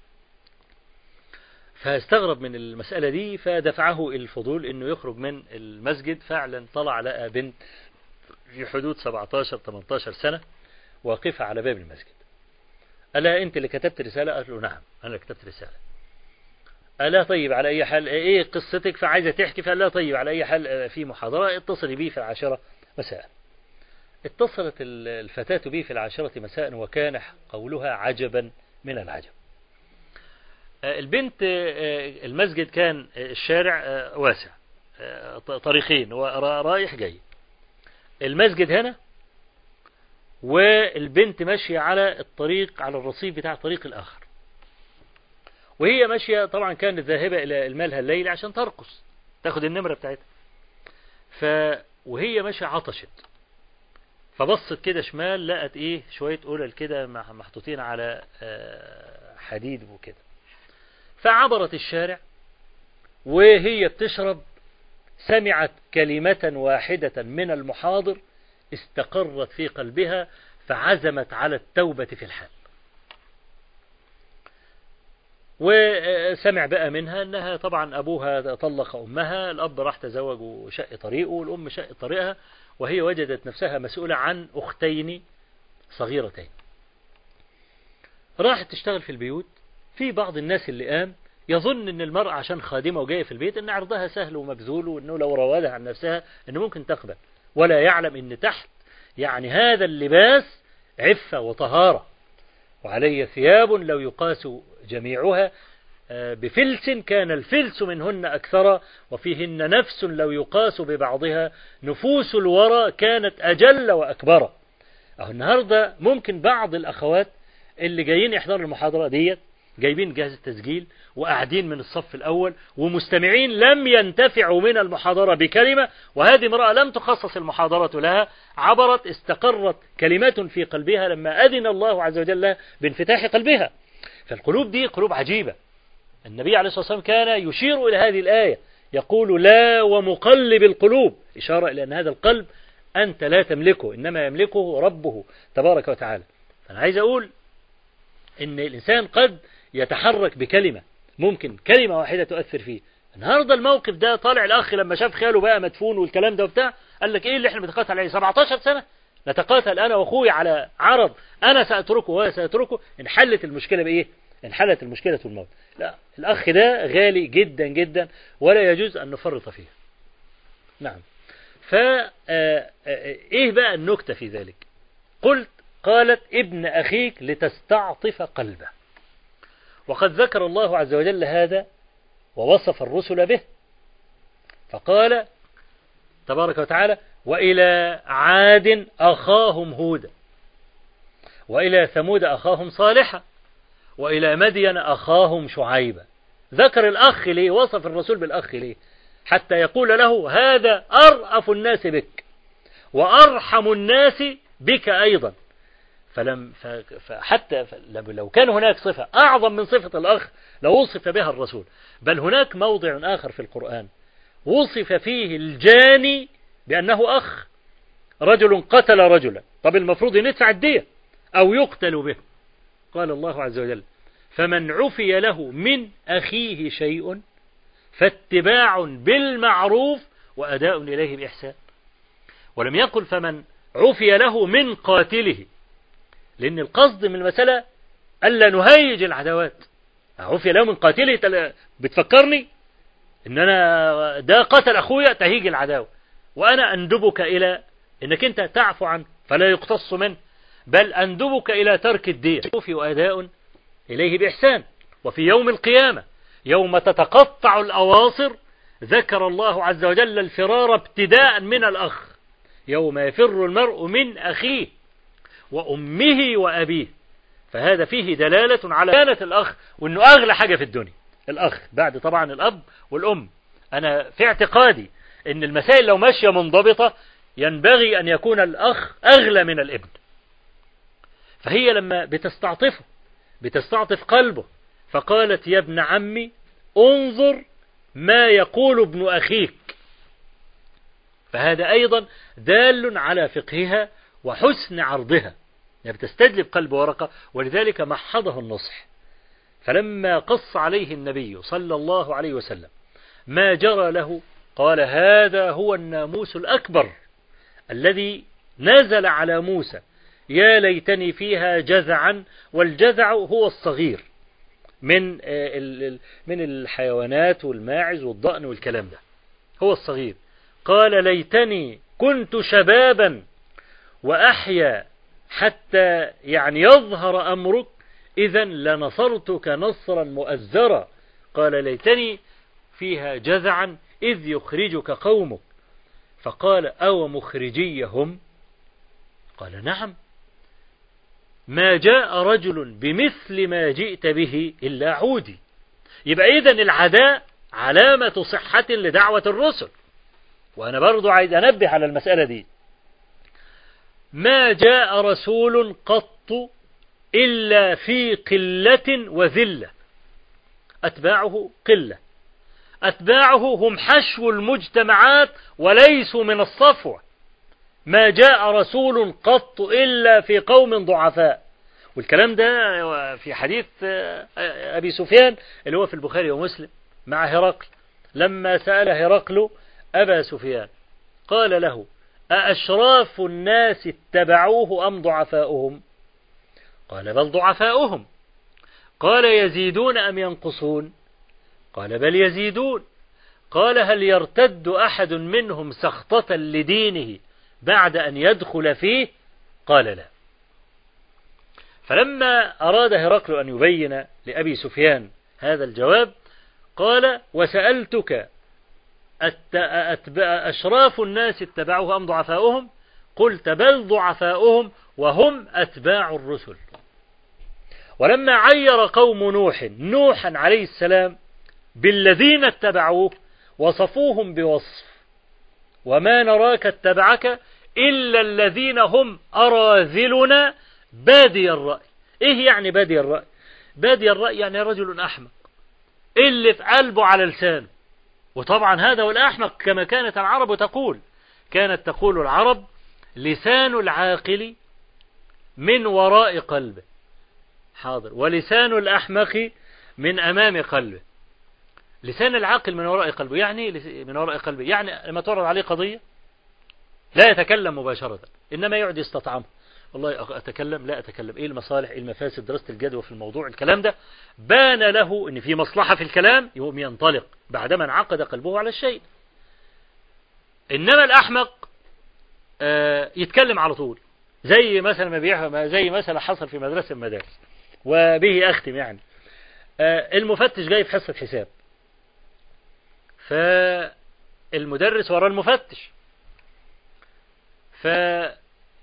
فاستغرب من المسألة دي، فدفعه الفضول أنه يخرج من المسجد. فعلا طلع لقى بنت في حدود سبعة عشر ثمانية عشر سنة واقفة على باب المسجد. ألا أنت اللي كتبت رسالة؟ قال له: نعم أنا اللي كتبت رسالة. ألا طيب على أي حال إيه قصتك؟ فعايزة تحكي. فقال لا طيب على أي حال في محاضرة اتصلي بي في العاشرة مساء. اتصلت الفتاة بي في العاشرة مساء وكان قولها عجبا من العجب. البنت المسجد كان الشارع واسع طريقين ورايح جاي، المسجد هنا والبنت ماشية على الطريق على الرصيف بتاع الطريق الآخر، وهي ماشية طبعا كانت ذاهبة إلى الملهى الليلي عشان ترقص تاخد النمرة بتاعتها. ف وهي ماشية عطشت، فبصت كده شمال لقت ايه شوية قلل كده محطوطين على حديد وكده، فعبرت الشارع وهي بتشرب سمعت كلمة واحدة من المحاضر استقرت في قلبها فعزمت على التوبة في الحال. وسمع بقى منها أنها طبعا أبوها طلق أمها، الأب راح تزوج وشق طريقه والأم شق طريقها، وهي وجدت نفسها مسؤولة عن أختين صغيرتين. راحت تشتغل في البيوت. في بعض الناس اللي قام يظن أن المرأة عشان خادمة وجاية في البيت أن عرضها سهل ومبذول، وأنه لو روادها عن نفسها أنه ممكن تقبل، ولا يعلم أن تحت يعني هذا اللباس عفة وطهارة، وعليه ثياب لو يقاس جميعها بفلس كان الفلس منهن أكثر، وفيهن نفس لو يقاس ببعضها نفوس الورى كانت أجل وأكبر. أهو النهاردة ممكن بعض الأخوات اللي جايين يحضروا المحاضرة ديت جايبين جهاز التسجيل وقاعدين من الصف الأول ومستمعين لم ينتفعوا من المحاضرة بكلمة، وهذه امرأة لم تخصص المحاضرة لها، عبرت استقرت كلمات في قلبها لما أذن الله عز وجل بانفتاح قلبها. فالقلوب دي قلوب عجيبة. النبي عليه الصلاة والسلام كان يشير إلى هذه الآية يقول لا ومقلب القلوب، إشارة إلى أن هذا القلب أنت لا تملكه، إنما يملكه ربه تبارك وتعالى. فأنا عايز أقول إن الإنسان قد يتحرك بكلمة، ممكن كلمة واحدة تؤثر فيه. النهاردة الموقف ده طالع الأخ لما شاف خاله بقى مدفون والكلام ده وبتاع، قال لك إيه اللي إحنا بنتقاتل عليه سبعتاشر سنة، نتقاتل أنا وأخوي على عرض أنا سأتركه وهو سأتركه، انحلت المشكلة بإيه؟ انحلت المشكلة الموت. لا، الأخ ده غالي جدا جدا ولا يجوز أن نفرط فيه. نعم. فإيه بقى النكتة في ذلك؟ قلت قالت ابن أخيك لتستعطف قلبه، وقد ذكر الله عز وجل هذا ووصف الرسل به، فقال تبارك وتعالى وإلى عاد أخاهم هودا، وإلى ثمود أخاهم صالحا، وإلى مدين أخاهم شعيبا. ذكر الأخ ليه؟ وصف الرسول بالأخ ليه؟ حتى يقول له هذا أرأف الناس بك وأرحم الناس بك أيضا. فلم فحتى لو كان هناك صفة أعظم من صفة الأخ لوصف بها الرسول، بل هناك موضع آخر في القرآن وصف فيه الجاني بأنه أخ. رجل قتل رجلا، طب المفروض يدفع الدية أو يقتل به. قال الله عز وجل فمن عفي له من أخيه شيء فاتباع بالمعروف وأداء إليه بإحسان. ولم يقل فمن عفي له من قاتله، لأن القصد من المسألة ألا نهيج العداوات. عفي له من قاتله بتفكرني إن أنا ده قتل أخويا تهيج العداوة، وأنا أندبك إلى إنك أنت تعفو عنه فلا يقتص منه، بل أندبك إلى ترك الدية. وفي أداء إليه بإحسان. وفي يوم القيامة يوم تتقطع الأواصر ذكر الله عز وجل الفرار ابتداء من الأخ، يوم يفر المرء من أخيه وأمه وأبيه. فهذا فيه دلالة على كانت الأخ، وأنه أغلى حاجة في الدنيا الأخ بعد طبعا الأب والأم. أنا في اعتقادي أن المسائل لو ماشية منضبطة ينبغي أن يكون الأخ أغلى من الابن. فهي لما بتستعطفه بتستعطف قلبه، فقالت يا ابن عمي انظر ما يقول ابن أخيك. فهذا أيضا دال على فقهها وحسن عرضها، يعني بتستجلب قلب ورقة، ولذلك محضه النصح. فلما قص عليه النبي صلى الله عليه وسلم ما جرى له قال هذا هو الناموس الأكبر الذي نزل على موسى، يا ليتني فيها جزعا، والجزع هو الصغير من من الحيوانات والماعز والضأن والكلام ده، هو الصغير. قال ليتني كنت شبابا وأحيا حتى يعني يظهر أمرك إذا لنصرتك نصرا مؤزرا. قال ليتني فيها جزعا إذ يخرجك قومك. فقال أو مخرجيهم؟ قال نعم، ما جاء رجل بمثل ما جئت به إلا عودي. يبقى إذن العداء علامة صحة لدعوة الرسل. وأنا برضو عايز أنبه على المسألة دي، ما جاء رسول قط إلا في قلة وذلة، أتباعه قلة، أتباعه هم حشو المجتمعات وليسوا من الصفوة. ما جاء رسول قط إلا في قوم ضعفاء. والكلام ده في حديث أبي سفيان اللي هو في البخاري ومسلم مع هرقل، لما سأل هرقل أبا سفيان قال له أأشراف الناس اتبعوه أم ضعفاؤهم؟ قال بل ضعفاؤهم. قال يزيدون أم ينقصون؟ قال بل يزيدون. قال هل يرتد أحد منهم سخطة لدينه بعد أن يدخل فيه؟ قال لا. فلما أراد هرقل أن يبين لأبي سفيان هذا الجواب قال وسألتك أشراف الناس اتبعوه أم ضعفاؤهم؟ قلت بل ضعفاؤهم وهم أتباع الرسل. ولما عير قوم نوح نوحا عليه السلام بالذين اتبعوه وصفوهم بوصف وما نراك اتبعك إلا الذين هم أراذلنا بادي الرأي. إيه يعني بادي الرأي؟ بادي الرأي يعني رجل أحمق اللي في قلبه على لسانه. وطبعا هذا هو الأحمق كما كانت العرب تقول، كانت تقول العرب لسان العاقل من وراء قلبه، حاضر، ولسان الأحمق من أمام قلبه. لسان العاقل من وراء قلبه يعني من وراء قلبه يعني لما تعرض عليه قضية لا يتكلم مباشرة، إنما يقعد يستطعمه، والله أتكلم لا أتكلم، إيه المصالح إيه المفاسد، دراسة الجدوى في الموضوع، الكلام ده بان له إن في مصلحة في الكلام يقوم ينطلق بعدما انعقد قلبه على الشيء. إنما الأحمق آه يتكلم على طول، زي مثلا ما بيح زي مثلا حصل في مدرسة المدارس، وبه أختم يعني. آه المفتش جاي في حصة حساب، فالمدرس ورا المفتش، فكتب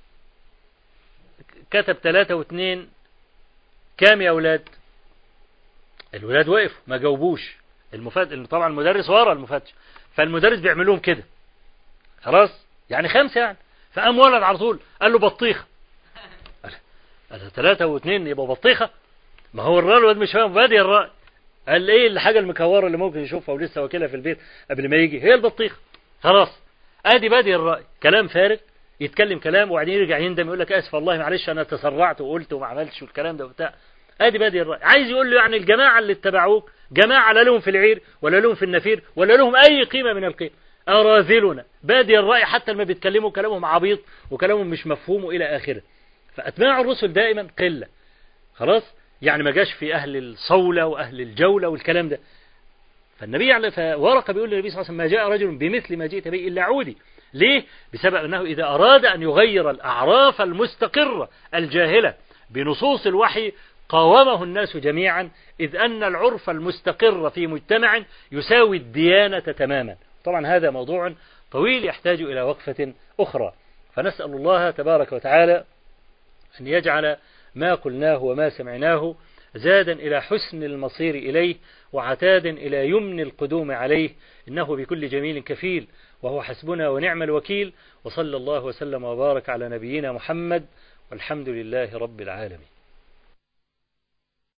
ثلاثة واثنين كام يا أولاد؟ الولاد وقفوا ما جاوبوش، المفتش طبعا المدرس ورا المفتش، فالمدرس بيعمل لهم كده خلاص يعني خمسة يعني، فقام ولد على طول قال له بطيخة. قال ثلاثة واثنين يبقى بطيخة؟ ما هو الولد مش فاهم، بادي الرأي، قال ايه الحاجة المكورة اللي ممكن يشوفها ولسه واكلها في البيت قبل ما يجي؟ هي البطيخة. خلاص ادي بادي الرأي، كلام فارغ، يتكلم كلام وبعدين يرجع يندم يقول لك اسف والله معلش انا تسرعت وقلت وما عملتش والكلام ده وبتاع. ادي بادي الرأي. عايز يقول له يعني الجماعة اللي اتبعوك جماعة لا لهم في العير ولا لهم في النفير ولا لهم اي قيمة من القيم، اراذلنا بادي الرأي، حتى لما بيتكلموا كلامهم عبيط وكلامهم مش مفهوم الى اخره. فاتباع الرسل دائما قلة، خلاص يعني ما جاش في أهل الصولة وأهل الجولة والكلام ده. فالنبي عليه فورقة بيقول للنبي صلى الله عليه وسلم ما جاء رجل بمثل ما جئت به إلا عودي. ليه؟ بسبب أنه إذا أراد أن يغير الأعراف المستقرة الجاهلة بنصوص الوحي قاومه الناس جميعا، إذ أن العرف المستقر في مجتمع يساوي الديانة تماما. طبعا هذا موضوع طويل يحتاج إلى وقفة أخرى، فنسأل الله تبارك وتعالى أن يجعل ما قلناه وما سمعناه زادا إلى حسن المصير إليه وعتادا إلى يمن القدوم عليه، إنه بكل جميل كفيل وهو حسبنا ونعم الوكيل. وصلى الله وسلم وبارك على نبينا محمد والحمد لله رب العالمين.